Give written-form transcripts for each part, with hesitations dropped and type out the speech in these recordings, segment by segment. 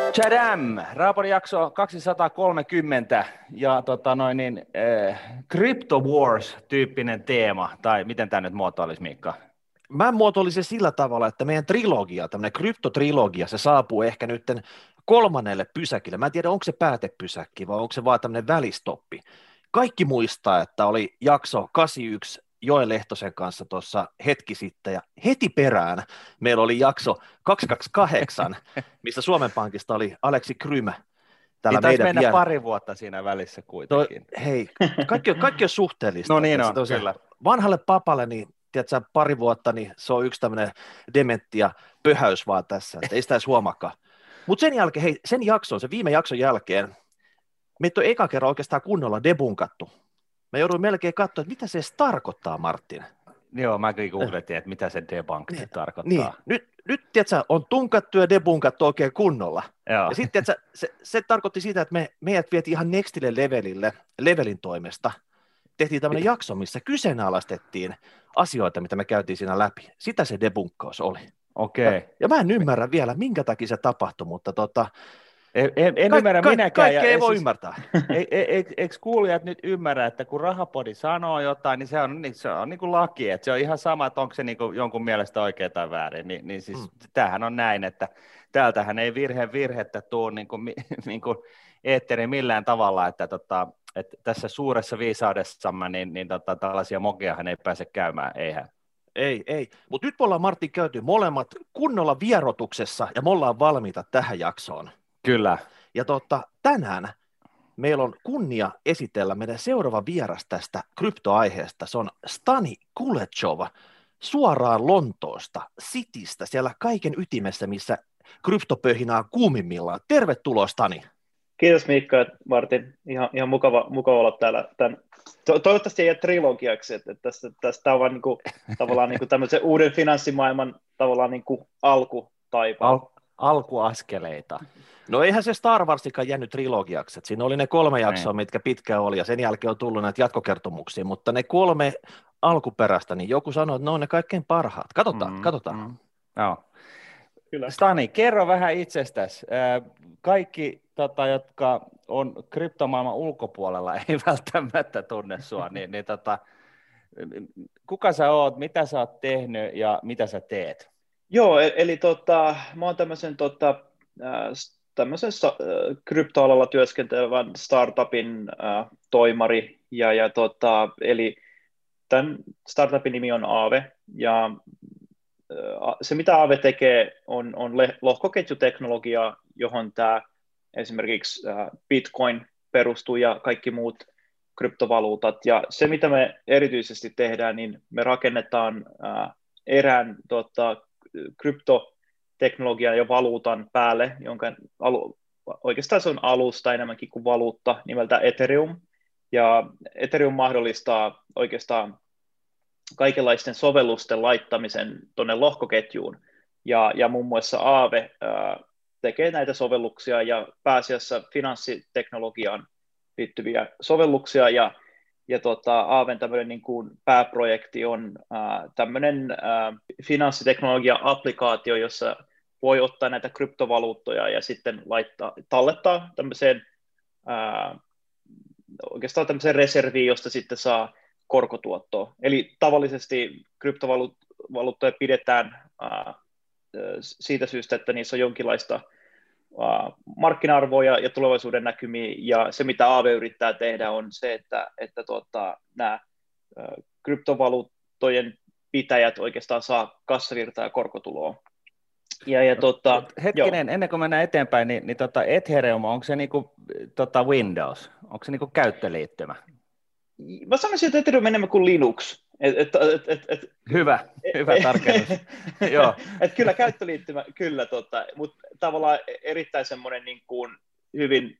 Tchadam! Raapodin jakso 230 ja Crypto Wars-tyyppinen teema, tai miten tämä nyt muotoilisi, Miikka? Mä muotoilisin sillä tavalla, että meidän trilogia, tämmöinen kryptotrilogia, se saapuu ehkä nyt 3. pysäkille. Mä en tiedä, onko se päätepysäkki vai onko se vaan tämmöinen välistoppi. Kaikki muistaa, että oli jakso 81 Joe Lehtosen kanssa tuossa hetki sitten, ja heti perään meillä oli jakso 228, missä Suomen Pankista oli Aleksi Krymä. Niin taisi mennä pari vuotta siinä välissä kuitenkin. Hei, kaikki on suhteellista. No niin on, kyllä. Vanhalle papalle, niin tiedätkö, pari vuotta, niin se on yksi tämmöinen dementia pöhäys vaan tässä, että ei sitä edes huomaakaan. Mutta sen jälkeen, hei, sen viime jakson jälkeen, meitä on eka kerran oikeastaan kunnolla debunkattu. Mä jouduin melkein katsoa, että mitä se edes tarkoittaa, Martin. Joo, mäkin googletin, että mitä se debunkti tarkoittaa. Niin. Nyt tiedätkö, on tunkattu ja debunkattu oikein kunnolla. Joo. Ja sitten se tarkoitti sitä, että meidät vietiin ihan nextille levelin toimesta. Tehtiin tämmöinen jakso, missä kyseenalaistettiin asioita, mitä me käytiin siinä läpi. Sitä se debunkkaus oli. Okei. Ja mä en ymmärrä vielä, minkä takia se tapahtui, mutta En ymmärrä minäkään. Kaikki ei voi ymmärtää. Eikö kuulijat nyt ymmärrä, että kun Rahapodi sanoo jotain, niin se on niin kuin laki, että se on ihan sama, että onko se niin kuin jonkun mielestä oikein tai väärin. Niin siis tämähän on näin, että täältähän ei virhettä tule niin kuin eetteriin millään tavalla, että tässä suuressa viisaudessamme niin tällaisia mokeahan ei pääse käymään, eihän. Ei. Mutta nyt me ollaan, Martin, käyty molemmat kunnolla vierotuksessa ja me ollaan valmiita tähän jaksoon. Kyllä. Ja tänään meillä on kunnia esitellä meidän seuraava vieras tästä kryptoaiheesta. Se on Stani Kulechov suoraan Lontoosta, Citystä, siellä kaiken ytimessä, missä kryptopöhinää kuumimmillaan. Tervetuloa, Stani. Kiitos Miikka ja Martin. Ihan mukava olla täällä. Toivottavasti ei jää trilogiaksi, että tästä on vaan tavallaan tämmöisen uuden finanssimaailman tavallaan alkutaipaa. Alkuaskeleita. No eihän se Star Warsikaan jäänyt trilogiaksi, että siinä oli ne 3 jaksoa, mitkä pitkään oli, ja sen jälkeen on tullut näitä jatkokertomuksia, mutta ne 3 alkuperäistä, niin joku sanoi, että ne on ne kaikkein parhaat. Katsotaan. No. Kyllä. Stani, kerro vähän itsestäsi. Kaikki, jotka on kryptomaailman ulkopuolella, ei välttämättä tunne sua, niin kuka sä oot, mitä sä oot tehnyt ja mitä sä teet? Joo, eli mä oon tämmöisen kryptoalalla työskentelevän startupin toimari, eli tämän startupin nimi on Aave, ja se mitä Aave tekee on lohkoketjuteknologia, johon tämä esimerkiksi Bitcoin perustuu ja kaikki muut kryptovaluutat, ja se mitä me erityisesti tehdään, niin me rakennetaan erään kryptoteknologian ja valuutan päälle, jonka oikeastaan se on alusta enemmänkin kuin valuutta nimeltä Ethereum, ja Ethereum mahdollistaa oikeastaan kaikenlaisten sovellusten laittamisen tuonne lohkoketjuun, ja muun muassa Aave tekee näitä sovelluksia ja pääasiassa finanssiteknologiaan liittyviä sovelluksia, ja Aaven tämmöinen niin kuin pääprojekti on tämmöinen finanssiteknologia-applikaatio, jossa voi ottaa näitä kryptovaluuttoja ja sitten tallettaa tämmöiseen oikeastaan tämmöiseen reserviin, josta sitten saa korkotuottoa. Eli tavallisesti kryptovaluuttoja pidetään siitä syystä, että niissä on jonkinlaista markkina-arvoa ja tulevaisuuden näkymiä, ja se mitä Aave yrittää tehdä on se, että nämä kryptovaluuttojen pitäjät oikeastaan saa kassavirtaa ja korkotuloa. Hetkinen, ennen kuin mennään eteenpäin, niin Ethereum, onko se niinku, Windows, onko se niinku käyttöliittymä? Mä sanoisin, että Ethereum on enemmän kuin Linux. Hyvä tarkennus. Joo. Kyllä käyttöliittymä, kyllä, mutta tavallaan erittäin semmoinen niin kuin hyvin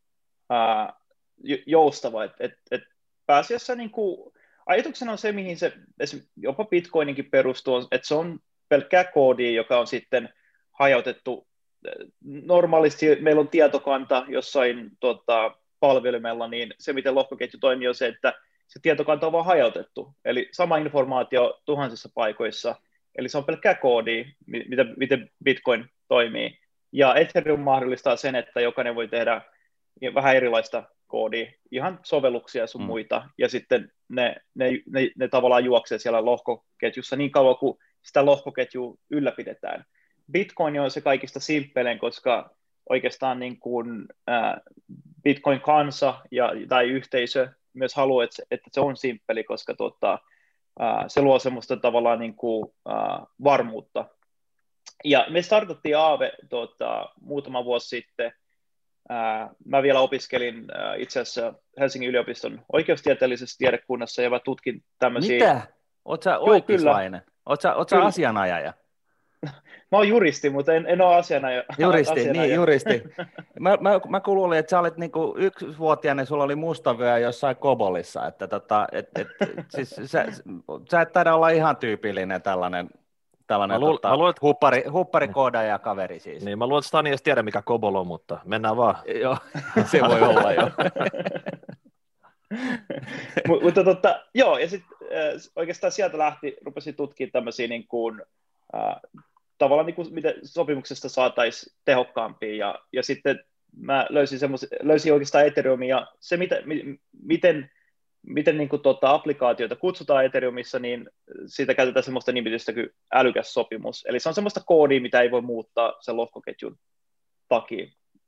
joustava, että pääasiassa niin kuin, ajatuksena on se, mihin se jopa Bitcoininkin perustuu, että se on pelkkää koodia, joka on sitten hajautettu. Normaalisti meillä on tietokanta jossain palvelimella, niin se, miten lohkoketju toimii, on se, että se tietokanta on vaan hajautettu, eli sama informaatio tuhansissa paikoissa, eli se on pelkkää koodia, miten Bitcoin toimii, Ja Ethereum mahdollistaa sen, että jokainen voi tehdä vähän erilaista koodia, ihan sovelluksia sun muita, ja sitten ne tavallaan juoksee siellä lohkoketjussa niin kauan, kuin sitä lohkoketjua ylläpidetään. Bitcoin on se kaikista simppelein, koska oikeastaan niin kuin, Bitcoin-kansa tai yhteisö myös haluaa, että se on simppeli, koska se luo semmoista tavallaan niin kuin, varmuutta. Ja me startattiin Aave muutama vuosi sitten. Mä vielä opiskelin itse asiassa Helsingin yliopiston oikeustieteellisessä tiedekunnassa, ja mä tutkin tämmöisiä... Mitä? Oot sä oikeuslainen? Oot sä asianajaja? Mä oon juristi, mutta en ole asianajaja. Juristi. Mä kuulin, että sä olit niinku 1-vuotiaana, sulla oli mustavyö jossain Kobolissa, että siis sä et taida olla ihan tyypillinen tällainen hupparikoodaja kaveri siis. Niin, mä luulen, että Stani ei edes tiedä, mikä Kobol on, mutta mennään vaan. Joo, se voi olla jo. Mutta joo, ja sitten oikeastaan sieltä rupesin tutkimaan tämmöisiä niin kuin, tavallaan niin kuin, miten sopimuksesta saataisiin tehokkaampia, ja sitten mä löysin oikeastaan Ethereumin, ja se miten niin kuin, applikaatioita kutsutaan Ethereumissa, niin siitä käytetään semmoista nimitystä kuin älykäs sopimus. Eli se on semmoista koodia, mitä ei voi muuttaa sen lohkoketjun takia.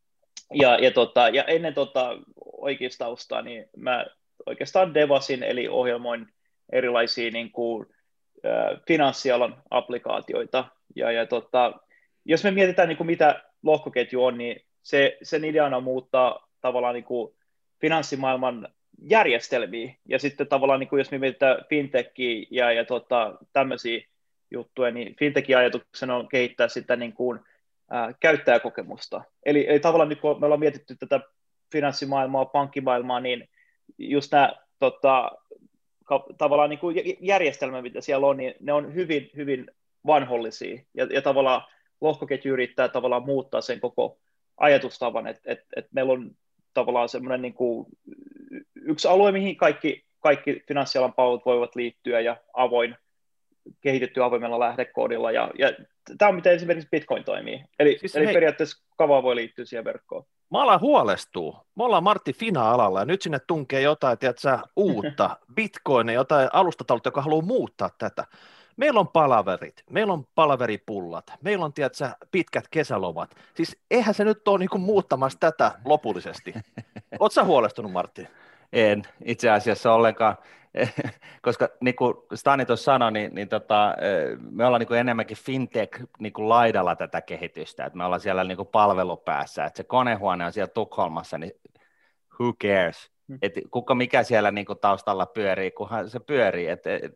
Ja ennen oikeistaustaa, niin mä oikeastaan devasin, eli ohjelmoin erilaisia niin kuin, finanssialan applikaatioita. Jos me mietitään, niin kuin, mitä lohkoketju on, niin sen ideana on muuttaa tavallaan niin kuin finanssimaailman järjestelmiä, ja sitten tavallaan, niin kuin jos me mietitään fintechiä ja tämmöisiä juttuja, niin fintechin ajatuksena on kehittää sitä niin kuin, käyttäjäkokemusta. Eli tavallaan, niin kun me ollaan mietitty tätä finanssimaailmaa, pankkimaailmaa, niin just nämä tavallaan niin kuin järjestelmät, mitä siellä on, niin ne on hyvin, hyvin vanhollisia, ja tavallaan lohkoketju yrittää tavallaan muuttaa sen koko ajatustavan, että meillä on tavallaan semmoinen niin kuin yksi alue, mihin kaikki finanssialan palvelut voivat liittyä, ja kehitetty avoimella lähdekoodilla, ja tämä on miten esimerkiksi Bitcoin toimii. Eli periaatteessa kavaa voi liittyä siihen verkkoon. Mä alan huolestua. Me ollaan Martti Fina-alalla, ja nyt sinne tunkee jotain, tiedätkö, uutta, Bitcoinia, jotain alustataloutta, joka haluaa muuttaa tätä. Meillä on palaverit, meillä on palaveripullat, meillä on, tiedätkö, pitkät kesälomat. Siis eihän se nyt ole niin kuin muuttamassa tätä lopullisesti. Ootko sä huolestunut, Martti? En itse asiassa ollenkaan, koska niin kuin Stani tuossa sanoi, niin me ollaan niin kuin enemmänkin fintech niin kuin laidalla tätä kehitystä, että me ollaan siellä niin kuin palvelupäässä, että se konehuone on siellä Tukholmassa, niin who cares, että mikä siellä niin kuin taustalla pyörii, kunhan se pyörii,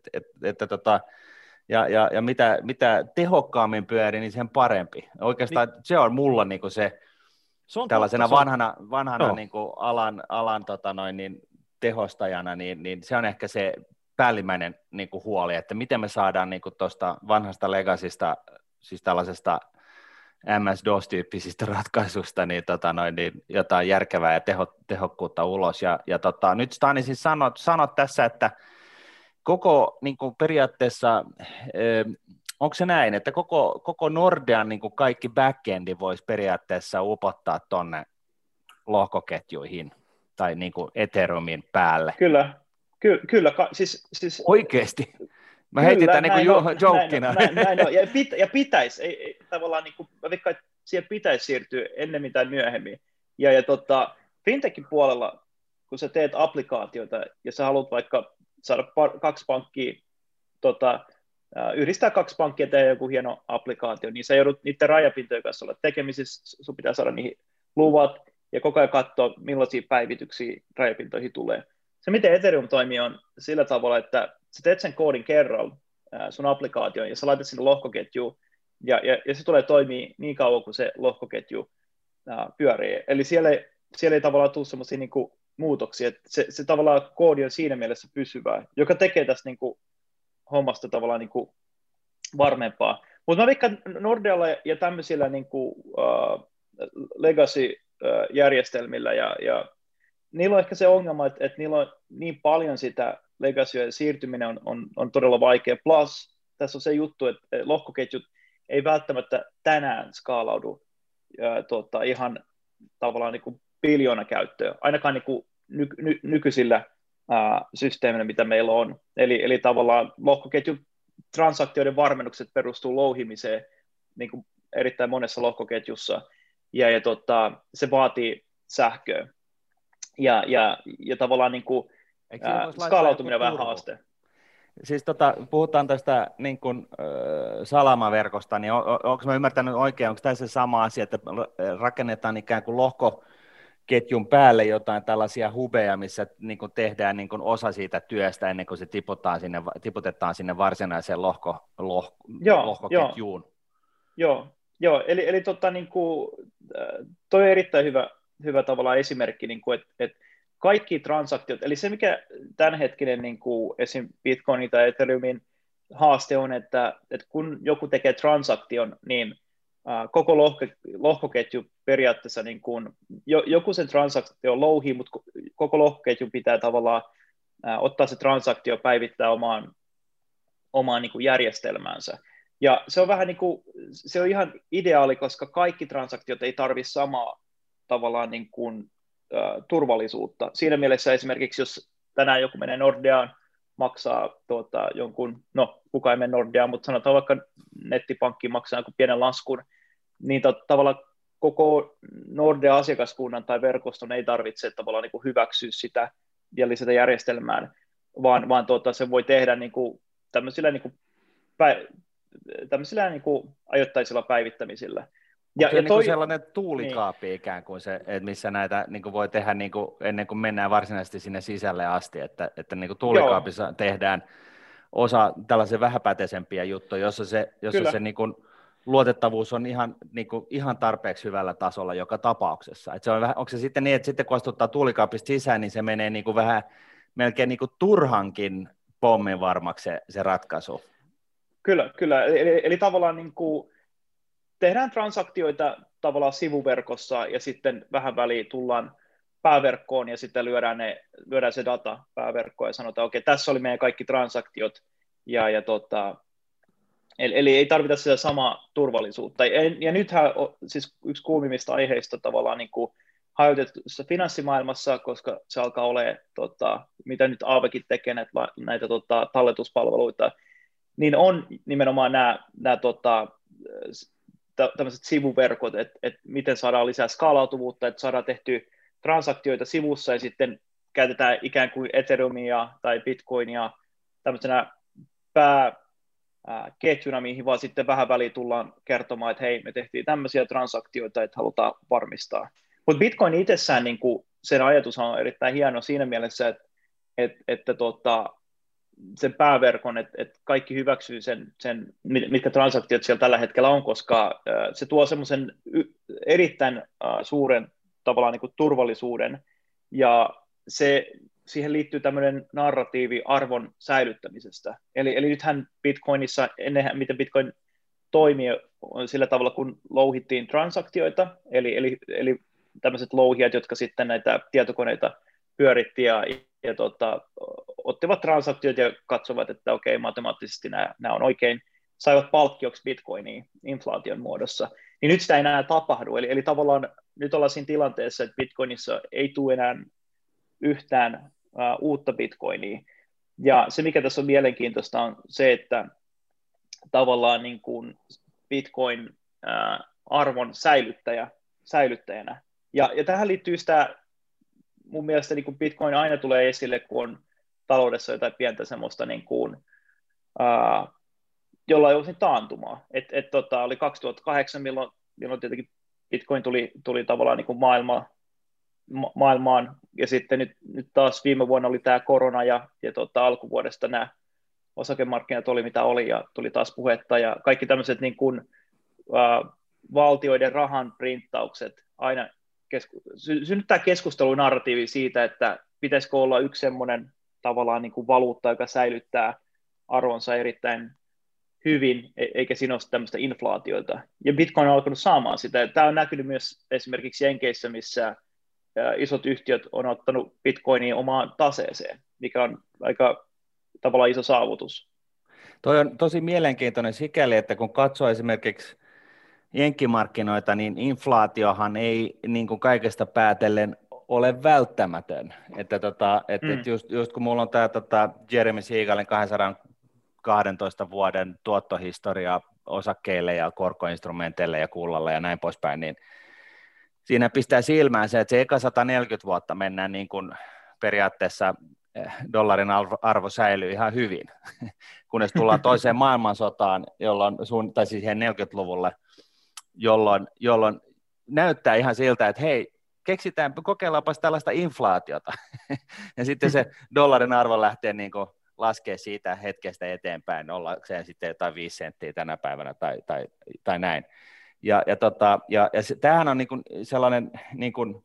ja mitä tehokkaammin pyörii, niin sen parempi. Oikeastaan niin, se on mulla niin kuin se tällaisena vanhana niin kuin alan niin tehostajana, niin se on ehkä se päällimmäinen niin kuin huoli, että miten me saadaan niin kuin tuosta vanhasta legacysta, siis tällaisesta MS-DOS-tyyppisistä ratkaisusta, niin jotain järkevää ja tehokkuutta ulos. Ja nyt Stani siis sanot tässä, että koko niin kuin periaatteessa, onko se näin, että koko Nordean niin kuin kaikki backendi voisi periaatteessa upottaa tuonne lohkoketjuihin tai niin kuin Ethereumin päälle? Kyllä. Siis oikeasti? Mä heitin tämän niin joukkina. Näin on. Ja pitäisi, ei, tavallaan niin kuin, mä veikkaan, että siihen pitäisi siirtyä ennemmin tai myöhemmin. Ja fintechin puolella, kun sä teet applikaatioita ja sä haluat vaikka saada kaksi pankkia, yhdistää kaksi pankkia ja tehdä joku hieno applikaatio, niin sä joudut niiden rajapintojen kanssa olla tekemisissä, sun pitää saada niihin luvat ja koko ajan katsoa, millaisia päivityksiä rajapintoihin tulee. Se, miten Ethereum toimii, on sillä tavalla, että sä teet sen koodin kerralla sun applikaatioon ja sä laitat sinne lohkoketjuun ja se tulee toimia niin kauan, kuin se lohkoketju pyörii. Eli siellä ei tavallaan tule semmoisia niin kuin muutoksia, että se tavallaan koodi on siinä mielessä pysyvää, joka tekee tästä niin kuin hommasta tavallaan niin kuin varmempaa. Mutta mä veikkaan Nordealla ja tämmöisillä niin kuin, legacy-järjestelmillä ja niillä on ehkä se ongelma, että niillä on niin paljon sitä legacyä ja siirtyminen on todella vaikea. Plus tässä on se juttu, että lohkoketjut ei välttämättä tänään skaalaudu ihan tavallaan niin kuin biljoona käyttöä, ainakaan niin kuin nykyisillä systeemillä, mitä meillä on. Eli tavallaan lohkoketjun transaktioiden varmennukset perustuu louhimiseen niin kuin erittäin monessa lohkoketjussa, ja se vaatii sähköä. Ja tavallaan niin kuin, skaalautuminen on vähän haaste. Siis puhutaan tästä niin kuin, salamaverkosta, niin onko mä ymmärtänyt oikein, onko tässä sama asia, että rakennetaan ikään kuin lohkoketjun päälle jotain tällaisia hubeja, missä niin kuin tehdään niin kuin osa siitä työstä ennen kuin se tiputetaan sinne varsinaiseen lohkoketjuun? Joo. Eli niin kuin, toi on erittäin hyvä tavallaan esimerkki, niin kuin, että kaikki transaktiot, eli se mikä tämänhetkinen niin kuin esim. Bitcoinin tai Ethereumin haaste on, että kun joku tekee transaktion, niin koko lohkoketju periaatteessa, niin kuin, joku sen transaktio louhii, mutta koko lohkoketju pitää tavallaan ottaa se transaktio päivittää omaan niin kuin järjestelmäänsä. Ja se on vähän niin kuin, se on ihan ideaali, koska kaikki transaktiot ei tarvitse samaa tavallaan niin kuin, turvallisuutta. Siinä mielessä esimerkiksi, jos tänään joku menee Nordeaan, maksaa jonkun, no kuka ei mene Nordeaan, mutta sanotaan vaikka nettipankkiin maksaa jonkun pienen laskun, niin tavallaan koko Nordea-asiakaskunnan tai verkoston ei tarvitse tavallaan niin kuin hyväksyä sitä ja lisätä järjestelmään, vaan se voi tehdä niin kuin tämmöisillä niin kuin ajoittaisilla päivittämisillä. Ja se niin sellainen tuulikaappi niin. Ikään kuin se, että missä näitä niin kuin voi tehdä niin kuin, ennen kuin mennään varsinaisesti sinne sisälle asti, että niin kuin tuulikaapissa tehdään osa tällaisia vähäpäteisempiä juttuja, jossa se niin kuin luotettavuus on ihan tarpeeksi hyvällä tasolla joka tapauksessa. Että se on onko se sitten niin, että sitten kun astuttaa tuulikaapista sisään, niin se menee niin kuin vähän melkein niin kuin turhankin pommin varmaksi se ratkaisu? Kyllä. Eli tavallaan niin kuin tehdään transaktioita tavallaan sivuverkossa ja sitten vähän väliin tullaan pääverkkoon ja sitten lyödään se data pääverkkoon ja sanotaan, okei, tässä oli meidän kaikki transaktiot eli ei tarvita sitä samaa turvallisuutta. Ja nythän siis yksi kuumimmista aiheista tavallaan niin kuin hajautetussa finanssimaailmassa, koska se alkaa olemaan, mitä nyt Aavekin tekee näitä talletuspalveluita, niin on nimenomaan nämä tämmöiset sivuverkot, että miten saadaan lisää skaalautuvuutta, että saadaan tehtyä transaktioita sivussa ja sitten käytetään ikään kuin Ethereumia tai Bitcoinia tämmöisenä pääketjuna, mihin vaan sitten vähän väliin tullaan kertomaan, että hei, me tehtiin tämmöisiä transaktioita, että halutaan varmistaa. Mutta Bitcoin itsessään, niin kuin sen ajatus on erittäin hieno siinä mielessä, että sen pääverkon, että kaikki hyväksyy sen, mitkä transaktiot siellä tällä hetkellä on, koska se tuo semmoisen erittäin suuren tavallaan niin kuin turvallisuuden, ja siihen liittyy tämmöinen narratiivi arvon säilyttämisestä. Eli nythän Bitcoinissa, ennen miten Bitcoin toimii, on sillä tavalla, kun louhittiin transaktioita, eli tämmöiset louhijat, jotka sitten näitä tietokoneita pyöritti ja ottivat transaktiot ja katsovat, että okei, matemaattisesti nämä on oikein, saivat palkkioksi Bitcoiniin inflaation muodossa, niin nyt sitä ei enää tapahdu. Eli tavallaan nyt ollaan siinä tilanteessa, että Bitcoinissa ei tule enää yhtään uutta Bitcoinia. Ja se, mikä tässä on mielenkiintoista, on se, että tavallaan niin kuin Bitcoin arvon säilyttäjänä. Ja tähän liittyy sitä, mun mielestä niin kuin Bitcoin aina tulee esille, kun on taloudessa jotain pientä semmoista, niin kuin, jolla ei olisi taantumaa. Oli 2008, milloin tietenkin Bitcoin tuli tavallaan niin kuin maailmaan, ja sitten nyt taas viime vuonna oli tämä korona, ja alkuvuodesta nämä osakemarkkinat oli mitä oli, ja tuli taas puhetta, ja kaikki tämmöiset niin kuin, valtioiden rahan printtaukset aina synnyttää keskustelunarratiivi siitä, että pitäisikö olla yksi semmoinen tavallaan niin kuin valuutta, joka säilyttää arvonsa erittäin hyvin, eikä siinä ole tämmöistä inflaatiota. Ja Bitcoin on alkanut saamaan sitä. Tämä on näkynyt myös esimerkiksi Jenkeissä, missä isot yhtiöt on ottanut Bitcoinia omaan taseeseen, mikä on aika tavallaan iso saavutus. Toi on tosi mielenkiintoinen sikäli, että kun katsoo esimerkiksi jenkkimarkkinoita, niin inflaatiohan ei niin kuin kaikesta päätellen ole välttämätön. Että just kun mulla on tämä Jeremy Siegelin 212 vuoden tuottohistoria osakkeille ja korkoinstrumenteille ja kullalle ja näin poispäin, niin siinä pistää silmään se, että se eka 140 vuotta mennään niin kuin periaatteessa dollarin arvo säilyy ihan hyvin, kunnes tullaan toiseen maailmansotaan, tai siis 40-luvulle, jolloin näyttää ihan siltä, että hei, kokeillaanpas tällaista inflaatiota, ja sitten se dollarin arvo lähtee niin kuin laskee siitä hetkestä eteenpäin, ollakseen sitten jotain 5 senttiä tänä päivänä tai näin. Ja tämähän on niin kuin sellainen niin kuin,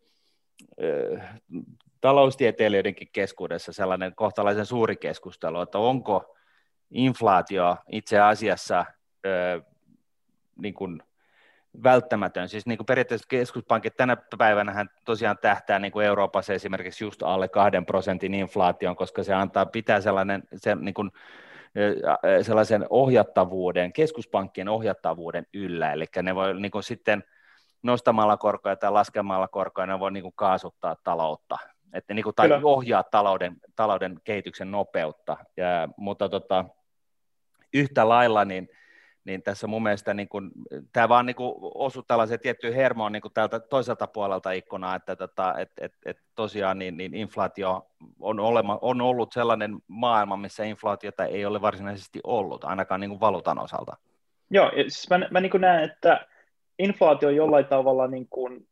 taloustieteilijöidenkin keskuudessa sellainen kohtalaisen suuri keskustelu, että onko inflaatio itse asiassa niin kuin välttämätön. Siis niin kuin periaatteessa keskuspankit tänä päivänä tosiaan tähtää niin kuin Euroopassa esimerkiksi just alle 2% inflaation, koska se pitää sellaisen ohjattavuuden, keskuspankkien ohjattavuuden yllä, eli ne voi niin kuin sitten nostamalla korkoja tai laskemalla korkoja, ne voi niin kuin kaasuttaa taloutta, että niin kuin, tai ohjaa talouden kehityksen nopeutta, mutta yhtä lailla niin tässä mun mielestä niin kun, tämä vaan niin osui tällaiseen tiettyyn hermoon niin täältä toiselta puolelta ikkunaa, että tosiaan niin inflaatio on ollut sellainen maailma, missä inflaatiota ei ole varsinaisesti ollut, ainakaan niin valuutan osalta. Joo, siis mä niin näen, että inflaatio jollain tavalla, niin kuin,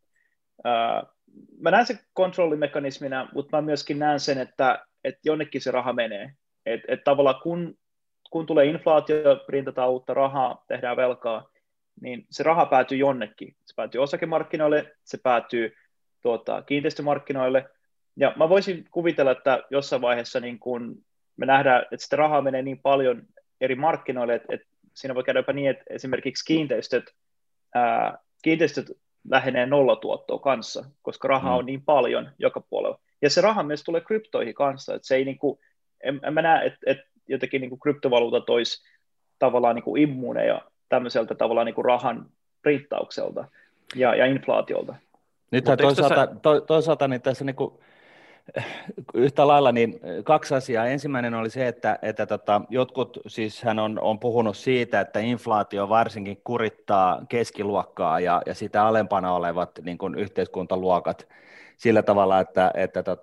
mä näen sen kontrollimekanismina, mutta mä myöskin näen sen, että jonnekin se raha menee. Että tavallaan kun tulee inflaatio, printataan uutta rahaa, tehdään velkaa, niin se raha päätyy jonnekin. Se päätyy osakemarkkinoille, se päätyy kiinteistömarkkinoille, ja mä voisin kuvitella, että jossain vaiheessa niin kun me nähdään, että sitä rahaa menee niin paljon eri markkinoille, että siinä voi käydä jopa niin, että esimerkiksi kiinteistöt lähenee nollatuottoa kanssa, koska rahaa on niin paljon joka puolella. Ja se raha myös tulee kryptoihin kanssa, että se ei en mä näe, että jotenkin niin kuin kryptovaluutat olisi tavallaan niin kuin immuuneja tämmöiseltä tavallaan niin kuin rahan printtaukselta ja inflaatiolta. Nyt toisaalta niin tässä niin kuin, yhtä lailla niin 2 asiaa. Ensimmäinen oli se, että jotkut, siis hän on puhunut siitä, että inflaatio varsinkin kurittaa keskiluokkaa ja sitä alempana olevat niin kuin yhteiskuntaluokat sillä tavalla, että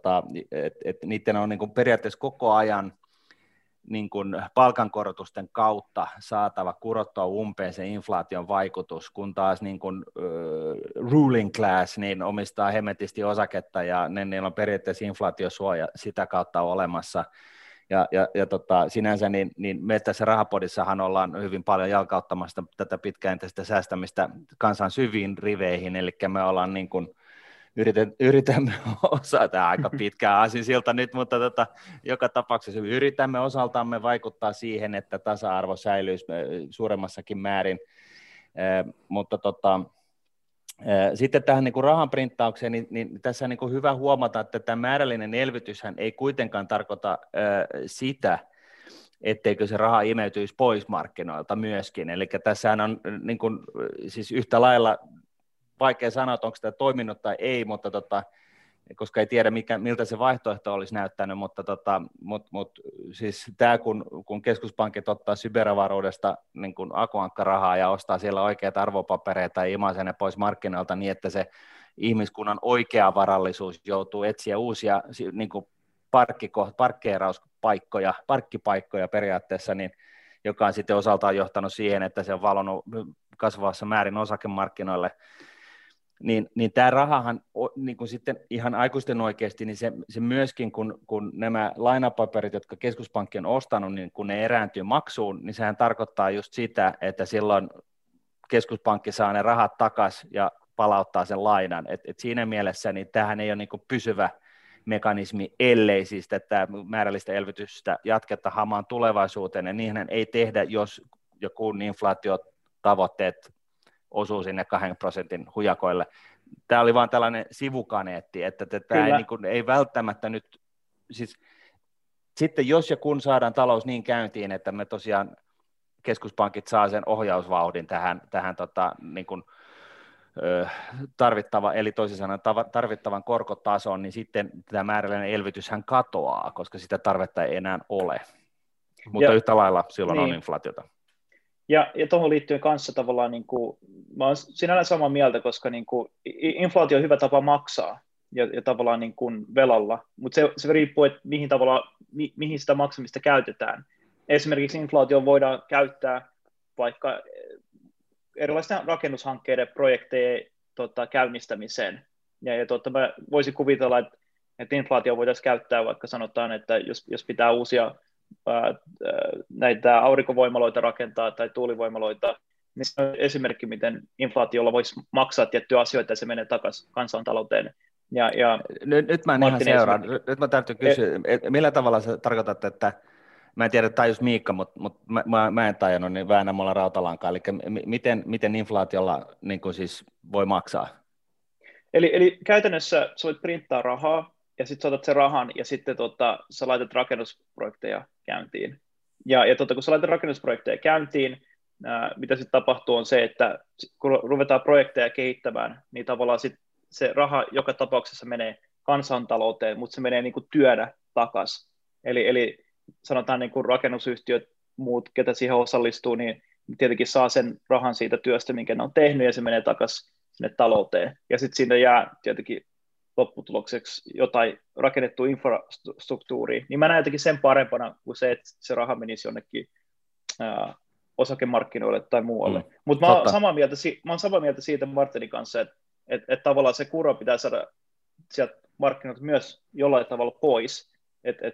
niiden on niin kuin periaatteessa koko ajan niin kuin palkankorotusten kautta saatava kurottua umpeen se inflaation vaikutus, kun taas niin kuin, ruling class niin omistaa hemmetisti osaketta ja niillä on periaatteessa inflaatiosuoja sitä kautta olemassa. Ja sinänsä niin me tässä Rahapodissahan ollaan hyvin paljon jalkauttamassa tätä pitkäjänteistä säästämistä kansan syviin riveihin, eli me ollaan niin kuin yritämme osata aika pitkään aasinsilta nyt, mutta joka tapauksessa yritämme osaltamme vaikuttaa siihen, että tasa-arvo säilyisi suuremmassakin määrin, mutta sitten tähän niin kuin rahan printtaukseen, niin tässä on niin kuin hyvä huomata, että tämä määrällinen elvytyshän ei kuitenkaan tarkoita sitä, etteikö se raha imeytyisi pois markkinoilta myöskin, eli tässähän on niin kuin, siis yhtä lailla vaikea sanoa, että onko tämä toiminut tai ei, mutta koska ei tiedä, miltä se vaihtoehto olisi näyttänyt, mutta siis tämä, kun keskuspankit ottaa Sibera-varuudesta niin kuin akuankkarahaa ja ostaa siellä oikeita arvopapereita ja imaisee ne pois markkinoilta niin, että se ihmiskunnan oikea varallisuus joutuu etsiä uusia niin kuin parkkipaikkoja periaatteessa, niin, joka on sitten osaltaan johtanut siihen, että se on valonnut kasvavassa määrin osakemarkkinoille, niin tämä rahahan niin kuin sitten ihan aikuisten oikeasti, niin se myöskin, kun nämä lainapaperit, jotka keskuspankki on ostanut, niin kun ne erääntyy maksuun, niin sehän tarkoittaa just sitä, että silloin keskuspankki saa ne rahat takaisin ja palauttaa sen lainan. Et siinä mielessä niin tämähän ei ole niin kuin pysyvä mekanismi, ellei siis tätä määrällistä elvytystä jatketta hamaan tulevaisuuteen, ja niinhän ei tehdä, jos ja kun inflaatiotavoitteet osuu sinne 2% hujakoille. Tämä oli vain tällainen sivukaneetti, että tämä ei välttämättä nyt, siis sitten jos ja kun saadaan talous niin käyntiin, että me tosiaan keskuspankit saa sen ohjausvauhdin tähän niin kuin, eli toisin sanoen tarvittavan korkotason, niin sitten tämä määrällinen elvytyshän katoaa, koska sitä tarvetta ei enää ole. Mutta yhtä lailla silloin on inflaatiota. Ja tuohon liittyen kanssa tavallaan, niin kuin, mä olen sinällään samaa mieltä, koska niin kuin, inflaatio on hyvä tapa maksaa ja tavallaan niin kuin velalla, mutta se riippuu, että mihin sitä maksamista käytetään. Esimerkiksi inflaatio voidaan käyttää vaikka erilaisten rakennushankkeiden projektejen käynnistämiseen. Ja mä voisin kuvitella, että inflaatio voitaisiin käyttää vaikka sanotaan, että jos pitää uusia näitä aurinkovoimaloita rakentaa tai tuulivoimaloita, niin se on esimerkki, miten inflaatiolla voisi maksaa tiettyjä asioita ja se menee takaisin kansantalouteen. Nyt mä en ihan seuraa. Nyt mä täytyy kysyä, millä tavalla sä tarkoitat, että mä en tiedä, tajus Miikka, mutta mä en tajunnut, niin väännä mulla rautalankaa. Eli miten inflaatiolla niin kuin siis voi maksaa? Eli käytännössä sä voit printtaa rahaa, ja sitten sä otat sen rahan, ja sitten sä laitat rakennusprojekteja käyntiin. Ja kun sä laitat rakennusprojekteja käyntiin, mitä sitten tapahtuu on se, että kun ruvetaan projekteja kehittämään, niin tavallaan sit se raha joka tapauksessa menee kansantalouteen, mutta se menee niin kuin työnä takaisin. Eli sanotaan niin kuin rakennusyhtiöt, muut, ketä siihen osallistuu, niin tietenkin saa sen rahan siitä työstä, minkä ne on tehnyt, ja se menee takaisin sinne talouteen. Ja sitten siinä jää tietenkin lopputulokseksi jotain rakennettua infrastruktuuria, niin mä näen jotenkin sen parempana kuin se, että se raha menisi jonnekin osakemarkkinoille tai muualle. Mutta mä oon samaa mieltä siitä Martinin kanssa, että tavallaan se kuro pitää saada sieltä markkinoilta myös jollain tavalla pois, että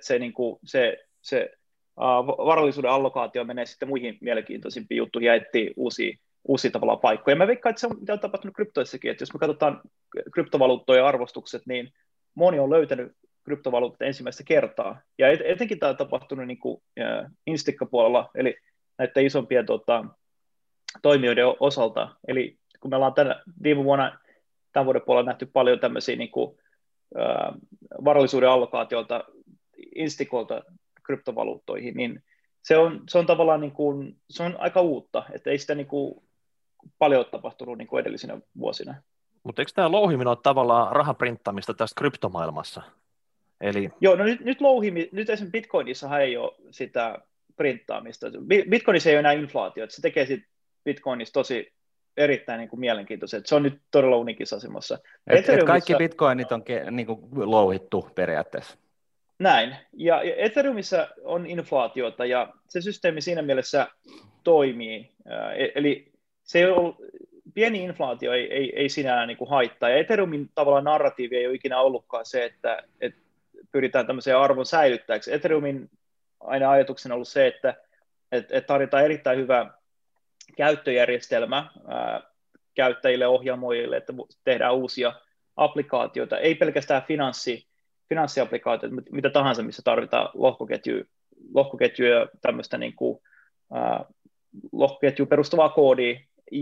se varallisuuden allokaatio menee sitten muihin mielenkiintoisimpiin juttuihin ja etsii uusia tavallaan paikkoja. Mä veikkaan, että se on mitä on tapahtunut kryptoissakin, että jos me katsotaan kryptovaluuttojen arvostukset, niin moni on löytänyt kryptovaluutat ensimmäistä kertaa. Ja etenkin tämä on tapahtunut niin kuin Instikka-puolella, eli näiden isompien toimijoiden osalta. Eli kun me ollaan viime vuonna, tämän vuoden puolella nähty paljon tämmöisiä niin kuin, varallisuuden allokaatiolta Instikolta kryptovaluuttoihin, niin se on tavallaan niin kuin, se on aika uutta, että ei sitä niin kuin paljon ole tapahtunut niin kuin edellisinä vuosina. Mutta eikö tämä louhiminen ole tavallaan rahaprinttamista tästä kryptomaailmassa? Eli... Joo, no nyt esimerkiksi Bitcoinissa ei ole sitä printtaamista. Bitcoinissa ei ole enää inflaatiota, se tekee siitä Bitcoinista tosi erittäin niin kuin mielenkiintoista. Se on nyt todella unikissa asemassa. Kaikki Bitcoinit on niin kuin louhittu periaatteessa. Näin. Ja Ethereumissa on inflaatiota ja se systeemi siinä mielessä toimii. Eli se ei ole, pieni inflaatio ei sinällään niin kuin haittaa. Ja Ethereumin tavallaan narratiivi ei ole ikinä ollutkaan se, että pyritään tämmöiseen arvon säilyttäjäksi. Ethereumin aina ajatuksena on ollut se, että tarjotaan erittäin hyvä käyttöjärjestelmä käyttäjille, ohjelmoijille, että tehdään uusia applikaatioita, ei pelkästään finanssiapplikaatioita, mitä tahansa, missä tarvitaan lohkoketjuja, tämmöistä niin kuin, lohkoketjuun perustuvaa koodia,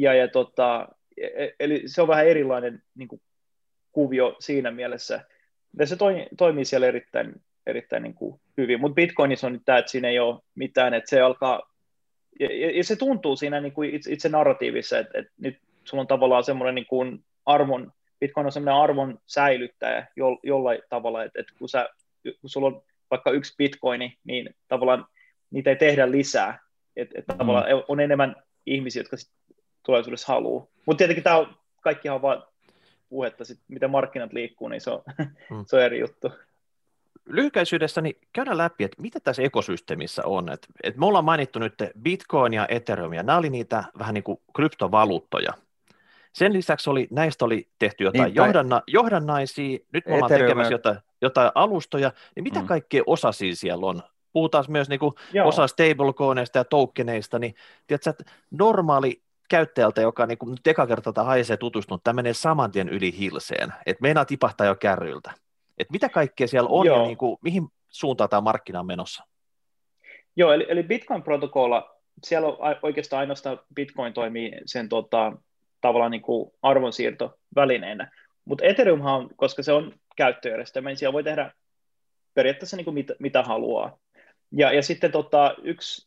eli se on vähän erilainen niin kuin, kuvio siinä mielessä, ja se toimii siellä erittäin niin kuin hyvin, mutta Bitcoinissa on nyt tämä, että siinä ei ole mitään, että se alkaa, ja se tuntuu siinä niin kuin itse narratiivissa, että nyt sulla on tavallaan semmoinen niin kuin Bitcoin on semmoinen arvon säilyttäjä jollain tavalla, että kun sulla on vaikka yksi bitcoini, niin tavallaan niitä ei tehdä lisää, että tavallaan on enemmän ihmisiä, jotka tulevaisuudessa haluaa. Mutta tietenkin tämä on, kaikkihan on vaan puhetta, miten markkinat liikkuu, niin se on eri juttu. Lyhykäisyydessä niin käydään läpi, että mitä tässä ekosysteemissä on. Et me ollaan mainittu nyt Bitcoin ja Ethereum, ja nämä oli niitä vähän niin kuin kryptovaluuttoja. Sen lisäksi näistä oli tehty jotain johdannaisia, nyt me ollaan tekemässä jotain alustoja, niin mitä kaikkea osasia siellä on? Puhutaan myös niin kuin osa stablecoineista ja tokeneista, niin tiedätkö, että normaali käyttäjältä, joka niin kuin nyt eka kertaa haisee tutustunut, tämä menee saman tien yli hilseen, että meinaa tipahtaa jo kärryiltä. Että mitä kaikkea siellä on ja niin kuin, mihin suuntaan tämä markkina on menossa? Joo, eli Bitcoin-protokolla, siellä on oikeastaan ainoastaan Bitcoin toimii sen tavallaan niin kuin arvonsiirtovälineenä. Mutta Ethereumhan, koska se on käyttöjärjestelmä, niin siellä voi tehdä periaatteessa niin kuin mitä haluaa. Ja sitten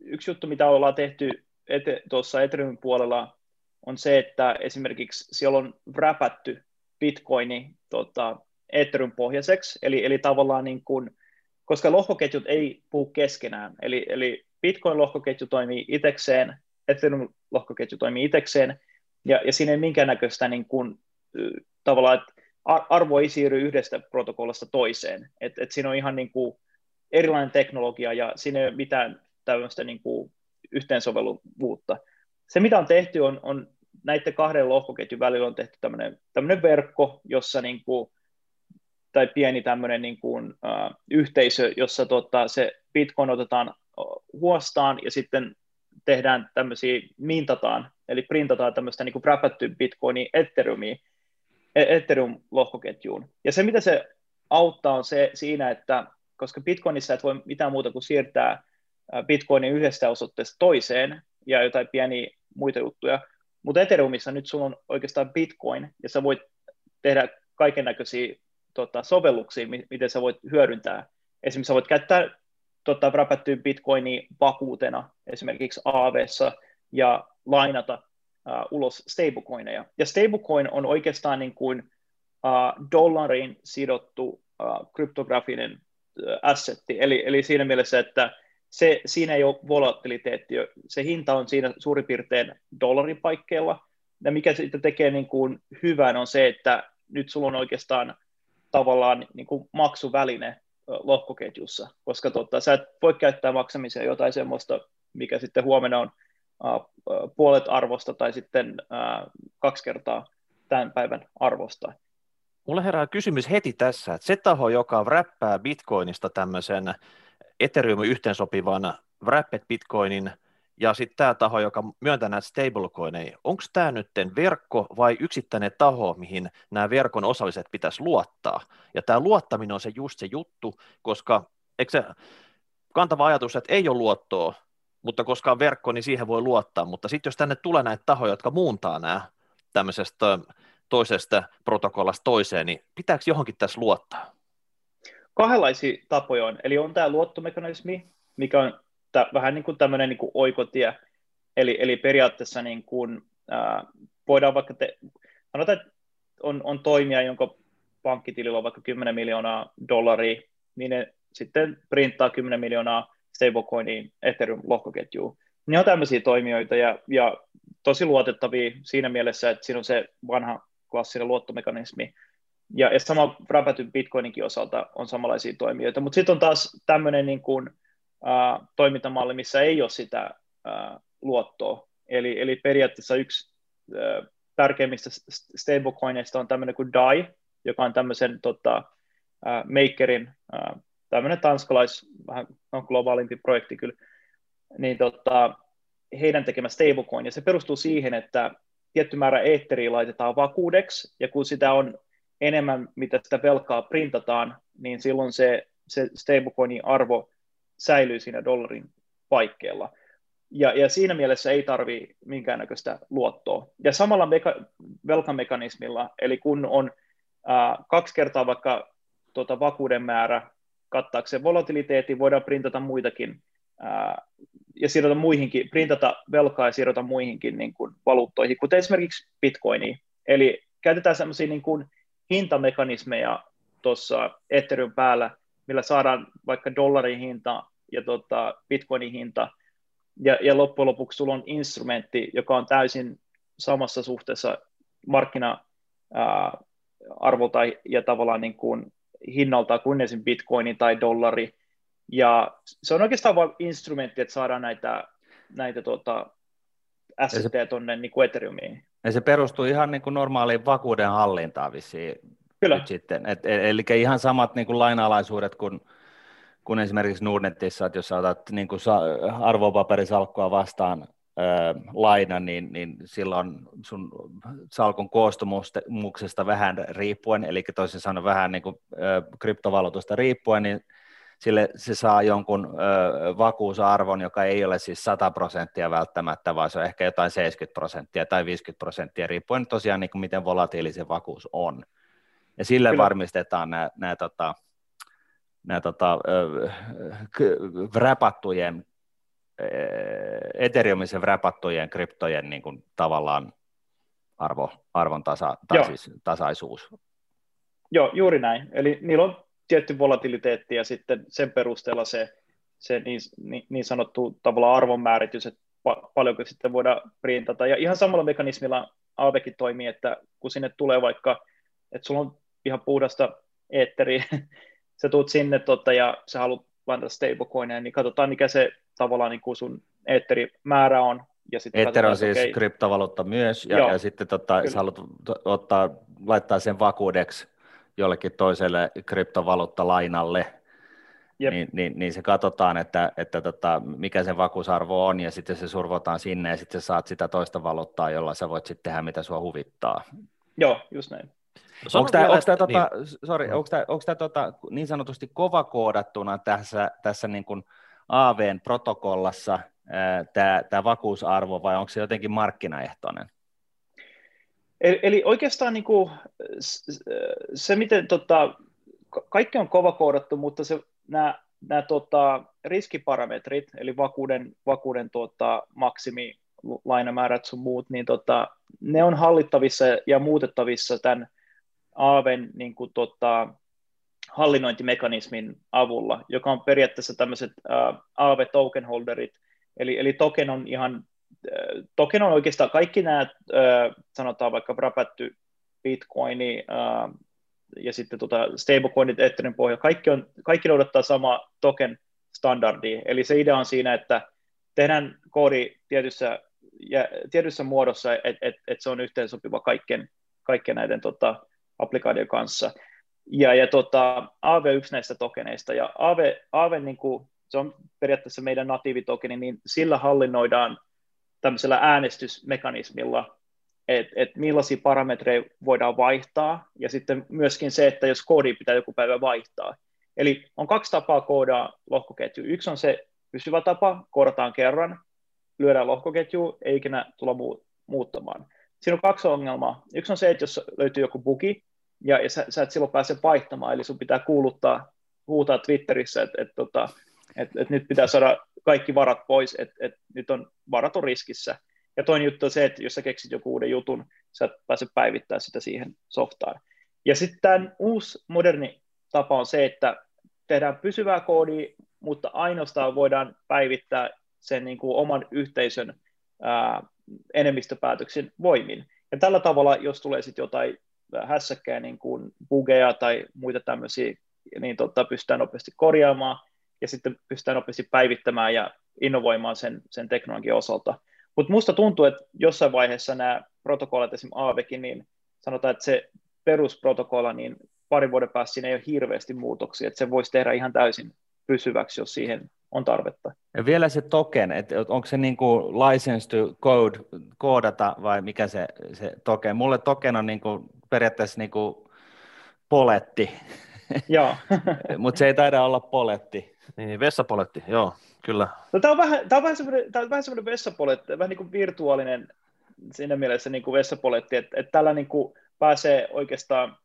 yksi juttu, mitä ollaan tehty tuossa Ethereumin puolella, on se, että esimerkiksi siellä on wrapätty Bitcoini Ethereum pohjaiseksi, eli tavallaan niin kuin, koska lohkoketjut ei puhu keskenään, eli Bitcoin-lohkoketju toimii itsekseen, Ethereum-lohkoketju toimii itsekseen, ja siinä ei minkäännäköistä niin kuin, tavallaan, että arvo ei siirry yhdestä protokollasta toiseen, että siinä on ihan niin kuin erilainen teknologia, ja siinä ei ole mitään tämmöistä niin kuin yhteensovelluvuutta. Se, mitä on tehty, on näiden kahden lohkoketjun välillä on tehty tämmöinen verkko, jossa niin kuin, tai pieni tämmöinen niin kuin, yhteisö, jossa se Bitcoin otetaan huostaan ja sitten tehdään tämmöisiä mintataan, eli printataan tämmöistä niin kuin wrapättyä Bitcoinia Ethereum-lohkoketjuun. Ja se, mitä se auttaa, on se siinä, että koska Bitcoinissa et voi mitään muuta kuin siirtää Bitcoinin yhdestä osoitteesta toiseen ja jotain pieniä muita juttuja, mutta Ethereumissa nyt sulla on oikeastaan Bitcoin, ja sä voit tehdä kaikennäköisiä sovelluksia, miten sä voit hyödyntää. Esimerkiksi sä voit käyttää wrapättyä Bitcoinia vakuutena esimerkiksi AAV:ssa ja lainata ulos stablecoineja. Ja stablecoin on oikeastaan niin kuin dollariin sidottu kryptografinen assetti, eli siinä mielessä, että siinä ei ole volatiliteetti, se hinta on siinä suurin piirtein dollarin paikkeilla, ja mikä sitten tekee niin kuin hyvän on se, että nyt sulla on oikeastaan tavallaan niin kuin maksuväline lohkoketjussa, koska sä et voi käyttää maksamiseen jotain semmoista, mikä sitten huomenna on puolet arvosta tai sitten 2 kertaa tämän päivän arvosta. Mulle herää kysymys heti tässä, että se taho, joka wrappää Bitcoinista tämmöisen Ethereumin yhteensopivan wrapped Bitcoinin, ja sitten tämä taho, joka myöntää näitä stablecoineja, onko tämä nyt verkko vai yksittäinen taho, mihin nämä verkon osalliset pitäisi luottaa? Ja tämä luottaminen on just se juttu, koska eikö se kantava ajatus, että ei ole luottoa, mutta koska on verkko, niin siihen voi luottaa, mutta sitten jos tänne tulee näitä tahoja, jotka muuntaa nämä tämmöisestä toisesta protokollasta toiseen, niin pitääkö johonkin tässä luottaa? Kahdenlaisia tapoja on, eli on tämä luottomekanismi, mikä on vähän niin kuin tämmöinen niin kuin oikotie, eli periaatteessa niin kuin, voidaan vaikka, sanotaan, että on toimija, jonka pankkitilillä on vaikka $10 miljoonaa, niin ne sitten printtaa 10 miljoonaa stablecoiniin Ethereum-lohkoketjuun. Ne on tämmöisiä toimijoita ja tosi luotettavia siinä mielessä, että siinä on se vanha klassinen luottomekanismi. Ja sama wrapätyn Bitcoininkin osalta on samanlaisia toimijoita, mutta sitten on taas tämmöinen niin kuin, toimintamalli, missä ei ole sitä luottoa. Eli periaatteessa yksi tärkeimmistä stablecoineista on tämmöinen kuin DAI, joka on tämmöisen Makerin, tämmöinen tanskalais, vähän globaalimpi projekti kyllä, niin heidän tekemä stablecoin, ja se perustuu siihen, että tietty määrä eetteriä laitetaan vakuudeksi, ja kun sitä on enemmän, mitä sitä velkaa printataan, niin silloin se stablecoinin arvo säilyy siinä dollarin paikkeilla. Ja siinä mielessä ei tarvitse minkäännäköistä luottoa. Ja samalla velkamekanismilla, eli kun on 2 kertaa vaikka vakuuden määrä kattaakseen volatiliteetin, voidaan printata muitakin ja siirrota muihinkin, printata velkaa ja siirrota muihinkin niin kuin valuuttoihin, kuten esimerkiksi Bitcoiniin. Eli käytetään sellaisia niin kuin hintamekanismeja tuossa Ethereum päällä, millä saadaan vaikka dollarin hinta ja Bitcoinin hinta, ja loppujen lopuksi sulla on instrumentti, joka on täysin samassa suhteessa markkina-arvolta ja tavallaan niin kuin hinnalta kuin esim. Bitcoini tai dollari, ja se on oikeastaan vain instrumentti, että saadaan näitä assetteja tuonne niin kuin Ethereumiin. Ja se perustuu ihan niin kuin normaaliin vakuuden hallintaan vissiin. Kyllä. Nyt sitten. Eli ihan samat niin kuin lainalaisuudet kuin esimerkiksi Nordnetissa, että jos sä otat niin kuin arvopaperisalkkua vastaan lainan, niin silloin sun salkun koostumuksesta vähän riippuen, eli toisin sanoen vähän niin kuin kryptovaluutusta riippuen, niin sille se saa jonkun vakuusarvon, joka ei ole siis 100% välttämättä, vaan se on ehkä jotain 70% tai 50% riippuen tosiaan niin kuin miten volatiili se vakuus on. Ja sille Kyllä. varmistetaan nämä wrapattujen Ethereumisen wrapattujen kryptojen niin kuin tavallaan arvon siis tasaisuus. Joo, juuri näin. Eli niillä on tietty volatiliteetti ja sitten sen perusteella se niin sanottu tavallaan arvonmääritys, että paljonko sitten voidaan printata. Ja ihan samalla mekanismilla Aavekin toimii, että kun sinne tulee vaikka, että sulla on ihan puhdasta eetteriä, sä tuut sinne ja sä haluat lainata stablecoineja, niin katsotaan mikä se tavallaan niin kuin sun eetterimäärä on. Ether on siis kryptovaluutta myös, ja sitten sä haluat laittaa sen vakuudeksi jollekin toiselle kryptovaluuttalainalle, niin se katsotaan, että mikä sen vakuusarvo on, ja sitten se survotaan sinne, ja sitten saat sitä toista valuuttaa, jolla sä voit sitten tehdä, mitä sua huvittaa. Joo, just näin. Onko tämä niin sanotusti kovakoodattuna tässä niin kuin AVn protokollassa tämä vakuusarvo, vai onko se jotenkin markkinaehtoinen? Eli oikeastaan niin kuin, se, miten kaikki on kovakoodattu, mutta nämä riskiparametrit, eli vakuuden maksimilainamäärät sun muut, niin ne on hallittavissa ja muutettavissa tämän Aaven niin kuin, hallinnointimekanismin avulla, joka on periaatteessa tämmöiset Aave token holderit, eli token on oikeastaan kaikki nämä, sanotaan vaikka wrappatty bitcoini ja sitten stablecoinit, Ethereum pohja, kaikki noudattaa samaa token standardia, eli se idea on siinä, että tehdään koodi tietyssä muodossa, että se on yhteensopiva kaikkien näiden applikaation kanssa. Ja Aave on yksi näistä tokeneista, ja Aave niin kuin, se on periaatteessa meidän natiivitokeni, niin sillä hallinnoidaan tämmöisellä äänestysmekanismilla, että millaisia parametreja voidaan vaihtaa, ja sitten myöskin se, että jos koodi pitää joku päivä vaihtaa. Eli on 2 tapaa koodaa lohkoketju. Yksi on se pysyvä tapa, koodataan kerran, lyödään lohkoketjuun, ei ikinä tulla muuttamaan. Siinä on 2 ongelmaa. Yksi on se, että jos löytyy joku bugi, ja sä et silloin pääse vaihtamaan, eli sun pitää huutaa Twitterissä, että nyt pitää saada kaikki varat pois, että nyt varat on riskissä. Ja toinen juttu on se, että jos sä keksit joku uuden jutun, sä et pääse päivittämään sitä siihen softaan. Ja sitten tämän uusi moderni tapa on se, että tehdään pysyvää koodia, mutta ainoastaan voidaan päivittää sen niin kuin oman yhteisön enemmistöpäätöksen voimin. Ja tällä tavalla, jos tulee sitten jotain hässäkkää, niin kuin bugeja tai muita tämmöisiä, niin pystytään nopeasti korjaamaan ja sitten pystytään nopeasti päivittämään ja innovoimaan sen teknologian osalta. Mutta musta tuntuu, että jossain vaiheessa nämä protokollat, esimerkiksi Aavekin, niin sanotaan, että se perusprotokolla, niin 2 vuoden päästä siinä ei ole hirveästi muutoksia, että se voisi tehdä ihan täysin pysyväksi, jos siihen on tarvetta. Ja vielä se token, että onko se niin kuin license to code, koodata vai mikä se token? Mulle token on niin kuin periaatteessa niin kuin poletti, mutta se ei taida olla poletti. Niin, vessapoletti, joo, kyllä. No, tämä on vähän semmoinen vessapoletti, vähän niin kuin virtuaalinen siinä mielessä niin kuin vessapoletti, että tällä niin kuin pääsee oikeastaan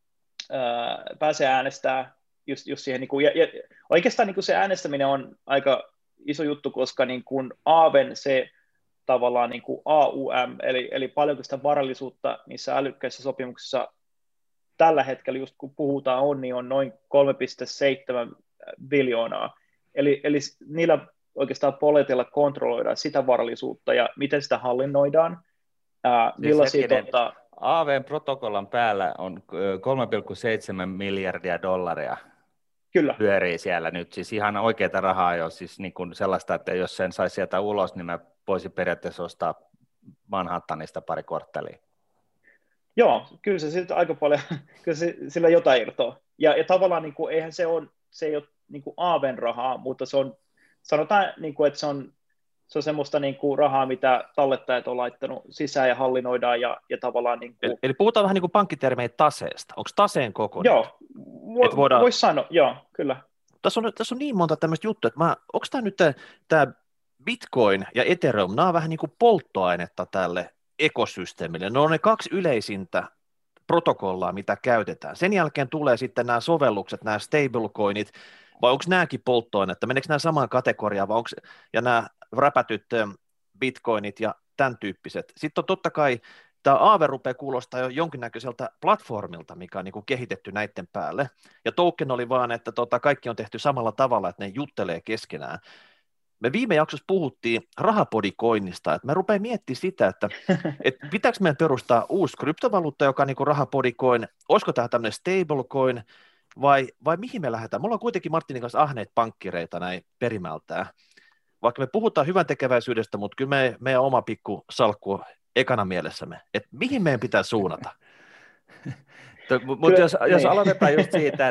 äänestää just siihen, niin kuin, ja oikeastaan niin kuin se äänestäminen on aika iso juttu, koska niin kuin Aaven se tavallaan niin kuin AUM, eli paljonko sitä varallisuutta niissä älykkäissä sopimuksissa tällä hetkellä, just kun puhutaan niin on noin 3,7 biljoonaa. Eli niillä oikeastaan poletilla kontrolloidaan sitä varallisuutta ja miten sitä hallinnoidaan. AVn protokollan päällä on 3,7 miljardia dollaria. Kyllä. Pyörii siellä nyt, siis ihan oikeaa rahaa jo, siis niin kuin sellaista, että jos sen saisi sieltä ulos, niin mä voisin periaatteessa ostaa Manhattanista 2 korttelia. Joo, kyllä se sitten aika paljon, kyllä sillä jotain irtoa. Ja tavallaan niin kuin, eihän se ei ole niin kuin Aaven rahaa, mutta se on, sanotaan, niin kuin, että se on semmoista niin kuin rahaa, mitä tallettajat on laittanut sisään ja hallinnoidaan ja tavallaan... Niin kuin... Eli puhutaan vähän niin kuin pankkitermein taseesta. Onko taseen koko? Joo, voisi sanoa, joo, kyllä. Tässä on niin monta tämmöistä juttua, että onko tämä nyt tämä Bitcoin ja Ethereum, nämä on vähän niin kuin polttoainetta tälle ekosysteemille. Ne on ne 2 yleisintä protokollaa, mitä käytetään. Sen jälkeen tulee sitten nämä sovellukset, nämä stablecoinit, vai onko nämäkin polttoainetta? Meneekö nämä samaan kategoriaan, vai onko, ja nämä räpätyt bitcoinit ja tämän tyyppiset. Sitten on totta kai, tämä Aave rupeaa kuulostaa jo jonkinnäköiseltä platformilta, mikä on niin kuin kehitetty näiden päälle, ja token oli vaan, että kaikki on tehty samalla tavalla, että ne juttelee keskenään. Me viime jaksossa puhuttiin rahapodikoinnista, että mä rupean miettimään sitä, että pitääkö meidän perustaa uusi kryptovaluutta, joka on niin kuin rahapodikoin, olisiko tämä tämmöinen stablecoin, vai mihin me lähdetään? Mulla on kuitenkin Martinin kanssa ahneet pankkireita näin perimältään. Vaikka me puhutaan hyvän tekeväisyydestä, mutta kyllä meidän oma pikku salkku on ekana mielessämme, että mihin meidän pitää suunnata? Mutta jos aloitetaan just siitä,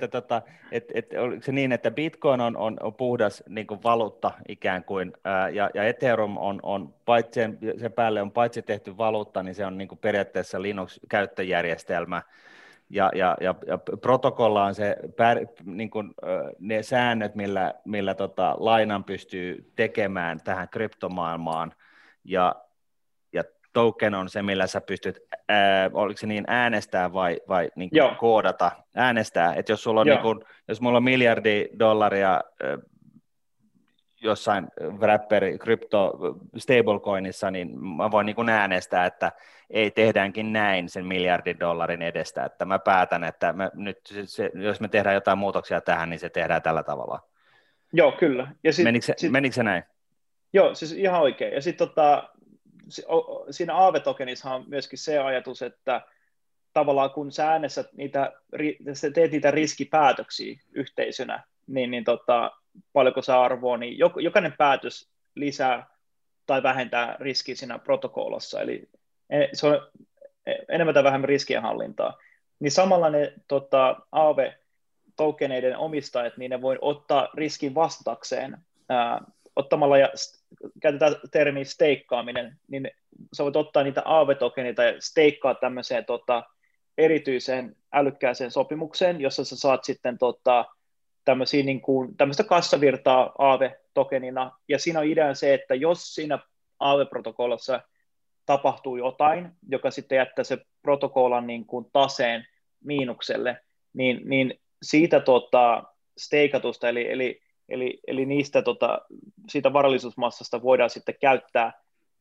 että oliko se niin, että Bitcoin on puhdas niin kuin valuutta ikään kuin, ja Ethereum on paitsi sen päälle on paitsi tehty valuutta, niin se on niin kuin periaatteessa Linux-käyttöjärjestelmä, ja protokolla on se, niin kuin, ne säännöt, millä lainan pystyy tekemään tähän kryptomaailmaan, ja token on se, millä sä pystyt, oliko se niin, äänestää vai niin kuin koodata, äänestää, että jos sulla on niin kuin, jos mulla on $1 miljardia jossain krypto stablecoinissa, niin mä voin niin kuin äänestää, että ei tehdäänkin näin sen $1 miljardin edestä, että mä päätän, että jos me tehdään jotain muutoksia tähän, niin se tehdään tällä tavalla. Joo, kyllä. Ja menikö se näin? Joo, siis ihan oikein. Ja sitten siinä Aave-tokenissa on myöskin se ajatus, että tavallaan kun sä sä teet niitä riskipäätöksiä yhteisönä, niin paljonko se arvoa, niin jokainen päätös lisää tai vähentää riskiä siinä protokollassa, eli se on enemmän tai vähemmän riskienhallintaa. Niin samalla ne Aave-tokeneiden omistajat, niin ne voi ottaa riskin vastatakseen ottamalla, ja käytetään termiä steikkaaminen, niin sä voit ottaa niitä Aave-tokeneita ja steikkaa tämmöiseen erityiseen älykkääseen sopimukseen, jossa sä saat sitten tämmöistä kassavirtaa Aave-tokenina, ja siinä on idea se, että jos siinä Aave-protokollassa tapahtuu jotain, joka sitten jättää se protokollan niin kuin taseen miinukselle, niin siitä steikatusta, eli niistä siitä varallisuusmassasta voidaan sitten käyttää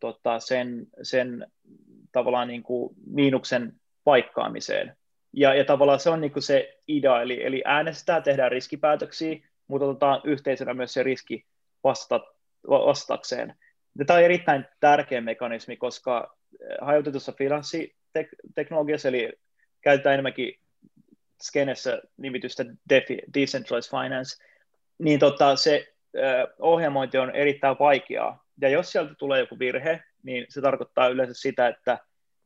sen tavallaan niin kuin miinuksen paikkaamiseen. Ja tavallaan se on niin kuin se idea, eli äänestetään, tehdään riskipäätöksiä, mutta otetaan yhteisönä myös se riski vastatakseen. Tämä on erittäin tärkeä mekanismi, koska hajautetussa finanssiteknologiassa, eli käytetään enemmänkin skenessä nimitystä Decentralized Finance, niin se ohjelmointi on erittäin vaikeaa. Ja jos sieltä tulee joku virhe, niin se tarkoittaa yleensä sitä, että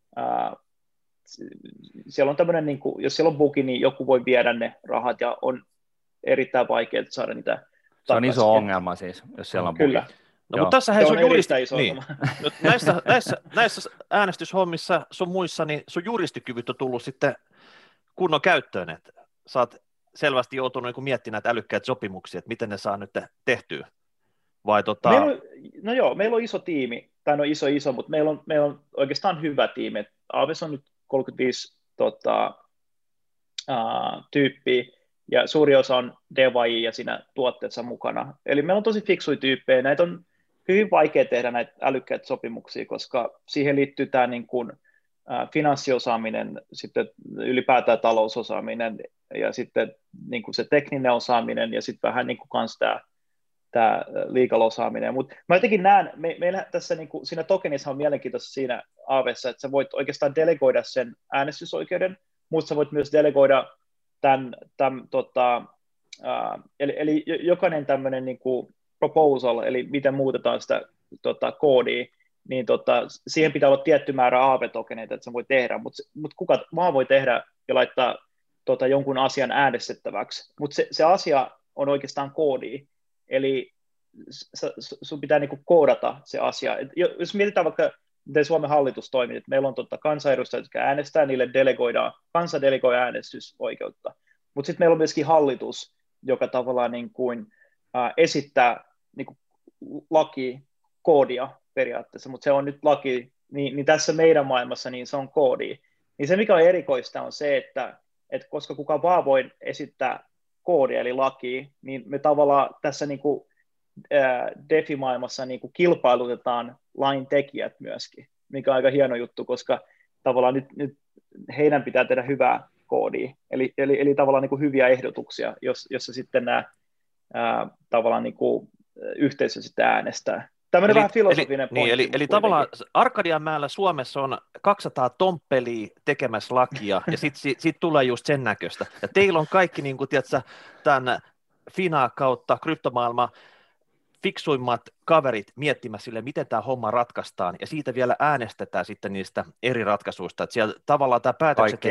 siellä on tämmöinen, niin kuin, jos siellä on bugi, niin joku voi viedä ne rahat, ja on erittäin vaikeaa saada niitä takaisin. Se on iso ongelma siis, jos siellä on bugi. Kyllä. No, mutta tässä sun juristi, niin. näissä äänestyshommissa sun muissa, niin sun juristikyvyt on tullut sitten kunnon käyttöön, että sä oot selvästi joutunut niin miettimään näitä älykkäitä sopimuksia, että miten ne saa nyt tehtyä. Vai meillä on iso tiimi, tai no iso, mutta meillä on oikeastaan hyvä tiimi. Aaves on nyt 35 tyyppiä, ja suuri osa on devaajia ja siinä tuotteessa mukana. Eli meillä on tosi fiksuja tyyppejä. Näitä on hyvin vaikea tehdä näitä älykkäitä sopimuksia, koska siihen liittyy tämä niin kuin finanssiosaaminen, sitten ylipäätään talousosaaminen, ja sitten niin kuin se tekninen osaaminen, ja sitten vähän niin kuin kans tämä legal osaaminen. Mutta mä jotenkin näen, meillä tässä niin kuin, siinä tokenissa on mielenkiintoista siinä Aavessa, että sä voit oikeastaan delegoida sen äänestysoikeuden, mutta sä voit myös delegoida eli jokainen tämmöinen niin kuin proposal, eli miten muutetaan sitä koodia, niin siihen pitää olla tietty määrä Aave-tokeneita, että se voi tehdä, mutta kuka vaan voi tehdä ja laittaa jonkun asian äänestettäväksi, mutta se asia on oikeastaan koodi, eli sun pitää niinku koodata se asia. Jos mietitään vaikka, miten Suomen hallitus toimii, että meillä on kansanedustajat, jotka äänestää, niille kansa delegoi äänestysoikeutta, mutta sitten meillä on myöskin hallitus, joka tavallaan niin kuin, esittää niin kuin lakikoodia periaatteessa, mutta se on nyt laki, niin tässä meidän maailmassa niin se on koodi. Niin se, mikä on erikoista, on se, että koska kuka vaan voi esittää koodia, eli laki, niin me tavallaan tässä niin kuin DeFi-maailmassa niin kuin kilpailutetaan lain tekijät myöskin, mikä on aika hieno juttu, koska tavallaan nyt heidän pitää tehdä hyvää koodia, eli tavallaan niin kuin hyviä ehdotuksia, jossa sitten nämä tavallaan niin kuin yhteisö sitten äänestää. Tämmöinen vähän filosofinen pointti. Eli tavallaan Arkadianmäellä Suomessa on 200 tomppeliä tekemässä lakia, ja sitten sit tulee just sen näköistä. Ja teillä on kaikki, niin kuin, tiedätkö, tämän Fina kautta kryptomaailma fiksuimmat kaverit miettimässä sille, miten tämä homma ratkaistaan, ja siitä vielä äänestetään sitten niistä eri ratkaisuista, että siellä tavallaan tämä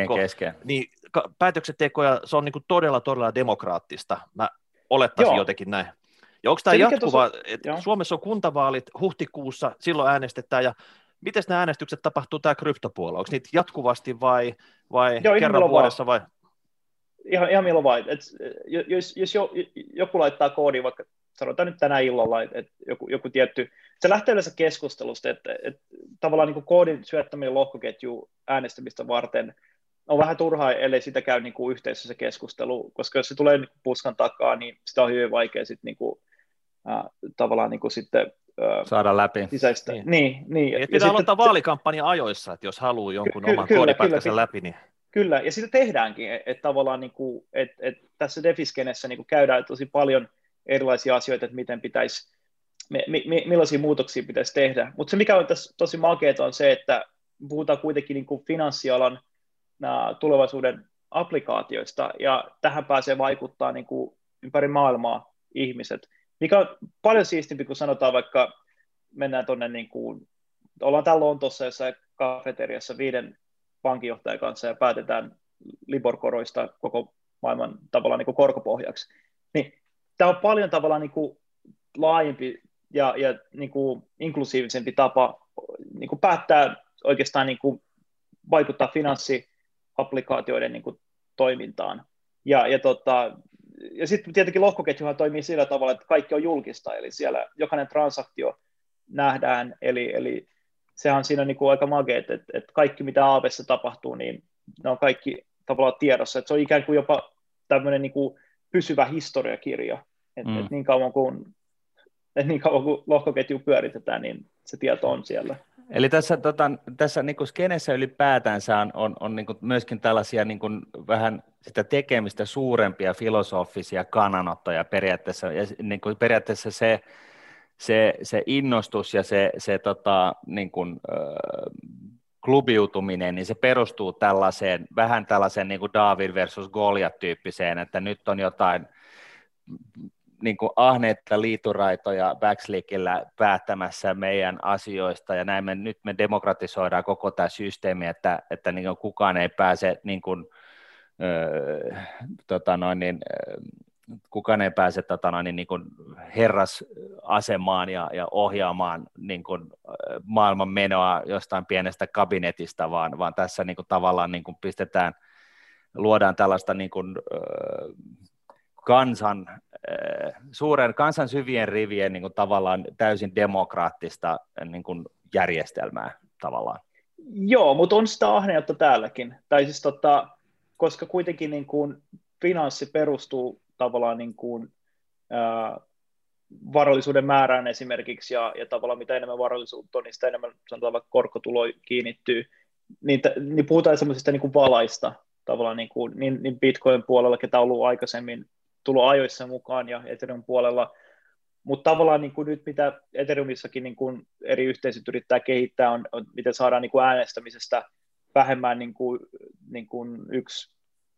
päätöksenteko, ja se on niin kuin todella demokraattista, mä olettaisin jotenkin näin. Ja onko tämä jatkuva, että Suomessa on kuntavaalit huhtikuussa, silloin äänestetään, ja miten nämä äänestykset tapahtuu tämä kryptopuolella? Onko niitä jatkuvasti vai kerran vuodessa vai? Ihan milloin vaan. Jos joku laittaa koodiin, vaikka sanotaan nyt tänä illalla, että joku tietty, se lähtee yleensä keskustelusta, että tavallaan niin kuin koodin syöttäminen lohkoketjuun äänestämistä varten on vähän turhaa, ellei sitä käy niin kuin yhteisössä keskustelu, koska jos se tulee niin kuin puskan takaa, niin sitä on hyvin vaikea sitten niin kuin, tavallaan niin kuin sitten saada läpi. Sisäistä. Niin. Pitää aloittaa vaalikampanja ajoissa, että jos haluaa jonkun oman koodipätkänsä läpi. Niin. Kyllä, ja sitä tehdäänkin, että tavallaan niin kuin, että tässä DeFi-skenessä niin kuin käydään tosi paljon erilaisia asioita, että miten pitäisi, millaisia muutoksia pitäisi tehdä. Mutta se, mikä on tässä tosi makeata, on se, että puhutaan kuitenkin niin kuin finanssialan tulevaisuuden applikaatioista, ja tähän pääsee vaikuttaa niin kuin ympäri maailmaa ihmiset, mikä on paljon siistimpi, kun sanotaan vaikka, mennään tuonne, niin kuin, ollaan täällä Lontoossa jossain kafeteriassa 5 pankinjohtajan kanssa ja päätetään Libor-koroista koko maailman tavallaan niin kuin korkopohjaksi. Niin, tämä on paljon tavallaan niin kuin laajempi ja niin kuin inklusiivisempi tapa niin kuin päättää oikeastaan niin kuin vaikuttaa finanssiapplikaatioiden niin kuin toimintaan. Ja sitten tietenkin lohkoketjuhan toimii sillä tavalla, että kaikki on julkista, eli siellä jokainen transaktio nähdään, eli sehän on siinä niin kuin aika magea, että kaikki mitä Aavessa tapahtuu, niin ne on kaikki tavallaan tiedossa, että se on ikään kuin jopa tämmöinen niin kuin pysyvä historiakirja, että niin kauan kuin lohkoketju pyöritetään, niin se tieto on siellä. Eli tässä niin kuin skenessä ylipäätänsä on niin kuin myöskin tällaisia niin kuin vähän sitä tekemistä suurempia filosofisia kannanottoja periaatteessa, ja niin kuin periaatteessa se innostus ja se niin kuin, klubiutuminen, niin se perustuu vähän tällaiseen niin kuin David versus Goliat-tyyppiseen, että nyt on jotain niin kuin ahneetta liituraitoja backslickillä päättämässä meidän asioista, ja näin nyt me demokratisoidaan koko tämä systeemi, että niin kuin kukaan ei pääse kukaan ei pääse niin kuin herrasasemaan ja ohjaamaan niin kuin maailman menoa jostain pienestä kabinetista, vaan tässä niin kuin tavallaan niin kuin luodaan tällaista niin kuin, kansan syvien rivien niin kuin tavallaan täysin demokraattista niin kuin järjestelmää tavallaan. Joo, mutta on sitä ahneutta täälläkin. Tai siis koska kuitenkin niin kuin finanssi perustuu tavallaan niin kuin, varallisuuden määrään esimerkiksi, ja tavallaan mitä enemmän varallisuutta on, niin sitä enemmän sanotaan vaikka korkotulo kiinnittyy, niin puhutaan semmoisista niin kuin valaista tavallaan niin Bitcoin puolella, ketä on ollut aikaisemmin tullut ajoissa mukaan, ja Ethereum puolella, mutta tavallaan niin kuin nyt mitä Ethereumissakin niin kuin eri yhteisöt yrittää kehittää, on miten saadaan niin kuin äänestämisestä vähemmän niin kuin yksi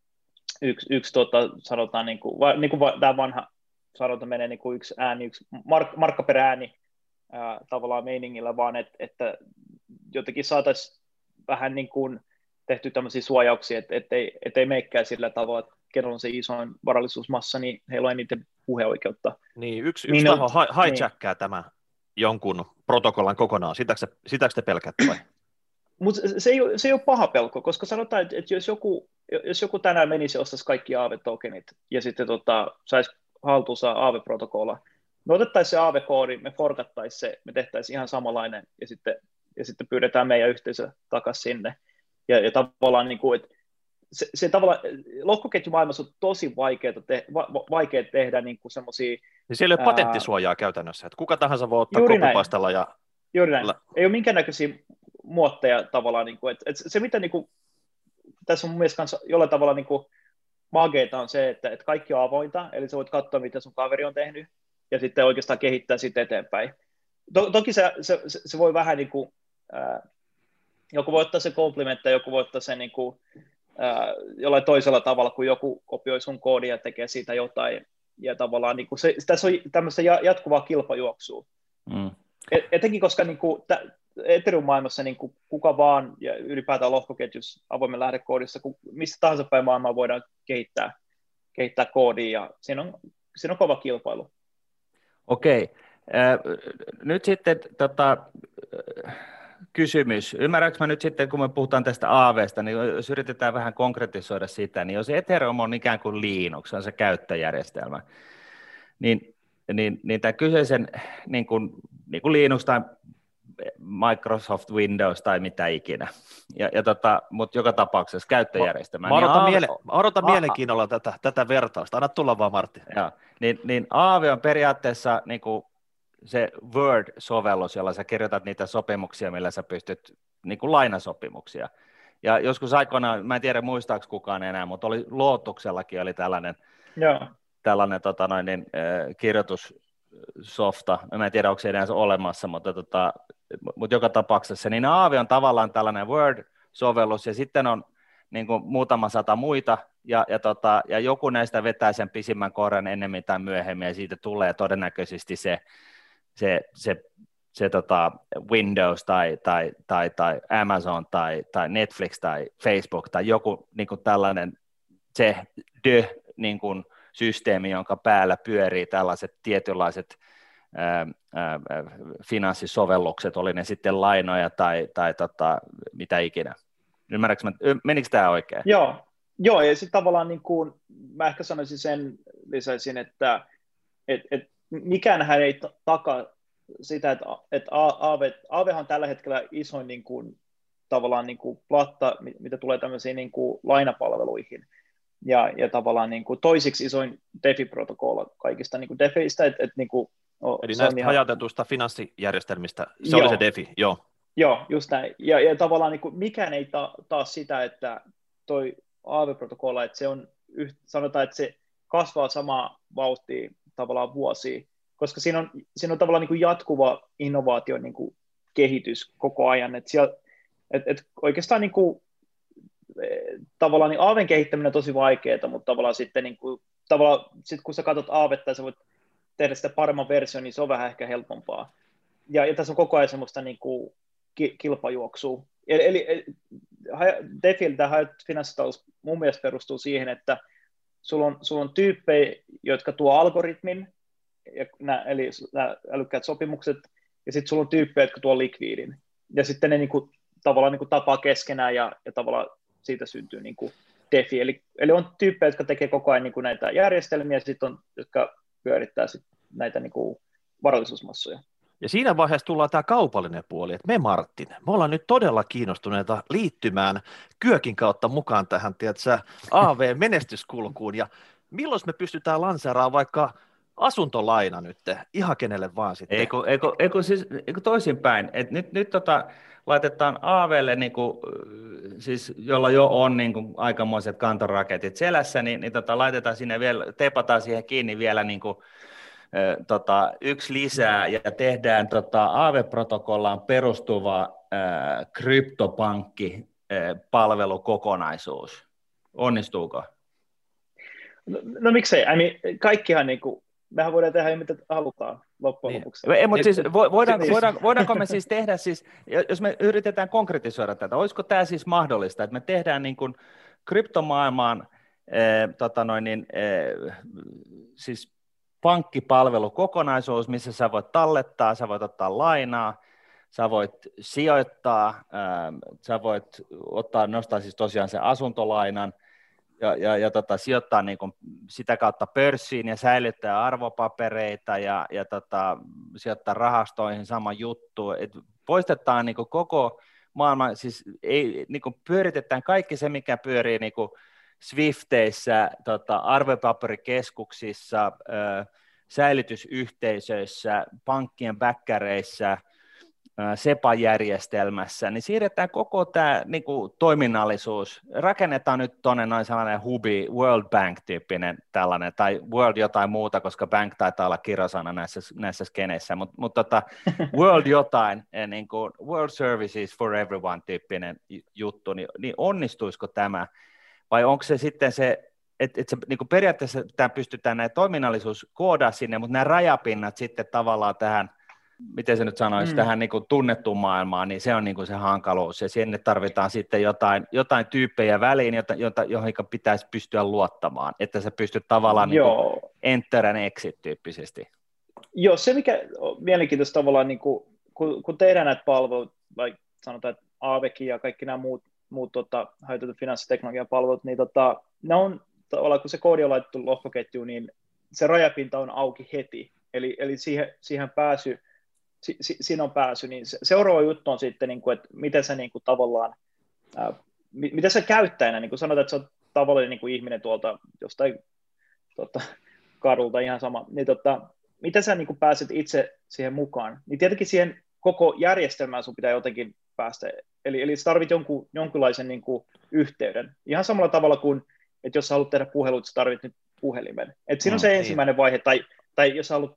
sanotaan niin kuin tämä vanha sanonta menee niin kuin yksi ääni, yksi markka per ääni tavallaan meiningillä, vaan että jotenkin saataisiin vähän niin kuin tehty tämmöisiä suojauksia, ettei meikään sillä tavalla, että kenellä on se isoin varallisuusmassa, niin heillä on eniten puheoikeutta. Niin, yksi taho hijackkaa tämä jonkun protokollan kokonaan, sitäkö te pelkäätte vai? Mutta se ei ole paha pelko, koska sanotaan, että jos joku tänään menisi ja ostaisi kaikki Aave-tokenit ja sitten saisi haltuunsa Aave-protokolla, me otettaisiin se Aave-koodi, me forkattaisiin se, me tehtäisiin ihan samanlainen ja sitten pyydetään meidän yhteisö takaisin sinne. Ja tavallaan, niin kuin, että se tavallaan lohkoketjumaailmassa on tosi vaikea tehdä niin kuin semmoisia... Niin siellä ei ole patenttisuojaa käytännössä, että kuka tahansa voi ottaa copypastella ja... Juuri näin. Ei ole minkäännäköisiä muotteja tavallaan, niin kuin, että se mitä niin kuin, tässä on mun mielestä kanssa jollain tavalla niin kuin mageeta on se, että kaikki on avointa, eli sä voit katsoa, mitä sun kaveri on tehnyt, ja sitten oikeastaan kehittää sitä eteenpäin. Toki se voi vähän niin kuin, joku voi ottaa se komplimentteja, joku voi ottaa se niin kuin, jollain toisella tavalla, kun joku kopioi sun koodia ja tekee siitä jotain, ja tavallaan niin kuin tässä on tämmöistä jatkuvaa kilpajuoksua. Etenkin koska niin kuin, Ethereum-maailmassa niin kuin kuka vaan, ja ylipäätään lohkoketjus avoimen lähdekoodissa, mistä tahansa päin maailmaa voidaan kehittää koodia, ja siinä on kova kilpailu. Okei. Nyt sitten kysymys. Ymmärrätkö mä nyt sitten, kun me puhutaan tästä AAV:sta, niin jos yritetään vähän konkretisoida sitä, niin jos Ethereum on ikään kuin Linux, se on se käyttöjärjestelmä, niin tämä kyseisen niin kuin Linux tai Microsoft Windows tai mitä ikinä, mutta joka tapauksessa käyttöjärjestelmä. Mä odotan mielenkiinnolla tätä vertausta. Anna tulla vaan, Martti. Niin Aave on periaatteessa niin kuin se Word-sovellus, jolla sä kirjoitat niitä sopimuksia, millä sä pystyt, niin kuin lainasopimuksia. Ja joskus aikoinaan, mä en tiedä muistaako kukaan enää, mutta Lotuksellakin oli tällainen kirjoitussofta. Mä en tiedä, onko se enää olemassa, mutta joka tapauksessa, niin Aave on tavallaan tällainen Word-sovellus, ja sitten on niin kuin muutama sata muita, ja joku näistä vetää sen pisimmän korren ennemmin tai myöhemmin, ja siitä tulee todennäköisesti se Windows tai Amazon tai Netflix tai Facebook tai joku niin kuin tällainen se niin kuin systeemi, jonka päällä pyörii tällaiset tietynlaiset finanssisovellukset, oli ne sitten lainoja tai mitä ikinä. Ymmärrätkö, menikö tämä oikein? Joo, ja sitten tavallaan niin kuin, mä ehkä sanoisin lisäisin, että mikäänhän ei takaa sitä, että Aavehan on tällä hetkellä isoin niin kuin, tavallaan niin kuin platta, mitä tulee tämmöisiin niin kuin lainapalveluihin. Ja tavallaan niin kuin toisiksi isoin DeFi-protokolla kaikista niin kuin DeFistä. Niin kuin, eli näistä hajautetuista finanssijärjestelmistä, se oli se DeFi, joo. Joo, just näin. Ja tavallaan niin kuin, mikään ei taas sitä, että toi Aave-protokolla, että se on, sanotaan, että se kasvaa samaa vauhtia tavallaan vuosia, koska siinä on tavallaan niin kuin jatkuva innovaatio niin kuin kehitys koko ajan. Et oikeastaan niin kuin, tavallaan niin Aaven kehittäminen on tosi vaikeaa, mutta tavallaan sitten niin kuin, kun sä katsot Aavetta ja sä voit tehdä sitä paremman version, niin se on vähän ehkä helpompaa. Ja tässä on koko ajan semmoista niin kuin kilpajuoksua. Eli DeFi, tämä finanssitalous mun mielestä perustuu siihen, että sulla on tyyppejä, jotka tuo algoritmin, eli nämä älykkäät sopimukset, ja sitten sulla on tyyppejä, jotka tuo likviidin. Ja sitten ne niinku, tavallaan niinku tapaa keskenään, ja tavallaan siitä syntyy niinku DeFi. Eli on tyyppejä, jotka tekee koko ajan niinku näitä järjestelmiä, ja sitten on, jotka pyörittää sit näitä niinku varallisuusmassoja. Ja siinä vaiheessa tullaan tämä kaupallinen puoli, että me Martin, me ollaan nyt todella kiinnostuneita liittymään Kyökin kautta mukaan tähän, tiedätkö, AV-menestyskulkuun, ja milloin me pystytään lanseeraamaan vaikka asuntolaina nyt, ihan kenelle vaan sitten. Eikö toisinpäin, että nyt laitetaan AVlle, siis, jolla jo on aikamoiset kantoraketit selässä, niin laitetaan sinne vielä, tepataan siihen kiinni vielä yksi lisää ja tehdään AAVE-protokollaan perustuva kryptopankkipalvelukokonaisuus. Onnistuuko? No miksei? Kaikkihan mehän voidaan tehdä mitä halutaan loppujen lopuksi. Mutta siis voidaanko me siis tehdä, jos me yritetään konkretisoida tätä, olisiko tämä siis mahdollista, että me tehdään kryptomaailmaan siis pankkipalvelukokonaisuus, missä sä voit tallettaa, sä voit ottaa lainaa, sä voit sijoittaa, sä voit nostaa siis tosiaan sen asuntolainan ja sijoittaa sitä kautta pörssiin ja säilyttää arvopapereita ja sijoittaa rahastoihin sama juttu. Et poistetaan koko maailman, siis ei, niin kuin pyöritetään kaikki se, mikä pyörii niin kuin Swifteissä, arvopaperikeskuksissa, säilytysyhteisöissä, pankkien backereissä, SEPA-järjestelmässä, niin siirretään koko tämä niin kuin toiminnallisuus, rakennetaan nyt tuonne noin sellainen hubi, World Bank-tyyppinen tällainen, tai World jotain muuta, koska bank taitaa olla kirosana näissä skeneissä, mutta World jotain, niin kuin World Services for Everyone-tyyppinen juttu, niin onnistuisiko tämä, vai onko se sitten se, että se, niin kuin periaatteessa tämä pystytään näin toiminnallisuus koodaa sinne, mutta nämä rajapinnat sitten tavallaan tähän, miten se nyt sanoisi, tähän niin kuin tunnettuun maailmaan, niin se on niin kuin se hankaluus, ja sinne tarvitaan sitten jotain tyyppejä väliin, johon pitäisi pystyä luottamaan, että sä pystyt tavallaan niin kuin enter and exit -tyyppisesti. Joo, se mikä on mielenkiintoista tavallaan, niin kuin, kun tehdään näitä palveluita, vaikka sanotaan, että AVEC ja kaikki nämä muut hajautetut finanssiteknologian palvelut, niin ne on tavallaan, kun se koodi on laitettu lohkoketjuun, niin se rajapinta on auki heti, eli siihen pääsy, siinä on pääsy, niin seuraava juttu on sitten, niin kuin, että miten sä niin kuin, tavallaan, miten sä käyttäjänä, niin kuin sanotaan, että se on tavallinen niin kuin ihminen tuolta jostain kadulta ihan sama, niin miten sä niin kuin, pääset itse siihen mukaan, niin tietenkin siihen koko järjestelmään sun pitää jotenkin päästä, eli sä tarvit jonkunlaisen niin kuin, yhteyden, ihan samalla tavalla kuin, että jos sä haluat tehdä puhelut, sä tarvit nyt puhelimen, että siinä on se ensimmäinen vaihe, tai jos sä haluat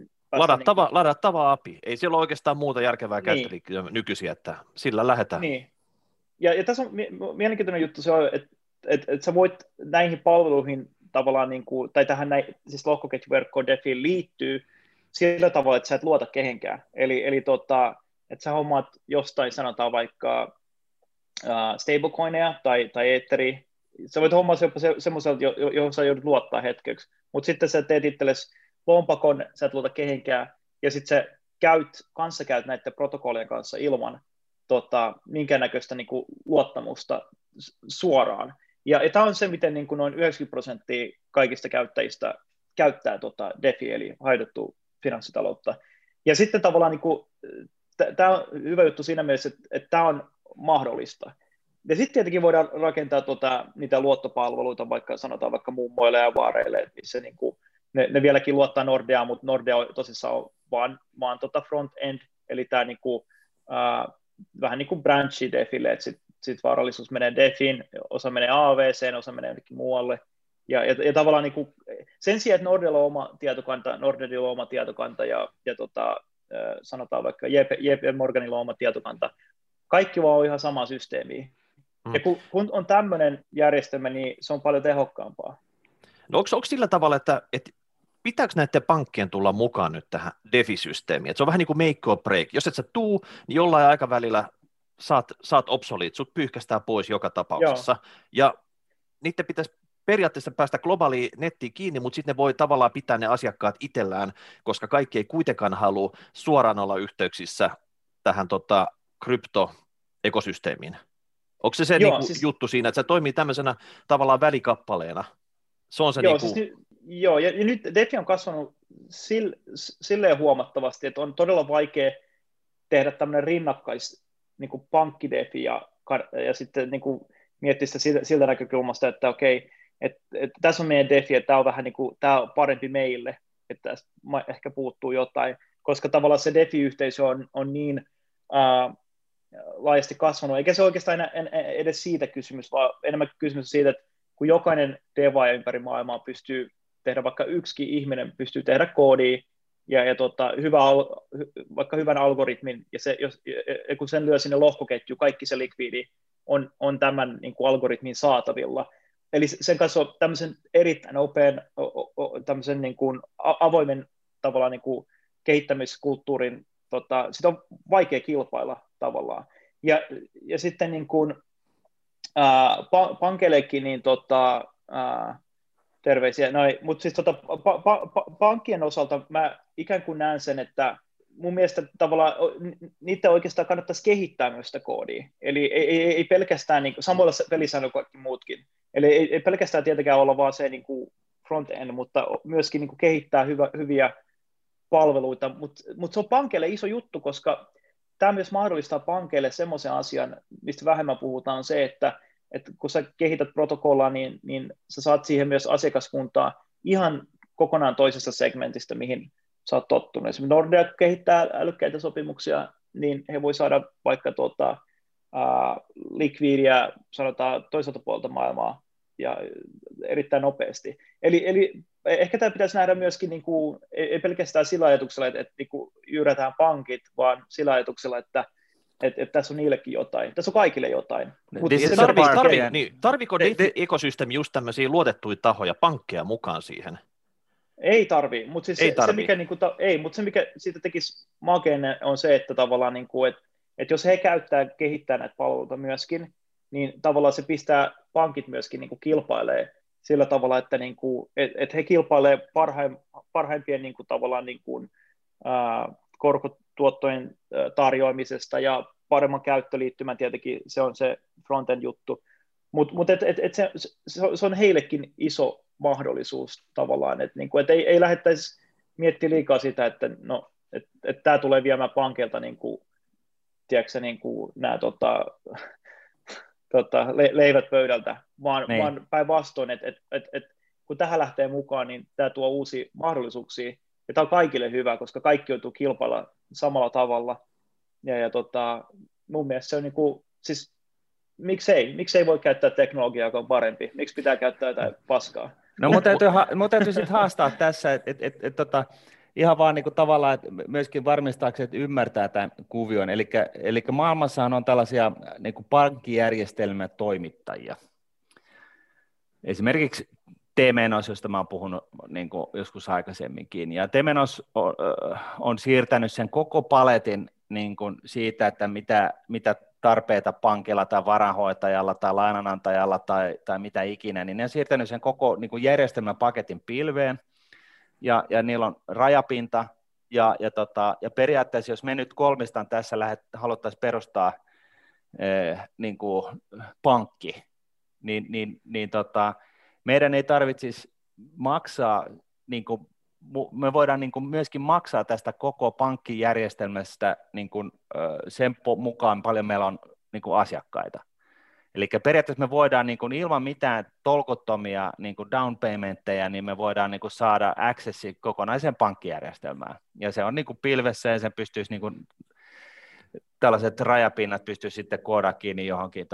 ladattava API. Ei siellä ole oikeastaan muuta järkevää käyttöä nykyisiä, että sillä lähdetään. Niin. Ja tässä on mielenkiintoinen juttu se on, että sä voit näihin palveluihin tavallaan, niin kuin, tai tähän siis lohkoketjuverkkoon Defiin liittyy sillä tavalla, että sä et luota kehenkään. Eli että sä hommaat jostain, sanotaan vaikka stablecoineja tai Etheria, sä voit hommaa se jopa semmoiselta, johon sä joudut luottaa hetkeksi, mutta sitten sä teet itsellesi lompakon, sä et luota kehenkään, ja sitten sä käyt näiden protokollien kanssa ilman minkäännäköistä niin kuin luottamusta suoraan. Ja tämä on se, miten niin kuin noin 90% kaikista käyttäjistä käyttää DeFi, eli hajautettua finanssitaloutta. Ja sitten tavallaan niin tämä on hyvä juttu siinä mielessä, että tämä on mahdollista. Ja sitten tietenkin voidaan rakentaa niitä luottopalveluita, sanotaan vaikka mummoille ja vaareille, missä niin kuin ne vieläkin luottaa Nordeaan, mutta Nordea tosissaan on vaan front-end, eli tämä niinku, vähän niin kuin branchi DeFille, että sit vaarallisuus menee DeFiin, osa menee AVC:n, osa menee jonnekin muualle. Ja tavallaan niinku, sen sijaan, että Nordella on oma tietokanta, Nordnetilla on oma tietokanta ja sanotaan vaikka JP Morganilla on oma tietokanta, kaikki vaan on ihan sama systeemiä. Ja kun on tämmöinen järjestelmä, niin se on paljon tehokkaampaa. No onko sillä tavalla, että pitääkö näiden pankkien tulla mukaan nyt tähän DeFi-systeemiin? Et se on vähän niin kuin make or break. Jos et sä tuu, niin jollain aikavälillä saat obsolete, sut pyyhkästään pois joka tapauksessa. Joo. Ja niiden pitäisi periaatteessa päästä globaaliin nettiin kiinni, mutta sitten ne voi tavallaan pitää ne asiakkaat itsellään, koska kaikki ei kuitenkaan halua suoraan olla yhteyksissä tähän kryptoekosysteemiin. Onko se niinku juttu siinä, että se toimii tämmöisenä tavallaan välikappaleena? Se on se Joo, ja nyt DeFi on kasvanut silleen huomattavasti, että on todella vaikea tehdä tämmöinen rinnakkais niin kuin pankki-DeFi ja sitten niin kuin miettiä sitä siltä näkökulmasta, että okei, että tässä on meidän DeFi, että tämä on vähän niin kuin, tämä on parempi meille, että tästä ehkä puuttuu jotain, koska tavallaan se DeFi-yhteisö on niin laajasti kasvanut, eikä se oikeastaan edes siitä kysymys, vaan enemmän kysymys siitä, että kun jokainen devaaja ympäri maailmaa pystyy tehdä, vaikka yksikin ihminen pystyy tehdä koodia ja vaikka hyvän algoritmin, ja kun sen lyö sinne lohkoketju, kaikki se likviidi on tämän niin kuin algoritmin saatavilla. Eli sen kanssa on tämmöisen erittäin nopean, tämmöisen niin kuin avoimen tavallaan niin kuin kehittämiskulttuurin, sitä on vaikea kilpailla tavallaan. Ja sitten niin kuin, pankeillekin, niin terveisiä, mutta siis pankkien osalta mä ikään kuin näen sen, että mun mielestä tavallaan niitä oikeastaan kannattaisi kehittää myös sitä koodia, eli ei pelkästään niin kuin, samoilla pelisäännöillä kuin muutkin, eli ei pelkästään tietenkään olla vaan se niin kuin front-end, mutta myöskin niin kuin kehittää hyviä palveluita, mutta se on pankeille iso juttu, koska tämä myös mahdollistaa pankeille semmoisen asian, mistä vähemmän puhutaan, on se, että kun sä kehität protokollaa, niin sä saat siihen myös asiakaskuntaa ihan kokonaan toisesta segmentistä, mihin sä oot tottunut. Esimerkiksi Nordea kehittää älykkäitä sopimuksia, niin he voi saada vaikka likviidiä, sanotaan toiselta puolelta maailmaa, ja erittäin nopeasti. Eli ehkä tämä pitäisi nähdä myöskin, niin kuin, ei pelkästään sillä ajatuksella, että niin kuin jyrätään pankit, vaan sillä ajatuksella, että tässä on niillekin jotain. Tässä on kaikille jotain. Tarviiko DeFi-ekosysteemi just tämmöisiä luotettuja tahoja, pankkeja mukaan siihen? Ei tarvitse, mutta siis se, mikä siitä tekisi makeinen, on se, että tavallaan, niin kuin, että jos he kehittää näitä palveluita myöskin, niin tavallaan se pistää pankit myöskin niin kuin kilpailee sillä tavalla, että niin kuin, että he kilpailee parhaimpien niin kuin, tavallaan niin kuin, korkotuottojen tarjoamisesta ja paremman käyttöliittymän tietenkin se on se front-end juttu, mutta se on heillekin iso mahdollisuus tavallaan, että niinku, ei lähdettäisi miettimään liikaa sitä, että tämä tulee viemään pankilta niinku, tiedätkö, niinku, nämä leivät pöydältä, vaan päinvastoin, että kun tähän lähtee mukaan, niin tämä tuo uusia mahdollisuuksia, ja tämä on kaikille hyvä, koska kaikki joutuu kilpailla samalla tavalla, ja mun mielestä se on niinku, siis miksei voi käyttää teknologiaa, joka on parempi, miksi pitää käyttää jotain paskaa? No mun täytyy sitten haastaa tässä, että ihan vaan niin kuin tavallaan, että myöskin varmistaakseen, että ymmärtää tämän kuvion, eli maailmassahan on tällaisia niin kuin pankkijärjestelmän toimittajia. Esimerkiksi Temenos, josta mä oon puhunut niin kuin joskus aikaisemminkin, ja Temenos on siirtänyt sen koko paletin niin kuin siitä, että mitä tarpeita pankilla tai varainhoitajalla tai lainanantajalla tai mitä ikinä, niin ne on siirtänyt sen koko niin kuin järjestelmäpaketin pilveen, ja niillä on rajapinta, ja periaatteessa jos me nyt kolmistaan tässä haluttaisiin perustaa niin kuin pankki, niin meidän ei tarvitsisi maksaa, niin kuin, me voidaan niin kuin myöskin maksaa tästä koko pankkijärjestelmästä niin kuin, sen mukaan paljon meillä on niin kuin asiakkaita. Eli periaatteessa me voidaan niin kuin ilman mitään tolkuttomia niin kuin down paymentteja, niin me voidaan niin kuin saada accessi kokonaiseen pankkijärjestelmään. Ja se on niin kuin pilvessä, ja sen pystyisi niin kuin, tällaiset rajapinnat pystyisi sitten koodaamaan kiinni johonkin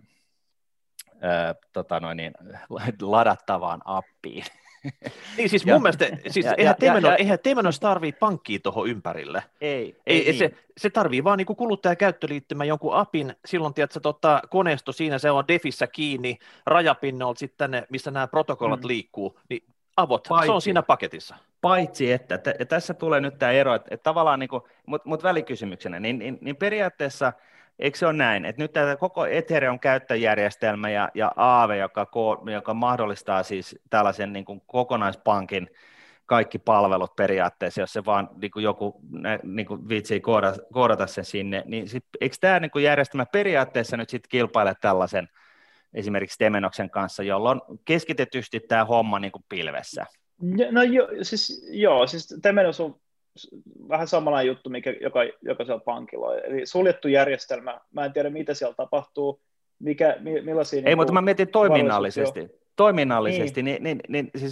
ladattavaan appiin. Niin siis mun mielestä, eihän Temenos tarvii pankkia tuohon ympärille. Ei. Se tarvii vaan niinku kuluttajakäyttöliittymän jonkun appin, silloin tiedätkö, koneisto siinä, se on defissä kiinni, rajapinnolta sitten, missä nämä protokollat liikkuu, niin se on siinä paketissa. Paitsi, että tässä tulee nyt tämä ero, että tavallaan, niin mutta välikysymyksenä, niin periaatteessa, eikö se ole näin, että nyt tämä koko Ethereum käyttöjärjestelmä ja Aave, joka mahdollistaa siis tällaisen niin kuin kokonaispankin kaikki palvelut periaatteessa, jos se vaan niin kuin joku niin kuin viitsii koodata sen sinne, niin eikö tämä niin kuin järjestelmä periaatteessa nyt sitten kilpaile tällaisen esimerkiksi Temenoksen kanssa, jolloin keskitetysti tämä homma niin kuin pilvessä? No siis Temenos on vähän samanlainen juttu, joka siellä pankilla on. Eli suljettu järjestelmä, mä en tiedä mitä siellä tapahtuu, millaisia... Ei, mutta mä mietin toiminnallisesti, niin siis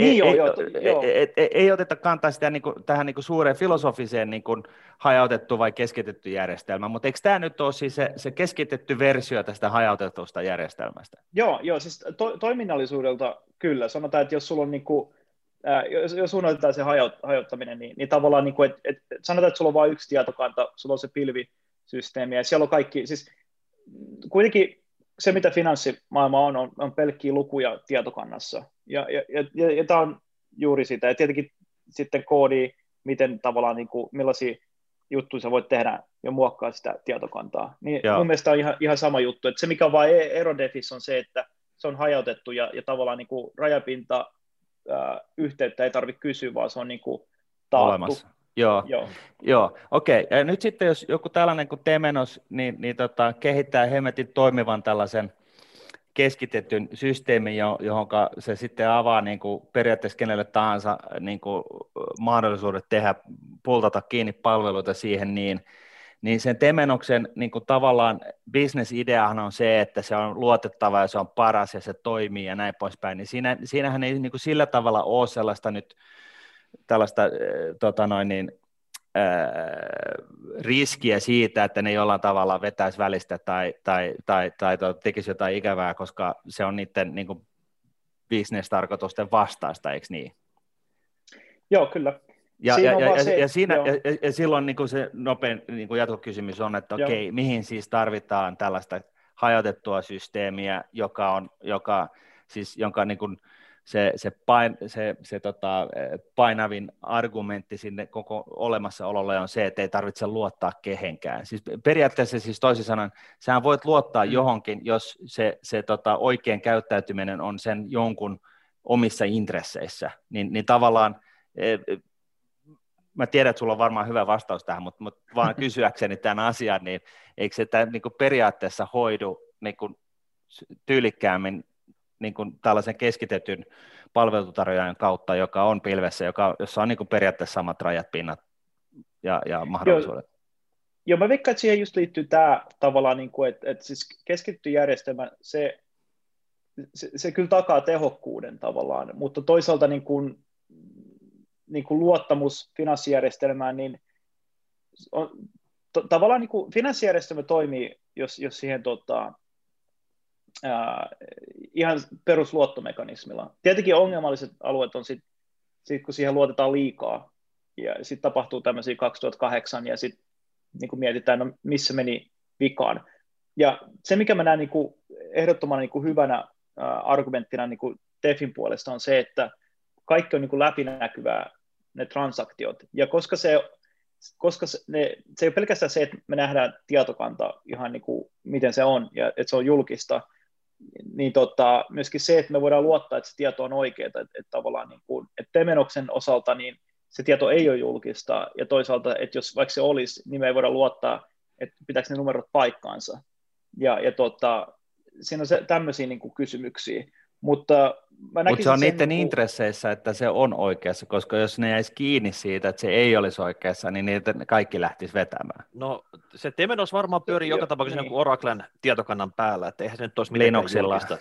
ei oteta kantaa sitä niin kuin, tähän niin kuin suureen filosofiseen niin kuin hajautettu vai keskitetty järjestelmä, mutta eikö tämä nyt ole siis se keskitetty versio tästä hajautetusta järjestelmästä? Joo, siis toiminnallisuudelta kyllä. Sanotaan, että jos sulla on niin kuin, jos unohdetaan se hajouttaminen, niin tavallaan, niin kuin, että sanotaan, että sulla on vain yksi tietokanta, sulla on se pilvisysteemi, ja siellä on kaikki, siis kuitenkin se, mitä finanssimaailma on pelkkiä lukuja tietokannassa, ja tämä on juuri sitä, ja tietenkin sitten koodi, miten tavallaan, niin kuin, millaisia juttuja sä voit tehdä ja muokkaa sitä tietokantaa, niin mun mielestä on ihan sama juttu, että se, mikä on vain erodefis on se, että se on hajautettu, ja tavallaan niin kuin rajapinta, yhteyttä ei tarvitse kysyä, vaan se on niin kuin taattu. Olemassa. Joo. Okei. Ja nyt sitten, jos joku tällainen kuin Temenos niin kehittää hemmetin toimivan tällaisen keskitetyn systeemin, johon se sitten avaa niin kuin periaatteessa kenelle tahansa niin kuin mahdollisuudet pultata kiinni palveluita siihen, niin niin sen Temenoksen niin kuin tavallaan bisnesideahan on se, että se on luotettava ja se on paras ja se toimii ja näin poispäin, niin siinähän ei niin kuin sillä tavalla ole sellaista nyt tällaista riskiä siitä, että ne jollain tavalla vetäisi välistä tai tekisi jotain ikävää, koska se on niiden niin kuin business-tarkoitusten vastaista, eikö niin? Joo, kyllä. Ja silloin niin kuin se nopein niin kuin jatkokysymys on, että okei, mihin siis tarvitaan tällaista hajautettua systeemiä, jonka niin kuin painavin argumentti sinne koko olemassaololle on se, että ei tarvitse luottaa kehenkään. Siis periaatteessa siis toisin sanoen, sähän voit luottaa johonkin, jos se oikein käyttäytyminen on sen jonkun omissa intresseissä, niin tavallaan mä tiedän, että sulla on varmaan hyvä vastaus tähän, mutta vaan kysyäkseni tämän asian, niin eikö se niin kuin periaatteessa hoidu niin kuin tyylikkäämmin niin kuin tällaisen keskitetyn palvelutarjoajan kautta, joka on pilvessä, jossa on niin kuin periaatteessa samat rajat, pinnat ja mahdollisuudet? Joo, mä veikkaan, että siihen just liittyy tämä tavallaan, niin kuin, että siis keskitetty järjestelmä, se kyllä takaa tehokkuuden tavallaan, mutta toisaalta niin kuin luottamus finanssijärjestelmään, niin tavallaan niin kuin finanssijärjestelmä toimii, jos siihen ihan perusluottomekanismilla. Tietenkin ongelmalliset alueet on sitten, kun siihen luotetaan liikaa, ja sitten tapahtuu tämmöisiä 2008, ja sitten niin mietitään, no, missä meni vikaan. Ja se, mikä mä näen niin kuin ehdottomana niin kuin hyvänä argumenttina niin kuin DeFin puolesta, on se, että kaikki on niin kuin läpinäkyvää, ne transaktiot. Ja koska se ei ole pelkästään se, että me nähdään tietokanta ihan niin kuin miten se on, ja että se on julkista, niin myöskin se, että me voidaan luottaa, että se tieto on oikeaa, että tavallaan niin kuin, että Temenoksen osalta niin se tieto ei ole julkista, ja toisaalta, että jos vaikka se olisi, niin me ei voida luottaa, että pitääkö ne numerot paikkaansa. Ja siinä on tämmöisiä niin kuin kysymyksiä. Mutta se on niiden intresseissä, että se on oikeassa, koska jos ne jäisi kiinni siitä, että se ei olisi oikeassa, niin niitä kaikki lähtisi vetämään. No se Temenos varmaan pyörii joka tapauksessa niin. Oraclen tietokannan päällä, että eihän se nyt olisi mitenkään julkista.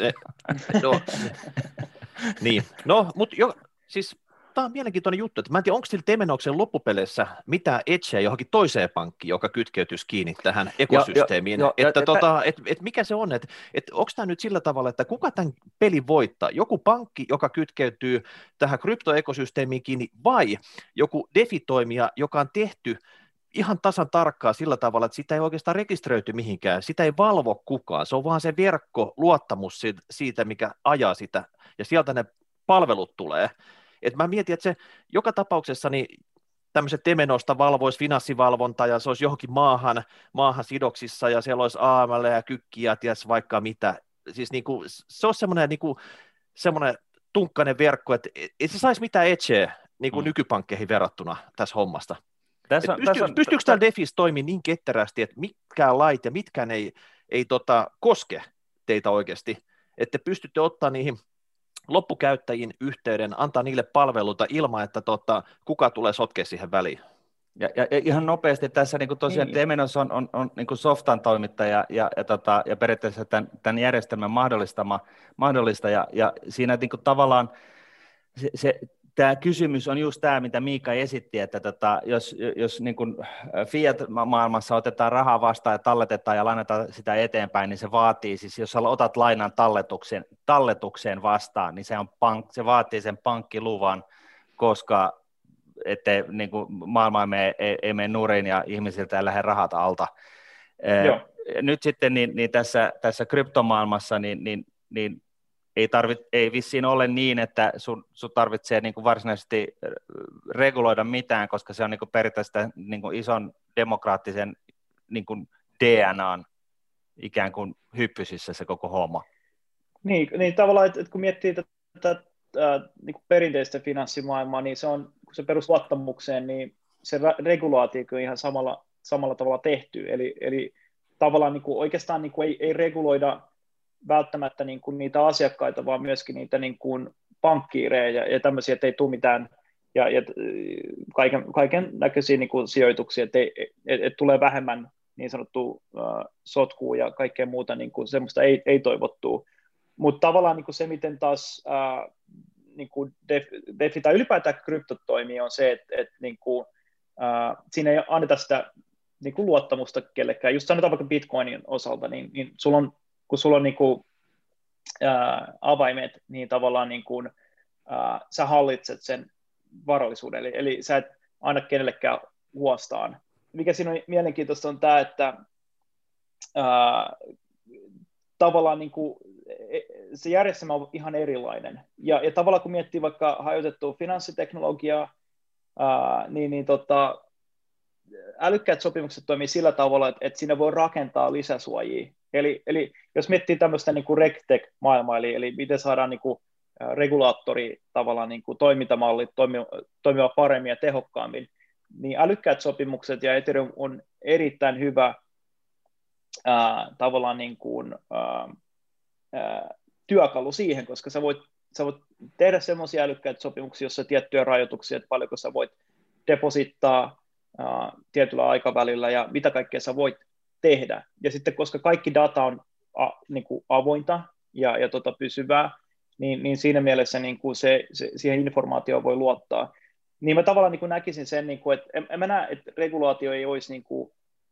Niin, no, mutta siis tämä on mielenkiintoinen juttu, että mä en tiedä, onko sillä Temenoksen loppupeleissä mitään etseä johonkin toiseen pankkiin, joka kytkeytyisi kiinni tähän ekosysteemiin, että mikä se on, että onko tämä nyt sillä tavalla, että kuka tämän pelin voittaa, joku pankki, joka kytkeytyy tähän kryptoekosysteemiin kiinni, vai joku DeFi-toimija, joka on tehty ihan tasan tarkkaa sillä tavalla, että sitä ei oikeastaan rekisteröity mihinkään, sitä ei valvo kukaan, se on vaan se verkkoluottamus siitä, mikä ajaa sitä, ja sieltä ne palvelut tulee. Et mä mietin, että se joka tapauksessa niin tämmöiset Temenosta valvoisi finanssivalvonta ja se olisi johonkin maahan sidoksissa ja siellä olisi AML ja kykkiä, ties vaikka mitä. Siis niinku, se on semmoinen tunkkainen verkko, että ei se saisi mitään etseä niinku nykypankkeihin verrattuna tässä hommasta. Pystyykö täällä DeFis toimia niin ketterästi, että mitkään lait ja mitkään ei koske teitä oikeasti, että pystytte ottaa niihin loppukäyttäjiin yhteyden, antaa niille palveluita ilman, että kuka tulee sotkea siihen väliin. Ja ihan nopeasti tässä niin kuin tosiaan Temenos on niin kuin softan toimittaja ja periaatteessa tämän järjestelmän mahdollista ja siinä niin kuin tavallaan tämä kysymys on just tämä, mitä Miika esitti, että jos niin kuin fiat-maailmassa otetaan rahaa vastaan ja talletetaan ja lainataan sitä eteenpäin, niin se vaatii, siis jos otat lainan talletukseen vastaan, niin se vaatii sen pankkiluvan, koska ettei niin kuin maailma ei mene nurin ja ihmisiltä ei lähde rahat alta. Nyt sitten niin tässä kryptomaailmassa niin ei vissiin ole niin, että sun tarvitsee niin kuin varsinaisesti reguloida mitään, koska se on niin kuin periaatteessa niin kuin ison demokraattisen niin kuin DNAn ikään kuin hyppysissä se koko homma. Niin tavallaan, että kun miettii tätä niin kuin perinteistä finanssimaailmaa, niin se on, kun se perustuu luottamukseen, niin se regulaatio on ihan samalla tavalla tehty. Eli tavallaan niin kuin oikeastaan niin kuin ei reguloida välttämättä niin kuin niitä asiakkaita, vaan myöskin niitä niin kuin pankkiireja ja tämmöisiä, että ei tule mitään ja kaiken näköisiä niin kuin sijoituksia, että tulee vähemmän niin sanottua sotkua ja kaikkea muuta niin kuin semmoista ei toivottua. Mutta tavallaan niin kuin se, miten taas niin kuin DeFi tai ylipäätään kryptot toimii, on se, että niin kuin, siinä ei anneta sitä niin kuin luottamusta kellekään. Just sanotaan vaikka Bitcoinin osalta, niin kun sulla on niin kuin, avaimet, niin tavallaan niin kuin, sä hallitset sen varallisuuden, eli sä et anna kenellekään huostaan. Mikä siinä on mielenkiintoista on tämä, että tavallaan niin kuin, se järjestelmä on ihan erilainen. Ja tavallaan kun miettii vaikka hajotettua finanssiteknologiaa, niin älykkäät sopimukset toimii sillä tavalla, että siinä voi rakentaa lisäsuojia. Eli jos miettii tämmöistä niin kuin RegTech-maailmaa, eli miten saadaan niin kuin regulaattori tavallaan niin kuin toimintamallit toimiva paremmin ja tehokkaammin, niin älykkäät sopimukset ja Ethereum on erittäin hyvä tavallaan niin kuin, työkalu siihen, koska sä voit tehdä semmoisia älykkäitä sopimuksia, jossa on tiettyjä rajoituksia, että paljonko sä voit deposittaa tietyllä aikavälillä ja mitä kaikkea sä voit tehdä. Ja sitten koska kaikki data on niin kuin avointa ja pysyvää, niin siinä mielessä niin kuin siihen informaatioon voi luottaa. Niin mä tavallaan niin kuin näkisin sen, niin kuin, että en mä näe, että regulaatio ei olisi, niin kuin,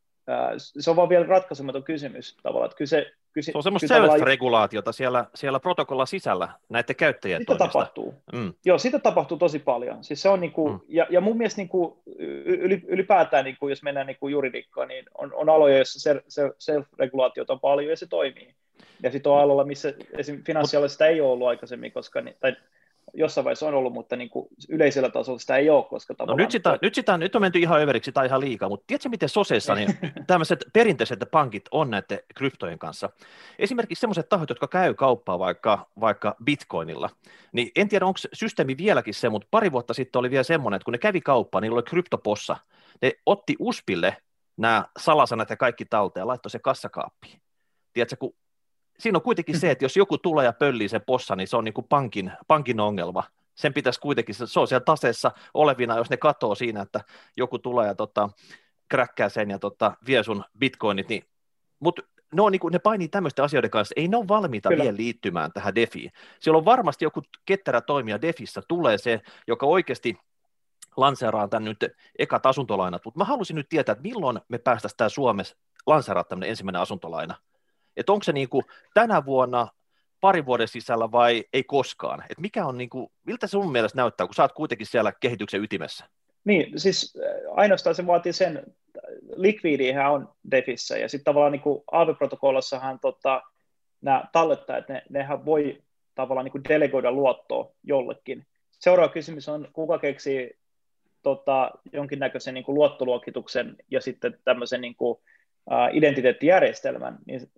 se on vaan vielä ratkaisematon kysymys tavallaan. Että se on semmoista self-regulaatiota siellä protokollan sisällä näiden käyttäjien sitä toimesta. Tapahtuu. Joo, sitä tapahtuu tosi paljon. Siis se on niin kuin, ja mun mielestä niin kuin, ylipäätään, niin kuin, jos mennään niin kuin juridikkaan, niin on aloja, joissa self-regulaatiota on paljon ja se toimii. Ja sitten on aloilla, missä esimerkiksi finanssialalla sitä ei ole ollut aikaisemmin, koska, tai jossain vaiheessa on ollut, mutta niin kuin yleisellä tasolla sitä ei ole, koska tavallaan... Nyt on menty ihan överiksi tai ihan liikaa, mutta tiedätkö miten soseissa niin tämmöiset perinteiset pankit on näiden kryptojen kanssa? Esimerkiksi semmoiset tahot, jotka käy kauppaa vaikka bitcoinilla, niin en tiedä onko systeemi vieläkin se, mutta pari vuotta sitten oli vielä semmoinen, että kun ne kävi kauppaa, niillä oli kryptopossa, ne otti USPille nämä salasanat ja kaikki talteen ja laittoi se kassakaappiin. Tiedätkö, kun siinä on kuitenkin se, että jos joku tulee ja pöllii sen possa, niin se on niin kuin pankin ongelma. Sen pitäisi kuitenkin, se on siellä taseessa olevina, jos ne katoo siinä, että joku tulee ja kräkkää sen ja vie sun bitcoinit. Niin, mutta ne painii tämmöisten asioiden kanssa, ei ne ole valmiita vielä liittymään tähän DeFiin. Siellä on varmasti joku ketterä toimija DeFissä, tulee se, joka oikeasti lanseeraa tämän nyt ekat asuntolainat, mutta mä halusin nyt tietää, että milloin me päästäisiin täällä Suomessa lanseeraa tämmöinen ensimmäinen asuntolaina. Että onko se niinku tänä vuonna, parin vuoden sisällä vai ei koskaan? Että mikä on niinku, miltä se sun mielestä näyttää, kun sä oot kuitenkin siellä kehityksen ytimessä? Niin, siis ainoastaan se vaatii sen, likviidihän on DeFissä, ja sitten tavallaan niinku Aave-protokollassahan nämä tallettajat, nehän voi tavallaan niinku delegoida luottoa jollekin. Seuraava kysymys on, kuka keksii jonkinnäköisen niinku luottoluokituksen ja sitten tämmöisen niinku identiteettijärjestelmän,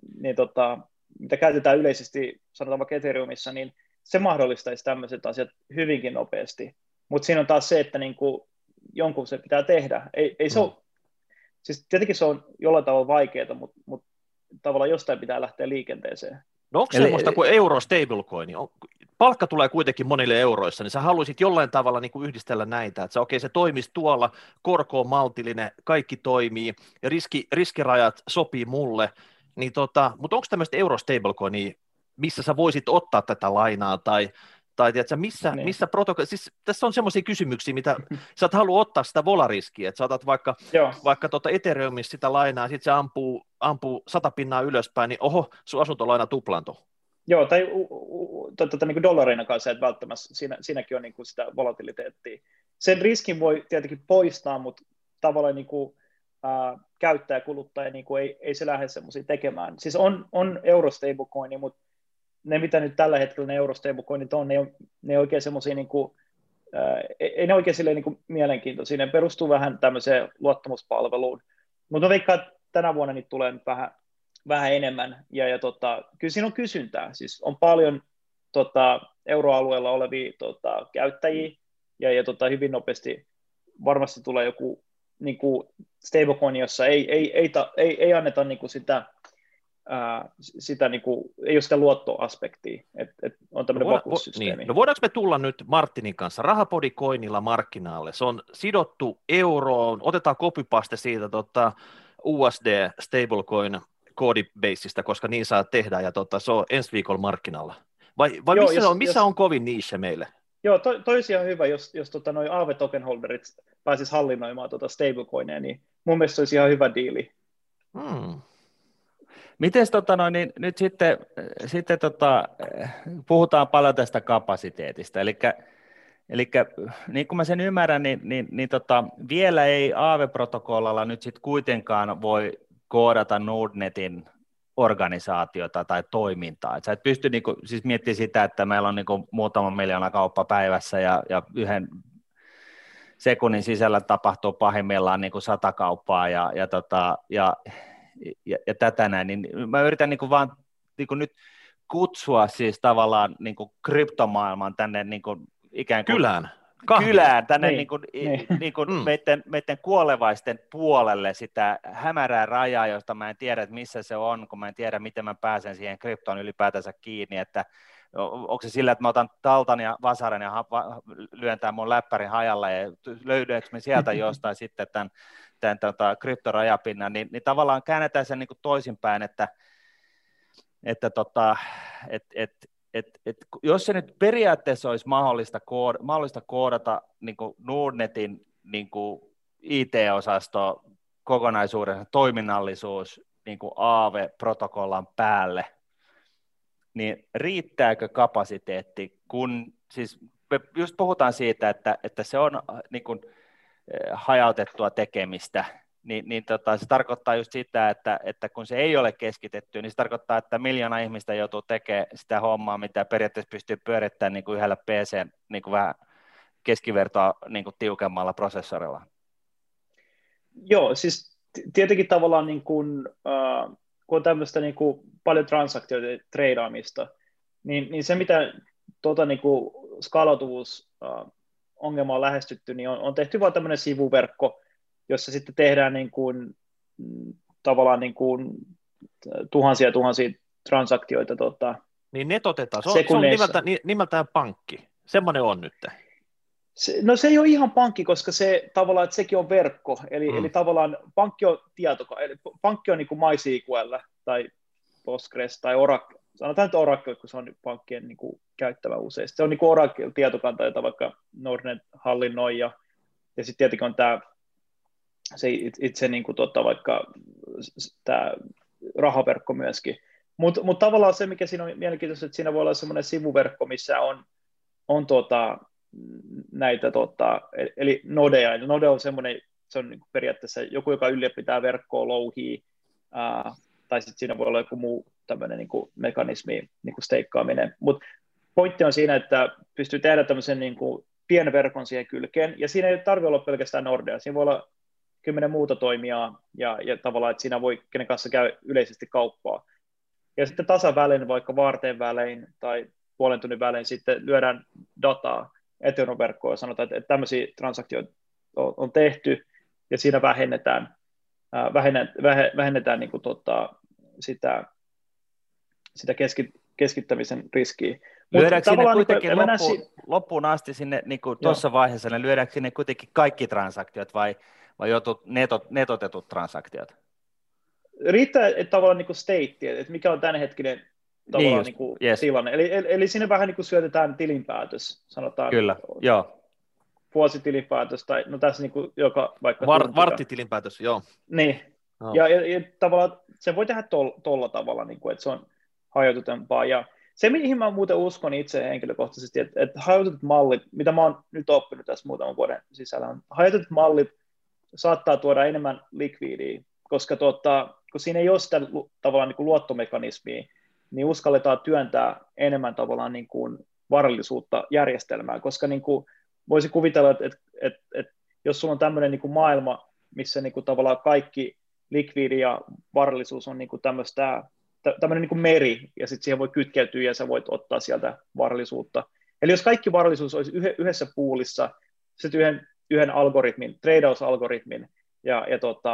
mitä käytetään yleisesti, sanotaan vaikka Ethereumissa, niin se mahdollistaisi tämmöiset asiat hyvinkin nopeasti. Mutta siinä on taas se, että niinku jonkun se pitää tehdä. Ei se ole, siis tietenkin se on jollain tavalla vaikeaa, mutta tavallaan jostain pitää lähteä liikenteeseen. No onko semmoista kuin euro stablecoin? Palkka tulee kuitenkin monille euroissa, niin sä haluaisit jollain tavalla niin kuin yhdistellä näitä, että se toimisi tuolla, korko on maltillinen, kaikki toimii, ja riskirajat sopii mulle, niin mutta onko tämmöistä euro stablecoinia, missä sä voisit ottaa tätä lainaa, tai tiedätkö, missä protokolli, siis tässä on semmoisia kysymyksiä, mitä sä et halua ottaa sitä volariskiä, että sä otat vaikka Ethereumissa sitä lainaa, sitten se ampuu 100 pinnaa ylöspäin, niin oho, sun asuntolaina tuplaantuu. Joo, tai niin dollareina kanssa et välttämättä, siinäkin on niin kuin sitä volatiliteettia. Sen riskin voi tietenkin poistaa, mutta tavallaan niin kuin, käyttäjä, kuluttaja niin kuin ei se lähde semmoisia tekemään. Siis on eurostablecoini, mutta ne mitä nyt tällä hetkellä ne eurostablecoinit on, ne oikein semmoisia, niin kuin, ei ne oikein silleen niin kuin mielenkiintoisia, ne perustuu vähän tämmöiseen luottamuspalveluun. Mutta mä veikkaan, että tänä vuonna niitä tulee nyt vähän enemmän, ja kyllä siinä on kysyntää, siis on paljon euroalueella olevia käyttäjiä, ja hyvin nopeasti varmasti tulee joku niin kuin stablecoin, jossa ei anneta niin kuin sitä sitä niin kuin, ei ole sitä luottoaspektia, että on tämmöinen vakuussysteemi. Niin. No voidaanko me tulla nyt Martinin kanssa Rahapodikoinilla markkinaalle? Se on sidottu euroon, otetaan copypaste siitä USD stablecoin koodibaseista, koska niin saa tehdä, ja se on ensi viikolla markkinalla. Vai joo, missä on kovin niche meille? Joo, toisi ihan hyvä, jos noi Aave token holderit pääsis hallinnoimaan stablecoineja, niin mun mielestä se olisi ihan hyvä diili. Miten nyt sitten puhutaan paljon tästä kapasiteetista, eli niin kuin mä sen ymmärrän, niin vielä ei Aave-protokollalla nyt sitten kuitenkaan voi koodata Nordnetin organisaatiota tai toimintaa. Et sä et pysty siis miettimään sitä, että meillä on muutama miljoona kauppa päivässä ja yhden sekunnin sisällä tapahtuu pahimmillaan 100 kauppaa ja tätä näin, niin mä yritän vaan nyt kutsua siis tavallaan kryptomaailman tänne ikään kuin kylään tänne meidän kuolevaisten puolelle sitä hämärää rajaa, josta mä en tiedä, että missä se on, kun mä en tiedä, miten mä pääsen siihen kryptoon ylipäätänsä kiinni, että onko se sillä, että mä otan taltan ja vasaran ja lyön tämän mun läppärin hajalle ja löydäänkö me sieltä jostain sitten tämän kryptorajapinnan, niin tavallaan käännetään sen toisinpäin, että jos se nyt periaatteessa olisi mahdollista koodata Nordnetin IT-osasto kokonaisuuden toiminnallisuus Aave-protokollan päälle, niin riittääkö kapasiteetti, kun siis me just puhutaan siitä, että se on hajautettua tekemistä, niin se tarkoittaa just sitä, että kun se ei ole keskitetty, niin se tarkoittaa, että 1 miljoona ihmistä joutuu tekemään sitä hommaa, mitä periaatteessa pystyy pyörittämään yhdellä PC vähän keskivertoa tiukemmalla prosessorilla. Joo, siis tietenkin tavallaan kun on tämmöistä paljon transaktioita treidaamista, niin se mitä skaalautuvuusongelmaa on lähestytty, niin on tehty vain tämmöinen sivuverkko, jossa sitten tehdään tavallaan tuhansia transaktioita. Niin netotetaan, se on nimeltään pankki, semmoinen on nyt. No se ei ole ihan pankki, koska se tavallaan, että sekin on verkko, eli tavallaan pankki on eli pankki on MySQL tai Postgres tai Oracle, sanotaan nyt Oracle, kun se on pankkien käyttävä usein. Se on Oracle-tietokanta, jota vaikka Nordnet hallinnoi, ja sitten tietenkin on tämä se itse vaikka tämä rahaverkko myöskin. Mutta tavallaan se, mikä siinä on mielenkiintoista, että siinä voi olla semmoinen sivuverkko, missä on näitä, eli nodeja. Eli node on semmoinen, se on periaatteessa joku, joka ylläpitää verkkoa, louhii, tai sitten siinä voi olla joku muu tämmöinen mekanismi, steikkaaminen. Mutta pointti on siinä, että pystyy tehdä tämmöisen pienen verkon siihen kylkeen, ja siinä ei tarvitse olla pelkästään Nordea, siinä voi olla 10 muuta toimijaa, ja tavallaan, että siinä voi kenen kanssa käy yleisesti kauppaa. Ja sitten tasavälein, vaikka varteen välein tai puolen tunnin välein, sitten lyödään dataa Ethereum-verkkoon ja sanotaan, että tämmöisiä transaktioita on tehty, ja siinä vähennetään sitä keskittämisen riskiä. Lyödäänkö sinne kuitenkin loppuun asti sinne, tuossa vaiheessa, ne lyödäänkö sinne kuitenkin kaikki transaktiot vai netotetut transaktiot? Riittää että tavallaan state, että mikä on tämänhetkinen tavallaan tilanne. Eli sinne vähän syötetään tilinpäätös, sanotaan. Kyllä, joo. Vuositilinpäätös, tai no tässä joka vaikka... Varttitilinpäätös, joo. Niin, no. Ja tavallaan se voi tehdä tolla tavalla, että se on hajautetempaa. Ja se, mihin mä muuten uskon itse henkilökohtaisesti, että hajautetut mallit, mitä mä oon nyt oppinut tässä muutaman vuoden sisällä, on hajautetut mallit saattaa tuoda enemmän likviidiä, koska kun siinä ei ole sitä tavallaan luottomekanismia, niin uskalletaan työntää enemmän tavallaan varallisuutta järjestelmään, koska voisi kuvitella, että jos sulla on tämmöinen maailma, missä tavallaan kaikki likviidi ja varallisuus on tämmöinen meri, ja sitten siihen voi kytkeytyä ja sä voit ottaa sieltä varallisuutta. Eli jos kaikki varallisuus olisi yhdessä poolissa, sitten yhden algoritmin, treidausalgoritmin,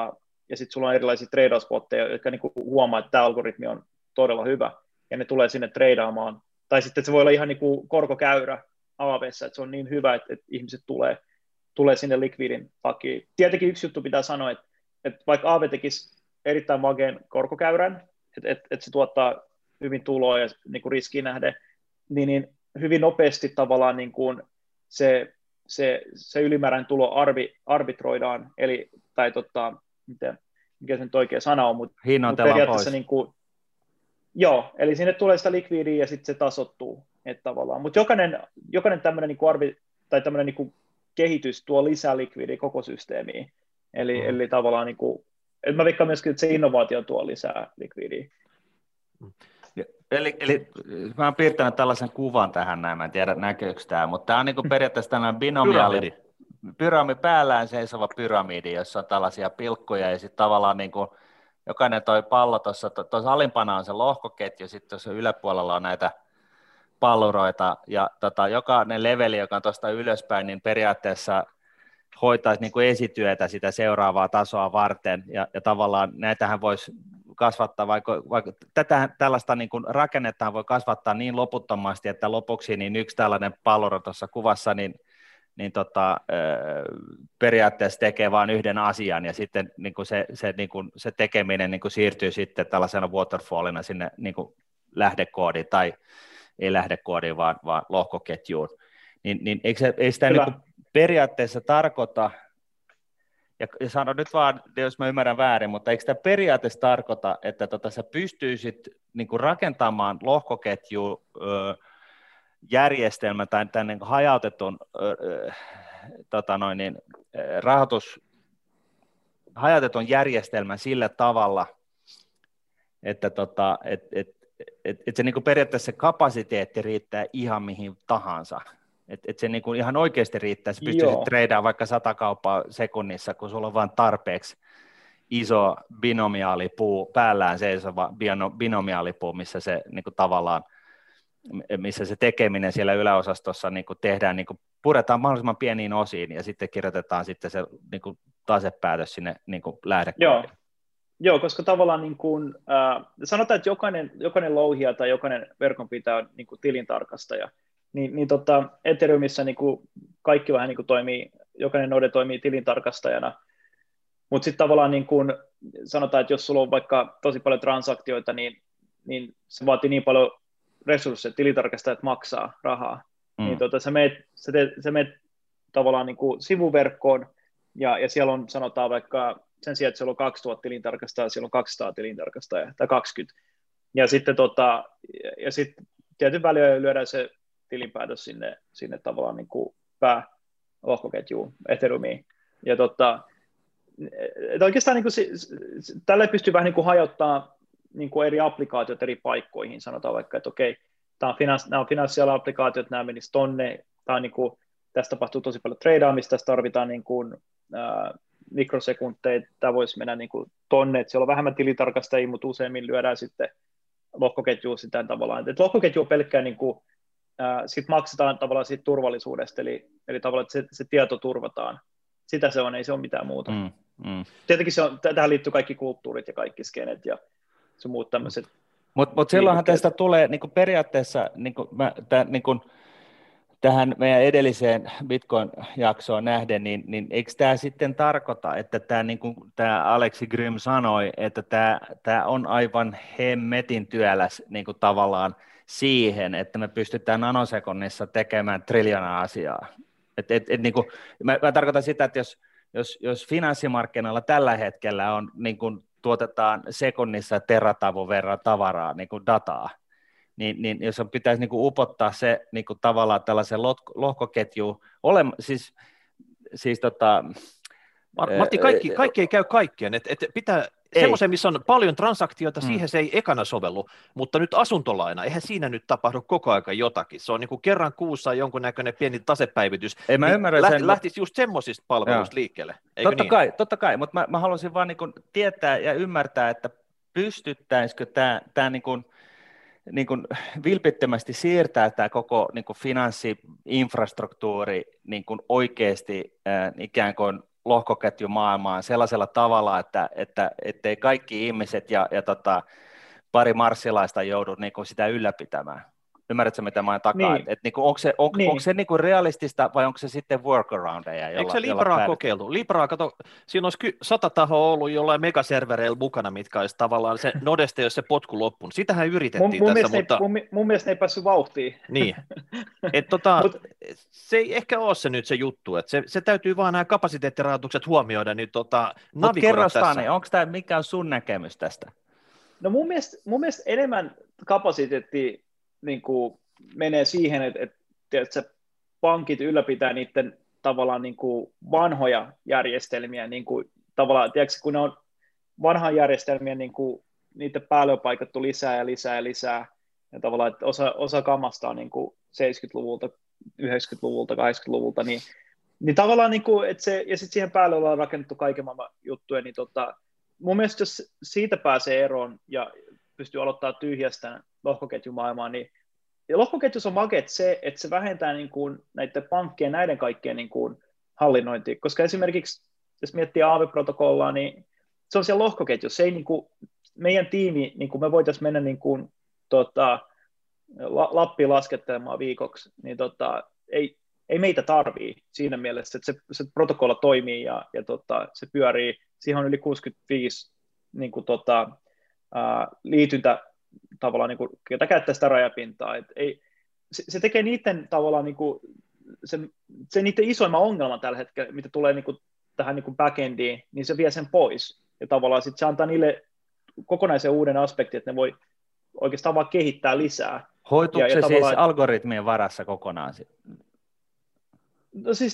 ja sitten sulla on erilaisia treidausbotteja, jotka niin kuin huomaa, että tämä algoritmi on todella hyvä, ja ne tulee sinne treidaamaan. Tai sitten se voi olla ihan niin kuin korkokäyrä Aavessa, että se on niin hyvä, että ihmiset tulee sinne likvidin takia. Tietenkin yksi juttu pitää sanoa, että vaikka Aave tekisi erittäin mageen korkokäyrän, että se tuottaa hyvin tuloa ja niin kuin riskiin nähden, niin hyvin nopeasti tavallaan niin kuin se ylimääräinen tulo arbitroidaan, eli, tai mikä se nyt oikea sana on, mutta periaatteessa pois. Niin kuin, joo, eli sinne tulee sitä likvidiä ja sitten se tasoittuu, että tavallaan, mutta jokainen tämmöinen niin kuin tai tämmöinen niin kuin kehitys tuo lisää likvidiä koko systeemiin, eli tavallaan niin kuin, että mä veikkaan myöskin, että se innovaatio tuo lisää likvidiä. Eli mä oon piirtänyt tällaisen kuvan tähän näin, mä en tiedä näkyykö tämä, mutta tämä on niin kuin periaatteessa tällainen binomiaali, päällään seisova pyramidi, jossa on tällaisia pilkkuja ja sitten tavallaan niin kuin jokainen toi pallo tuossa alimpana on se lohkoketju, sitten tuossa yläpuolella on näitä palluroita ja jokainen leveli, joka on tuosta ylöspäin, niin periaatteessa hoitaisi niin kuin esityötä sitä seuraavaa tasoa varten ja tavallaan näitähän voisi kasvattaa, vaikka tällaista niin kuin rakennetta voi kasvattaa niin loputtomasti, että lopuksi niin yksi tällainen palluro tuossa kuvassa periaatteessa tekee vain yhden asian ja sitten niin kuin se tekeminen niin kuin siirtyy sitten tällaisena waterfallina sinne niin kuin lähdekoodiin tai ei lähdekoodiin, vaan lohkoketjuun. Niin ei sitä niin kuin periaatteessa tarkoita, ja sano nyt vaan, jos mä ymmärrän väärin, mutta eikö tämä periaatteessa tarkoita, että sä pystyisit niin kuin rakentamaan lohkoketjuun järjestelmän tai tämän niin kuin hajautetun hajautetun järjestelmän sillä tavalla, että se niin kuin periaatteessa se kapasiteetti riittää ihan mihin tahansa. Että se niin kuin ihan oikeasti riittää, että pystyisit treidaamaan vaikka 100 kauppaa sekunnissa, kun sulla on vain tarpeeksi iso binomiaalipuu, päällään seisova binomiaalipuu, missä se niin kuin tavallaan, missä se tekeminen siellä yläosastossa niin kuin tehdään, niin kuin puretaan mahdollisimman pieniin osiin ja sitten kirjoitetaan sitten se niin kuin tasepäätös sinne niin kuin lähdekoodiin. Joo, koska tavallaan niin kuin, sanotaan, että jokainen louhija tai jokainen verkonpitäjä on niin kuin tilintarkastaja, niin Ethereumissa niin kuin kaikki vähän niin kuin toimii, jokainen node toimii tilintarkastajana, mutta sitten tavallaan niin kuin sanotaan, että jos sulla on vaikka tosi paljon transaktioita, niin se vaatii niin paljon resursseja, että tilintarkastajat maksaa rahaa, niin sä meet tavallaan niin kuin sivuverkkoon, ja siellä on sanotaan vaikka sen sijaan, että siellä on 2000 tilintarkastajaa, siellä on 200 tilintarkastajaa tai 20, ja sitten tietyn väliin lyödään se tilinpäätös sinne tavallaan niin kuin päälohkoketjuun, Ethereumiin. Ja oikeastaan niin kuin tällä pystyy vähän niin kuin hajottaa niin kuin eri applikaatiot eri paikkoihin. Sanotaan vaikka, että okei, nämä on finanssiala-applikaatiot, nämä menisivät tonne, niin kuin, tässä tapahtuu tosi paljon treidaamista, tässä tarvitaan niin kuin, mikrosekunteja, tämä voisi mennä niin kuin tonne, että siellä on vähemmän tilintarkastajia, mutta useimmin lyödään sitten lohkoketjuun sitä tavallaan. Että lohkoketju on pelkkää niin kuin, sitten maksetaan tavallaan siitä turvallisuudesta, eli tavallaan, että se tieto turvataan. Sitä se on, ei se ole mitään muuta. Tietenkin tähän liittyy kaikki kulttuurit ja kaikki skenet ja se muut tämmöiset. Mutta silloinhan tästä tulee niin kuin periaatteessa tähän meidän edelliseen Bitcoin-jaksoon nähden, niin eikö tämä sitten tarkoita, että tämä, niin kuin tämä Aleksi Grym sanoi, että tämä on aivan hemmetin työläs niin kuin tavallaan siihen, että me pystytään nanosekunnissa tekemään triljoonaa asiaa. Niin kuin, mä tarkoitan sitä, että jos finanssimarkkinoilla tällä hetkellä on, niin kuin tuotetaan sekunnissa teratavun verran tavaraa, niin kuin dataa, niin jos pitäisi niin kuin upottaa se niin kuin tavallaan tällaisen lohkoketjuun, Matti, kaikki ei käy kaikkeen, että pitää semmoisen, missä on paljon transaktioita, siihen se ei ekana sovellu, mutta nyt asuntolaina, eihän siinä nyt tapahdu koko aika jotakin, se on niin kuin kerran kuussa jonkunnäköinen pieni tasepäivitys, lähtisi just semmoisista palveluista liikkeelle, eikö Totta kai, mutta mä haluaisin vaan niin kuin tietää ja ymmärtää, että pystyttäisikö tämä niin kuin vilpittömästi siirtää tämä koko niin kuin finanssiinfrastruktuuri niin kuin oikeasti ikään kuin lohkoketjumaailmaan sellaisella tavalla, ettei kaikki ihmiset ja pari marssilaista joudu niin kuin sitä ylläpitämään. Ymmärrätkö, mitä mä takaa? Niin. Niin onko se niin kuin realistista vai onko se sitten workaroundeja? Eikö se Libraa kokeiltu? Libraa, kato, siinä olisi 100 tahoa ollut jollain megaservereillä mukana, mitkä olisi tavallaan se Nodeste, jos se potku loppuun. Sitähän yritettiin tässä, mutta... Mun mielestä ne ei päässyt vauhtiin. Niin. Se ei ehkä ole se nyt se juttu, että se täytyy vaan nämä kapasiteettirajoitukset huomioida, niin navigoida kerro, tässä. Stani, mikä on sun näkemys tästä? No mun mielestä enemmän kapasiteetti niin kuin menee siihen, että pankit ylläpitää niiden tavallaan niin kuin vanhoja järjestelmiä, niin kuin, tavallaan, tiedätkö, kun ne on vanhan järjestelmiä, niin kuin, niiden päälle on paikattu lisää ja lisää ja lisää, ja tavallaan, että osa kamasta on niin kuin 70-luvulta, 90-luvulta, 80-luvulta, niin tavallaan, niin kuin, että ja sitten siihen päälle ollaan rakennettu kaiken maailman juttuja, niin mun mielestä jos siitä pääsee eroon ja pystyy aloittamaan tyhjästä lohkoketjumaailmaa, niin lohkoketjussa on makeet se, että se vähentää niin kuin näiden pankkien näiden kaikkien niin kuin hallinnointia, koska esimerkiksi jos miettii Aave-protokollaa, niin se on siellä lohkoketjussa, se ei niin kuin, meidän tiimi, niin kuin me voitaisiin mennä niin kuin, Lappiin laskettelemaan viikoksi, niin ei meitä tarvii siinä mielessä, että se protokolla toimii ja se pyörii, siihen on yli 65 niin kuin, liityntä tavallaan, niin kuin, jota käyttää sitä rajapintaa. Se tekee niiden tavallaan, niin kuin, se niiden isoimman ongelman tällä hetkellä, mitä tulee niin kuin, tähän niin kuin backendiin, niin se vie sen pois. Ja tavallaan sit se antaa niille kokonaisen uuden aspektin, että ne voi oikeastaan vaan kehittää lisää. Hoituuko se siis algoritmien varassa kokonaan? No siis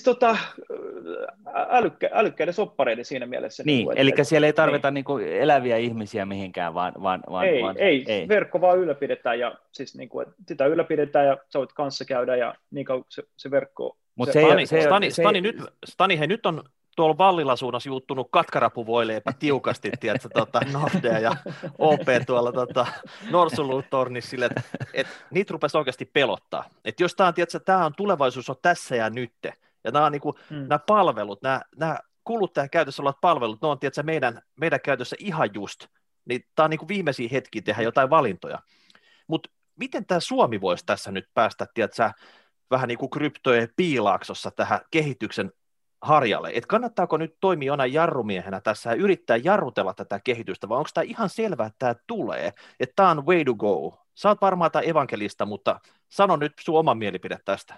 älykkäiden soppareiden siinä mielessä. Niin, eli siellä ei tarvita niin kuin eläviä ihmisiä mihinkään, vaan ei. Verkko vaan ylläpidetään ja siis niin kuin, sitä ylläpidetään ja sä voit kanssa käydä ja niin kauan se verkko... Stani, hei, nyt on tuolla Vallilasuunnassa juuttunut katkarapuvoileipä tiukasti, tiedätkö, Nordea ja OP tuolla Norsulutornissa sille, että niitä rupesi oikeasti pelottaa. Että jos tämä on tulevaisuus on tässä ja nytte, ja nämä on niinku, nämä palvelut, nämä kuluttajakäytössä olevat palvelut, ne on tiedätkö, meidän käytössä ihan just, niin tämä on niinku viimeisiä hetkiä tehdä jotain valintoja. Mutta miten tämä Suomi voisi tässä nyt päästä, tiedätkö, vähän niin kuin kryptojen piilaaksossa tähän kehityksen harjalle, että kannattaako nyt toimia jonain jarrumiehenä tässä ja yrittää jarrutella tätä kehitystä, vai onko tämä ihan selvää, että tämä tulee, että tämä on way to go. Sä oot varmaan tämä evankelista, mutta sano nyt sun oma mielipide tästä.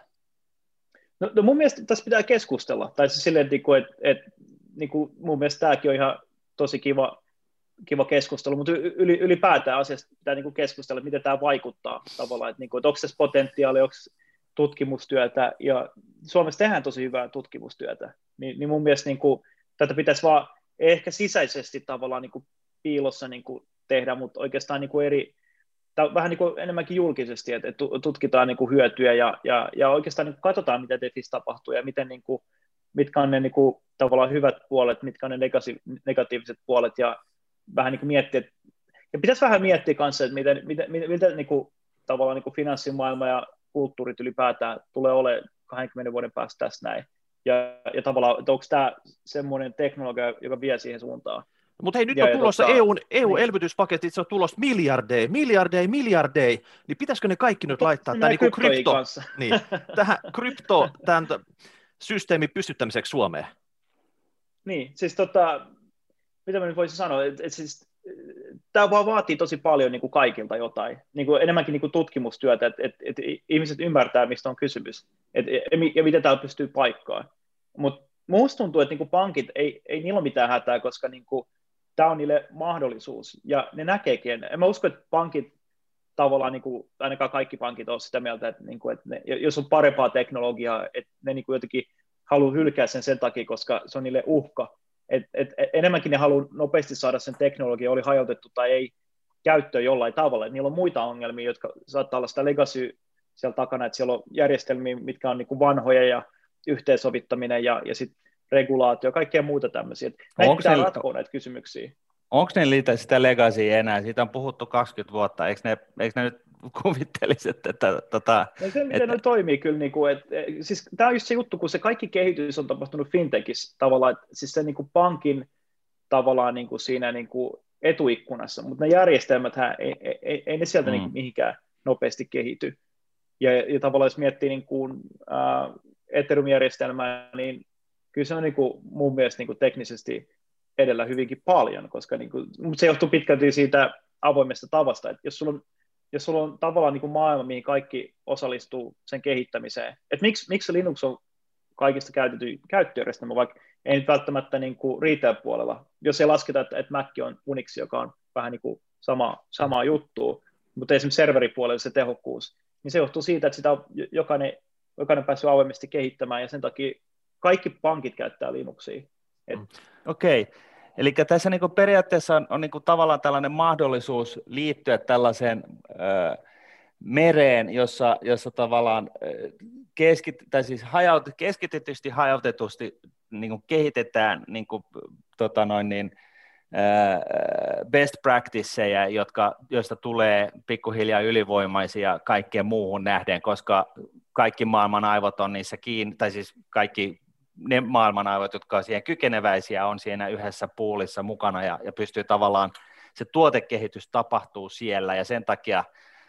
No mun mielestä tässä pitää keskustella, tai se silleen, että niin kuin mun mielestä tämäkin on ihan tosi kiva keskustelu, mutta ylipäätään asiasta pitää niin kuin keskustella, että miten tämä vaikuttaa tavallaan, että, niin kuin, että onko se potentiaali, onko tutkimustyötä, ja Suomessa tehdään tosi hyvää tutkimustyötä, niin mun mielestä niin kuin, tätä pitäisi vaan ehkä sisäisesti tavallaan niin kuin piilossa niin kuin tehdä, mutta oikeastaan niin kuin vähän niin kuin enemmänkin julkisesti, että tutkitaan niin kuin hyötyjä ja oikeastaan niin kuin katsotaan, mitä TEFissä tapahtuu ja miten, niin kuin, mitkä on ne niin kuin, tavallaan hyvät puolet, mitkä on ne negatiiviset puolet ja vähän niin kuin miettiä, ja pitäisi vähän miettiä kanssa, että miten niin kuin, tavallaan niin kuin finanssimaailma ja kulttuurit ylipäätään tulee olemaan 20 vuoden päästä tässä näin. Ja tavallaan, että onko tämä semmoinen teknologia, joka vie siihen suuntaan. Mutta hei, nyt on tulossa EU-elvytyspaketit, se on tulossa miljardeja, niin pitäisikö ne kaikki nyt laittaa tähän krypto tämän systeemin pystyttämiseksi Suomeen? Niin, siis mitä mä nyt voisin sanoa, että siis tämä vaan vaatii tosi paljon niin kuin kaikilta jotain, niin kuin enemmänkin niin kuin tutkimustyötä, että ihmiset ymmärtää, mistä on kysymys, ja miten täällä pystyy paikkaan. Mutta minusta tuntuu, että niin kuin pankit, ei niillä ole mitään hätää, koska niin kuin, tämä on niille mahdollisuus, ja ne näkeekin. En mä usko, että pankit tavallaan, niin kuin, ainakaan kaikki pankit ovat sitä mieltä, että, niin kuin, että jos on parempaa teknologiaa, että ne niin kuin jotenkin haluaa hylkää sen takia, koska se on niille uhka. Enemmänkin ne haluaa nopeasti saada sen teknologia, oli hajautettu tai ei, käyttöön jollain tavalla. Niillä on muita ongelmia, jotka saattaa olla sitä legacy siellä takana, että siellä on järjestelmiä, mitkä on niin kuin vanhoja ja yhteensovittaminen ja sitten regulaatio, kaikkea muuta tämmöisiä. Näitä pitää ratkoa näitä kysymyksiä. Onko ne sitä legacyä enää? Siitä on puhuttu 20 vuotta. Eikö ne nyt kuvittelisin, että no se, miten ne toimii kyllä, niin kuin, siis tämä on just se juttu, kun se kaikki kehitys on tapahtunut fintechissä tavallaan, että siis se niin kuin pankin tavallaan niin kuin siinä niin kuin etuikkunassa, mutta ne järjestelmäthän ei ne sieltä niin kuin mihinkään nopeasti kehity. Ja tavallaan jos miettii niin kuin, Ethereum-järjestelmää, niin kyllä se on niin kuin, mun mielestä niin kuin teknisesti edellä hyvinkin paljon, koska niin kuin, mutta se johtuu pitkälti siitä avoimesta tavasta, että jos sulla on tavallaan niin kuin maailma, mihin kaikki osallistuu sen kehittämiseen, että miksi Linux on kaikista käytetty käyttöjärjestelmä, vaikka ei nyt välttämättä niin kuin retail-puolella, jos ei lasketa, että Mac on Unix, joka on vähän niin kuin samaa juttua, mutta esimerkiksi serveripuolella se tehokkuus, niin se johtuu siitä, että sitä on jokainen päässyt avoimesti kehittämään, ja sen takia kaikki pankit käyttää Linuxia. Okei. Eli tässä niin kuin periaatteessa on niin kuin tavallaan tällainen mahdollisuus liittyä tällaiseen mereen, jossa tavallaan keskitetysti hajautetusti niin kuin kehitetään niin kuin, best practiceja, joista tulee pikkuhiljaa ylivoimaisia kaikkeen muuhun nähden, koska kaikki maailman aivot on niissä kiinni, tai siis kaikki ne maailman aivot, jotka on siihen kykeneväisiä, on siinä yhdessä poolissa mukana ja pystyy tavallaan, se tuotekehitys tapahtuu siellä ja sen takia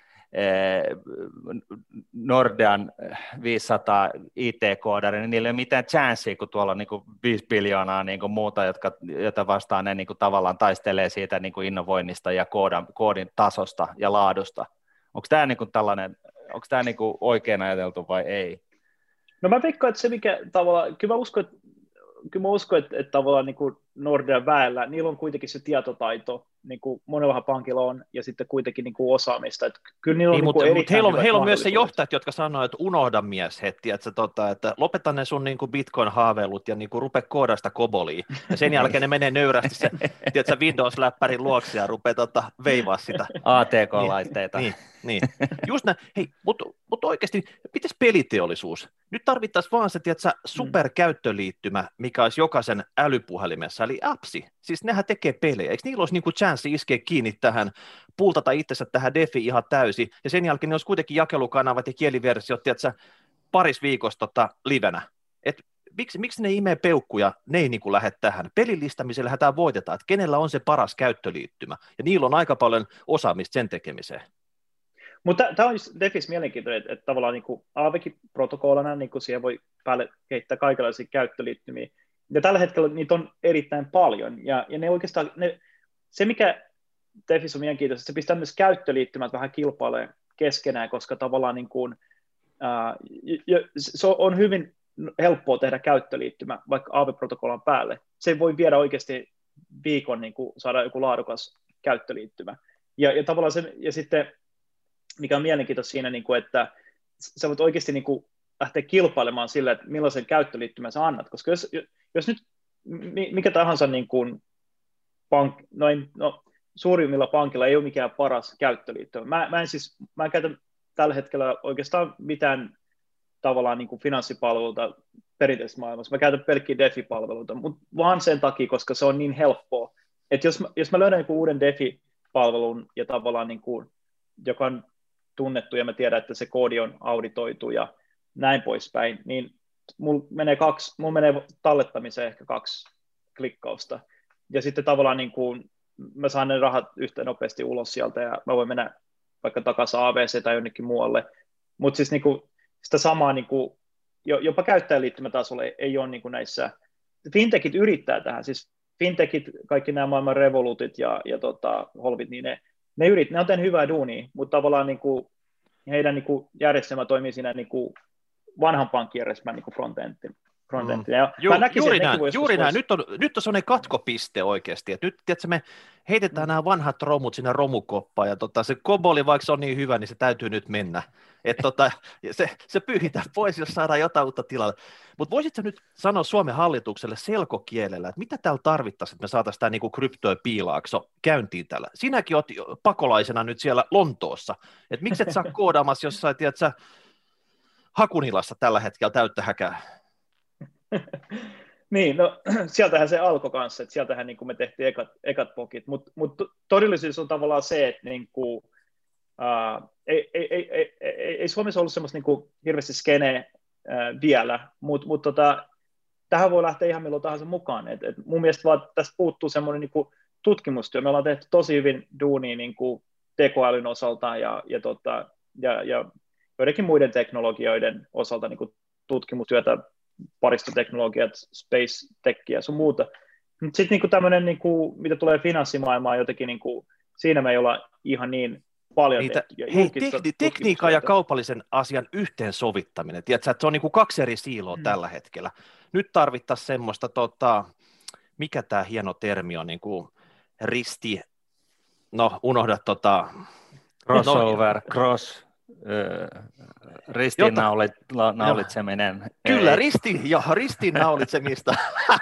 Nordean 500 IT-koodari, niin niillä ei ole mitään chanssiä, kun tuolla on niin kuin 5 biljoonaa niin kuin muuta, joita vastaan ne niin kuin tavallaan taistelee siitä niin kuin innovoinnista ja koodin tasosta ja laadusta. Onko tämä niin kuin tällainen, onko tämä niin kuin oikein ajateltu vai ei? No mä veikkaan, että se mikä tavallaan, kyllä mä uskon, että tavallaan niin kuin Nordean väellä, niillä on kuitenkin se tietotaito, niin kuin monellahan pankilla on, ja sitten kuitenkin niin kuin osaamista. Että kyllä niillä on niin, mutta heillä on myös se johtajat, jotka sanoo, että unohda mies heti, että lopeta ne sun niin kuin Bitcoin-haaveilut ja niin kuin rupea koodasta koboliin. Ja sen jälkeen ne menee nöyrästi se Windows-läppärin luokse ja rupeaa veivaa sitä. ATK-laitteita. Niin. Just näin. Hei, mutta oikeasti, mites peliteollisuus? Nyt tarvittaisiin vaan se, superkäyttöliittymä, mikä olisi jokaisen älypuhelimessa, eli appsi. Siis nehän tekee pelejä. Eikö niillä olisi niinku chanssi iskeä kiinni tähän, pultata itsensä tähän defi ihan täysin, ja sen jälkeen ne olisi kuitenkin jakelukanavat ja kieliversiot, paris viikossa livenä. Et miksi ne imee peukkuja, ne ei niinku lähde tähän. Pelilistamisellähän tämä voitetaan, että kenellä on se paras käyttöliittymä, ja niillä on aika paljon osaamista sen tekemiseen. Mutta tämä on Defis mielenkiintoinen, että tavallaan niin Aavekin-protokollana niin siihen voi päälle kehittää kaikenlaisia käyttöliittymiä. Ja tällä hetkellä niitä on erittäin paljon. Ja ne oikeastaan, se mikä Defis on mielenkiintoista, se pistää myös käyttöliittymät vähän kilpailemaan keskenään, koska tavallaan niin kuin, se on hyvin helppoa tehdä käyttöliittymä vaikka Aave-protokollan päälle. Se voi viedä oikeasti viikon niin kuin saada joku laadukas käyttöliittymä. Ja tavallaan se, ja sitten mikä on mielenkiintoista siinä, niin kuin, että sä voit oikeasti niin kuin lähteä kilpailemaan sillä, että millaisen käyttöliittymän sä annat, koska jos nyt mikä tahansa niin kuin suurimmilla pankilla ei ole mikään paras käyttöliittymä. Mä en käytä tällä hetkellä oikeastaan mitään tavallaan niin kuin finanssipalveluita perinteisessä maailmassa. Mä käytän pelkkiä DeFi-palveluita, mutta vaan sen takia, koska se on niin helppoa. Että jos mä löydän niin kuin uuden DeFi-palvelun ja tavallaan niin kuin, joka on tunnettu ja mä tiedän, että se koodi on auditoitu ja näin poispäin, niin mulla menee tallettamiseen ehkä 2 klikkausta. Ja sitten tavallaan niin kuin mä saan ne rahat yhtä nopeasti ulos sieltä ja mä voin mennä vaikka takaisin AVC tai jonnekin muualle. Mutta siis niin kuin sitä samaa niin kuin, jopa käyttäjäliittymätasolla ei ole niin kuin näissä. Fintechit yrittää tähän. Siis fintechit, kaikki nämä maailman Revolutit ja Holvit, niin ne on tehnyt hyvää duunia, mutta tavallaan niin kuin, heidän niin kuin, järjestelmä toimii siinä niin kuin, vanhan pankkijärjestelmän niin frontendin. Juuri näin. Nyt on sellainen katkopiste oikeasti, että nyt tiedätkö, me heitetään nämä vanhat romut sinne romukoppaan, ja se koboli, vaikka se on niin hyvä, niin se täytyy nyt mennä. Se pyyhitään pois, jos saadaan jotain uutta tilalle. Mutta voisitko nyt sanoa Suomen hallitukselle selkokielellä, että mitä täällä tarvittaisiin, että me saataisiin tämä niin krypto- ja piilaakso käyntiin täällä? Sinäkin olet pakolaisena nyt siellä Lontoossa, että miksi et saa koodaamassa jossain, tiedätkö, Hakunilassa tällä hetkellä täyttä häkää? Niin, no sieltähän se alkoi kanssa, että sieltähän niin kuin me tehtiin ekat pokit, mutta todellisuus on tavallaan se, että niin kuin, ei Suomessa ollut semmoista niin kuin hirveästi skeneä vielä, mutta tähän voi lähteä ihan milloin tahansa mukaan. Et mun mielestä vaan tästä puuttuu semmoinen niin kuin tutkimustyö. Me ollaan tehty tosi hyvin duunia niin kuin tekoälyn osalta ja joidenkin muiden teknologioiden osalta niin kuin tutkimustyötä, paristoteknologiat, space techia ja sun muuta. Mutta sitten niin tämmöinen, niin mitä tulee finanssimaailmaan jotenkin, niin kuin, siinä me ei olla ihan niin paljon tehty. Tekniikan ja kaupallisen asian yhteensovittaminen, tiedätkö, että se on niin kuin 2 eri siiloa tällä hetkellä. Nyt tarvittaisiin semmoista, mikä tämä hieno termi on, niin kuin unohda crossover, ristiinnaulitseminen. Kyllä, ristiinnaulitsemista.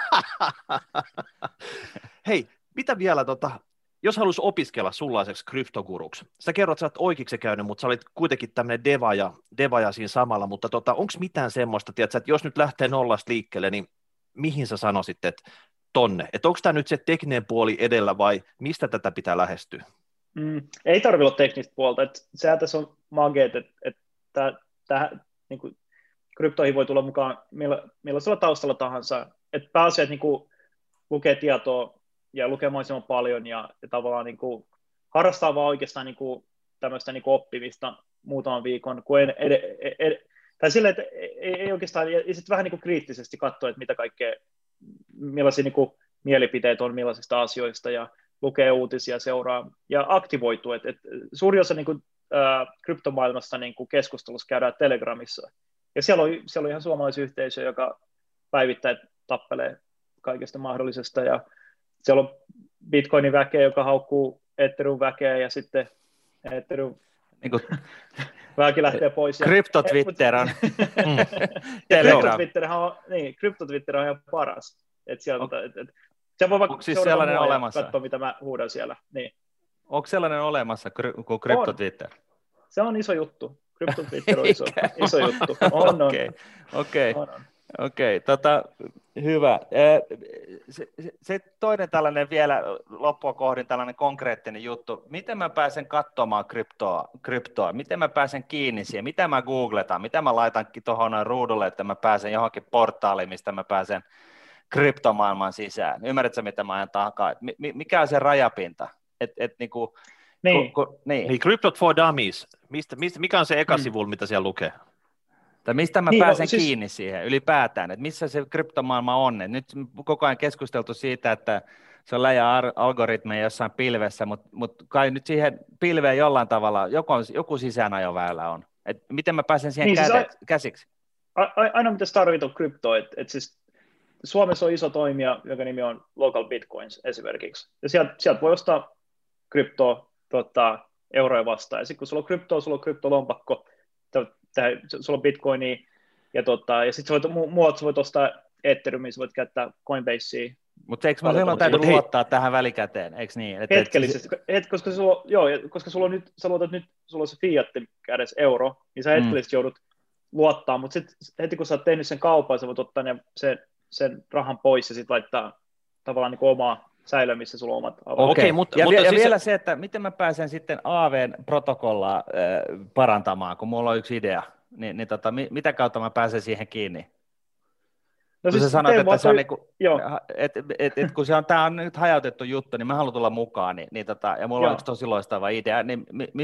Hei, mitä vielä, jos haluaisi opiskella sullaiseksi kryptoguruksi, sä kerrot, että sä oot oikeiksi käynyt, mutta sä olit kuitenkin tämmöinen devaja siinä samalla, mutta onko mitään semmoista, tiedätkö, että jos nyt lähtee nollasta liikkeelle, niin mihin sä sanoisit, että tonne, että onko tämä nyt se tekninen puoli edellä vai mistä tätä pitää lähestyä? Ei tarvitse olla teknistä puolta, että sehän tässä on mageet, että niin kuin, kryptoihin voi tulla mukaan millaisella taustalla tahansa, että pääsee niin kuin, lukee tietoa ja lukee mahdollisimman paljon ja tavallaan niin kuin, harrastaa vaan oikeastaan niin kuin, tämmöistä niin kuin oppimista muutaman viikon, kun tai silleen, että ei oikeastaan, ja sitten vähän niin kuin kriittisesti katsoa, että mitä kaikkea, millaisia niin kuin, mielipiteet on millaisista asioista ja lukee uutisia, seuraa ja aktivoituu. Et suuri osa niin kuin, kryptomaailmasta niin kuin keskustelussa käydään Telegramissa. Ja siellä on ihan suomalaisyhteisö, joka päivittäin tappelee kaikesta mahdollisesta. Ja siellä on Bitcoinin väkeä, joka haukkuu Ethereum väkeä ja sitten Ethereum niin väki lähtee pois. Krypto-Twitter on. Krypto-Twitter on ihan paras. Se voi vaikka siis sellainen olemassa? Katsoa, mitä mä huudan siellä. Niin. Onko sellainen olemassa kuin Krypto-Twitter? Se on iso juttu. Krypto-Twitter on iso juttu. Okei. Hyvä. Se toinen tällainen vielä loppua kohdin tällainen konkreettinen juttu. Miten mä pääsen katsomaan kryptoa? Miten mä pääsen kiinni siihen? Mitä mä googletan? Mitä mä laitankin tuohon ruudulle, että mä pääsen johonkin portaaliin, mistä mä pääsen kryptomaailman sisään? Ymmärrätkö, mitä mä ajan takaa? Mikä on se rajapinta? Niin, Crypto for Dummies. Mikä on se eka sivu, mitä siellä lukee? Tai mistä mä pääsen kiinni siihen ylipäätään, että missä se kryptomaailma on. Nyt koko ajan keskusteltu siitä, että se on läjä algoritmeja jossain pilvessä, mutta kai nyt siihen pilveen jollain tavalla joku sisäänajoväylä on. Et miten mä pääsen siihen käsiksi? Aina pitäisi tarvita kryptoa, että siis Suomessa on iso toimija, joka nimi on Local Bitcoins esimerkiksi. Ja sieltä voi ostaa kryptoa euroja vastaan. Ja sitten kun sulla on kryptoa, sulla on kryptolompakko, sulla on bitcoinia, ja sitten sä voit ostaa Ethereumia, sä voit käyttää Coinbasea. Mutta eikö mä silloin täytyy luottaa tähän välikäteen, eikö niin? Hetkellisesti, koska sä luotat nyt, sulla on se fiatti kädessä euro, niin sä hetkellisesti joudut luottaa, mutta sitten heti kun sä oot tehnyt sen kaupan, sä voit ottaa sen rahan pois ja sitten laittaa tavallaan niin omaa säilöä, missä sulla on omat avaat. Okei, mutta vielä se, että miten mä pääsen sitten AV-protokollaa parantamaan, kun mulla on yksi idea, niin mitä kautta mä pääsen siihen kiinni? No kun siis sä sanoit, että se on kun tämä on nyt hajautettu juttu, niin mä haluan tulla mukaan, ja mulla on yksi tosi loistava idea, niin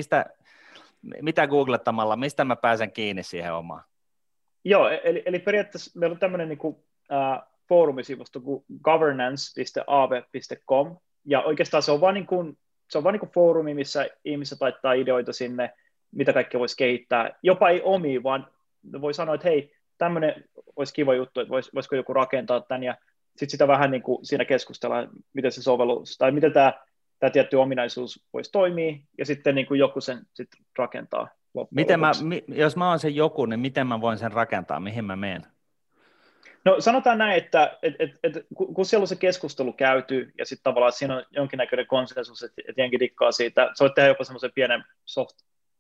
mitä googlettamalla, mistä mä pääsen kiinni siihen omaan? Joo, eli periaatteessa meillä on tämmöinen foorumisivusto kuin governance.aave.com, ja oikeastaan se on vaan niin kuin foorumi, missä ihmiset laittaa ideoita sinne, mitä kaikkea voisi kehittää, jopa ei omiin, vaan voi sanoa, että hei, tämmöinen olisi kiva juttu, että voisiko joku rakentaa tämän, ja sitten sitä vähän niin kuin siinä keskustellaan, miten se sovellus, tai miten tämä tietty ominaisuus voisi toimia, ja sitten niin kuin joku sen sitten rakentaa. Jos mä oon sen joku, niin miten mä voin sen rakentaa, mihin mä menen? No sanotaan näin, että kun siellä on se keskustelu käyty, ja sitten tavallaan siinä on jonkinnäköinen konsensus, että jengi dikkaa siitä, sä voit tehdä jopa semmoisen pienen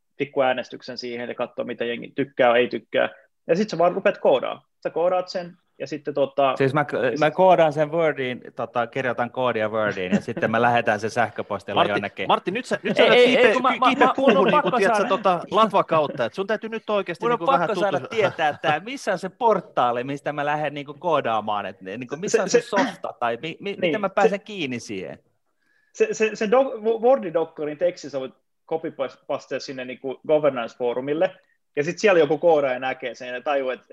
pikkuäänestyksen siihen, ja katsoa, mitä jengi tykkää, ei tykkää, ja sitten sä vaan rupeat koodaamaan. Sä koodaat sen, ja sitten Siis mä koodaan sen Wordiin, kirjoitan koodia Wordiin, ja sitten mä lähetän sen sähköpostilla jonnekin. Martti, nyt sä kiipeä puuhun, niin kuin tiedät latva kautta, että sun täytyy nyt oikeasti niin vähän saada tietää, että missä on se portaali, mistä mä lähden niin kuin koodaamaan, että niin kuin, missä on se softa, tai miten mä pääsen kiinni siihen. Se Word-dokkarin teksti sä voit copy-pastea sinne niin kuin governance-foorumille, ja sitten siellä joku koodaaja näkee sen ja tajuu, että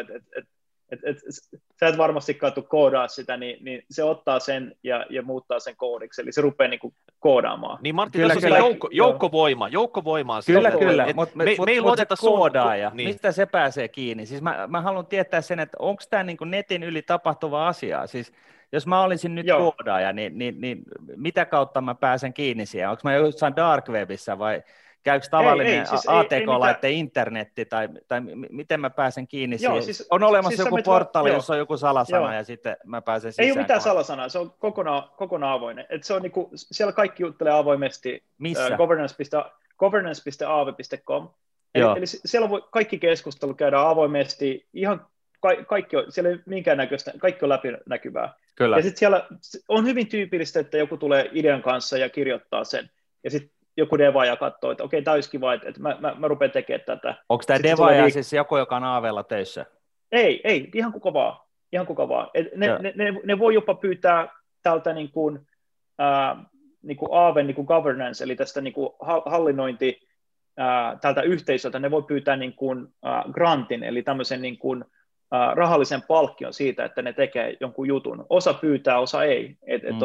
sä et varmastikaan tule koodaa sitä, niin se ottaa sen ja muuttaa sen koodiksi, eli se rupeaa niin kuin koodaamaan. Niin Martti, tässä on joukkovoimaa. Kyllä, mutta se koodaaja, niin. Mistä se pääsee kiinni? Siis mä haluan tietää sen, että onko tämä niin kuin netin yli tapahtuva asia, siis jos mä olisin nyt koodaaja, niin mitä kautta mä pääsen kiinni siihen? Onko mä jossain dark webissä vai käykö tavallinen ATK-laitteen internetti, tai miten mä pääsen kiinni siihen? Siis, on olemassa joku portaali, jossa on joku salasana, ja sitten mä pääsen sisään. Ei ole mitään salasanaa, se on kokonaan avoinen. Et se on niinku, siellä kaikki juttelee avoimesti. Missä? Governance.aave.com. Eli siellä voi kaikki keskustelu käydä avoimesti, ihan kaikki on, siellä ei minkään näköistä, kaikki on läpinäkyvää. Kyllä. Ja sitten siellä on hyvin tyypillistä, että joku tulee idean kanssa ja kirjoittaa sen, ja sitten joku devaaja katsoo, että okei, tämä olisi kiva, että mä rupean tekemään tätä. Onko tämä devaaja siis joku, joka on Aavella töissä? Ei, ihan kuka vaan. Ne voi jopa pyytää tältä niin kuin Aaven niin kuin governance, eli tästä niin kuin hallinnointi tältä yhteisöltä, ne voi pyytää niin kuin grantin, eli tämmöisen niin kuin rahallisen palkkion siitä, että ne tekee jonkun jutun. Osa pyytää, osa ei.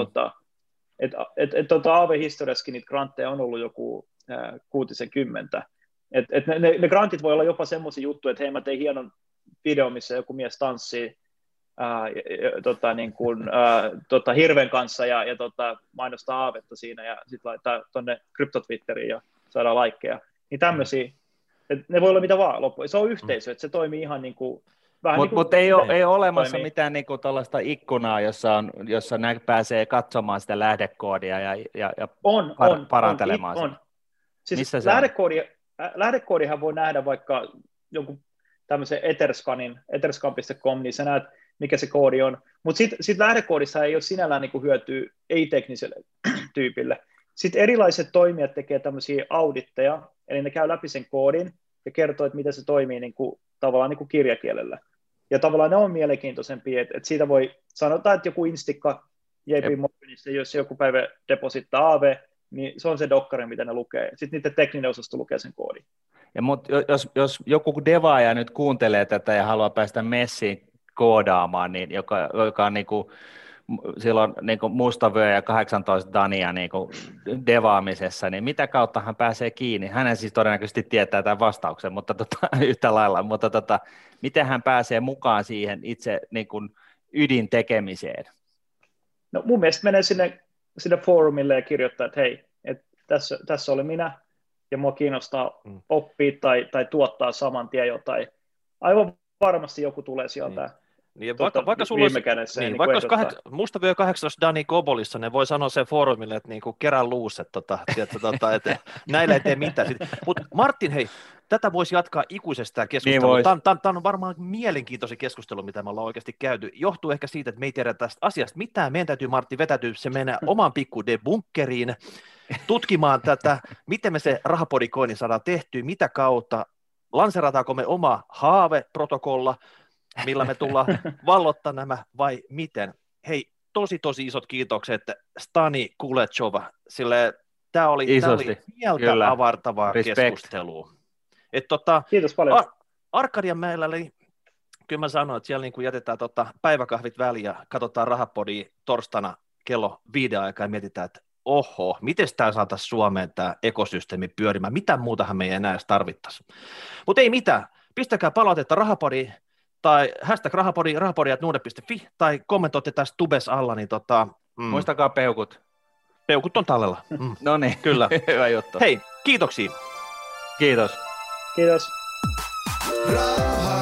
Aave-historiassakin niitä grantteja on ollut joku 60. Ne grantit voi olla jopa semmoisia juttuja, että hei, mä tein hienon video, missä joku mies tanssii hirven kanssa ja mainostaa Aavetta siinä ja sitten laittaa tuonne kryptotwitteriin ja saadaan likeja. Niin tämmöisiä, ne voi olla mitä vaan loppuun. Se on yhteisö, että se toimii ihan niin kuin Mutta ei ole olemassa mitään niinku tällaista ikkunaa, jossa pääsee katsomaan sitä lähdekoodia ja parantelemaan sitä. Siis missä lähdekoodihan voi nähdä vaikka jonkun tämmöisen etherscan.com, niin sä näet, mikä se koodi on. Mutta sitten lähdekoodissa ei ole sinällään niinku hyötyä ei-tekniselle tyypille. Sitten erilaiset toimijat tekee tämmöisiä auditteja, eli ne käy läpi sen koodin ja kertoo, että miten se toimii niinku, tavallaan niinku kirjakielellä. Ja tavallaan ne on mielenkiintoisempia, että siitä voi sanotaan, että joku instikka JP Morganista, jos joku päivä deposittaa AV, niin se on se dokkari, mitä ne lukee. Sitten niiden tekninen osasto lukee sen koodin. Mutta jos joku devaaja nyt kuuntelee tätä ja haluaa päästä messiin koodaamaan, niin joka on niinku, silloin niinku mustavyö ja 18 Dania niinku devaamisessa, niin mitä kautta hän pääsee kiinni? Hän siis todennäköisesti tietää tämän vastauksen, mutta yhtä lailla, mutta miten hän pääsee mukaan siihen itse niinku ydintekemiseen? No mun mielestä menee sinne foorumille ja kirjoittaa, että hei, tässä oli minä, ja mua kiinnostaa oppia tai tuottaa saman tien jotain. Aivan varmasti joku tulee sieltä. Niin, vaikka sulla olisi, mustavyö 18 Dani Kobolissa, ne voi sanoa sen foorumille, että niinku kerran luus, että näillä ei tee mitään. Mutta Martin, hei, tätä voisi jatkaa ikuisesta keskustelua. Niin tämä on varmaan mielenkiintoinen keskustelu, mitä me ollaan oikeasti käyty. Johtuu ehkä siitä, että me ei tiedä tästä asiasta mitään. Meidän täytyy, Martti, vetäytyä se mennä omaan pikku debunkeriin, tutkimaan tätä, miten me se rahapodikoinnin saadaan tehtyä, mitä kautta, lanserataanko me oma haave-protokolla, millä me tullaan vallottaa nämä vai miten. Hei, tosi isot kiitokset Stani Kulechova, sille tämä oli mieltä avartavaa keskustelua. Kiitos paljon. Arkadian mäellä oli, kyllä mä sanoin, että siellä niin kun jätetään päiväkahvit väliin ja katsotaan Rahapodia torstaina kello 5 aikaa ja mietitään, että oho, miten tämä saataisiin Suomeen tämä ekosysteemi pyörimään, mitä muutahan me ei enää edes tarvittaisi. Mutta ei mitään, pistäkää palautetta Rahapodiin, tai hashtag rahapodi@nuude.fi, tai kommentoitte tästä tubes alla, niin muistakaa peukut. Peukut on tallella. No niin, kyllä. Hyvä juttu. Hei, kiitoksia. Kiitos. Kiitos.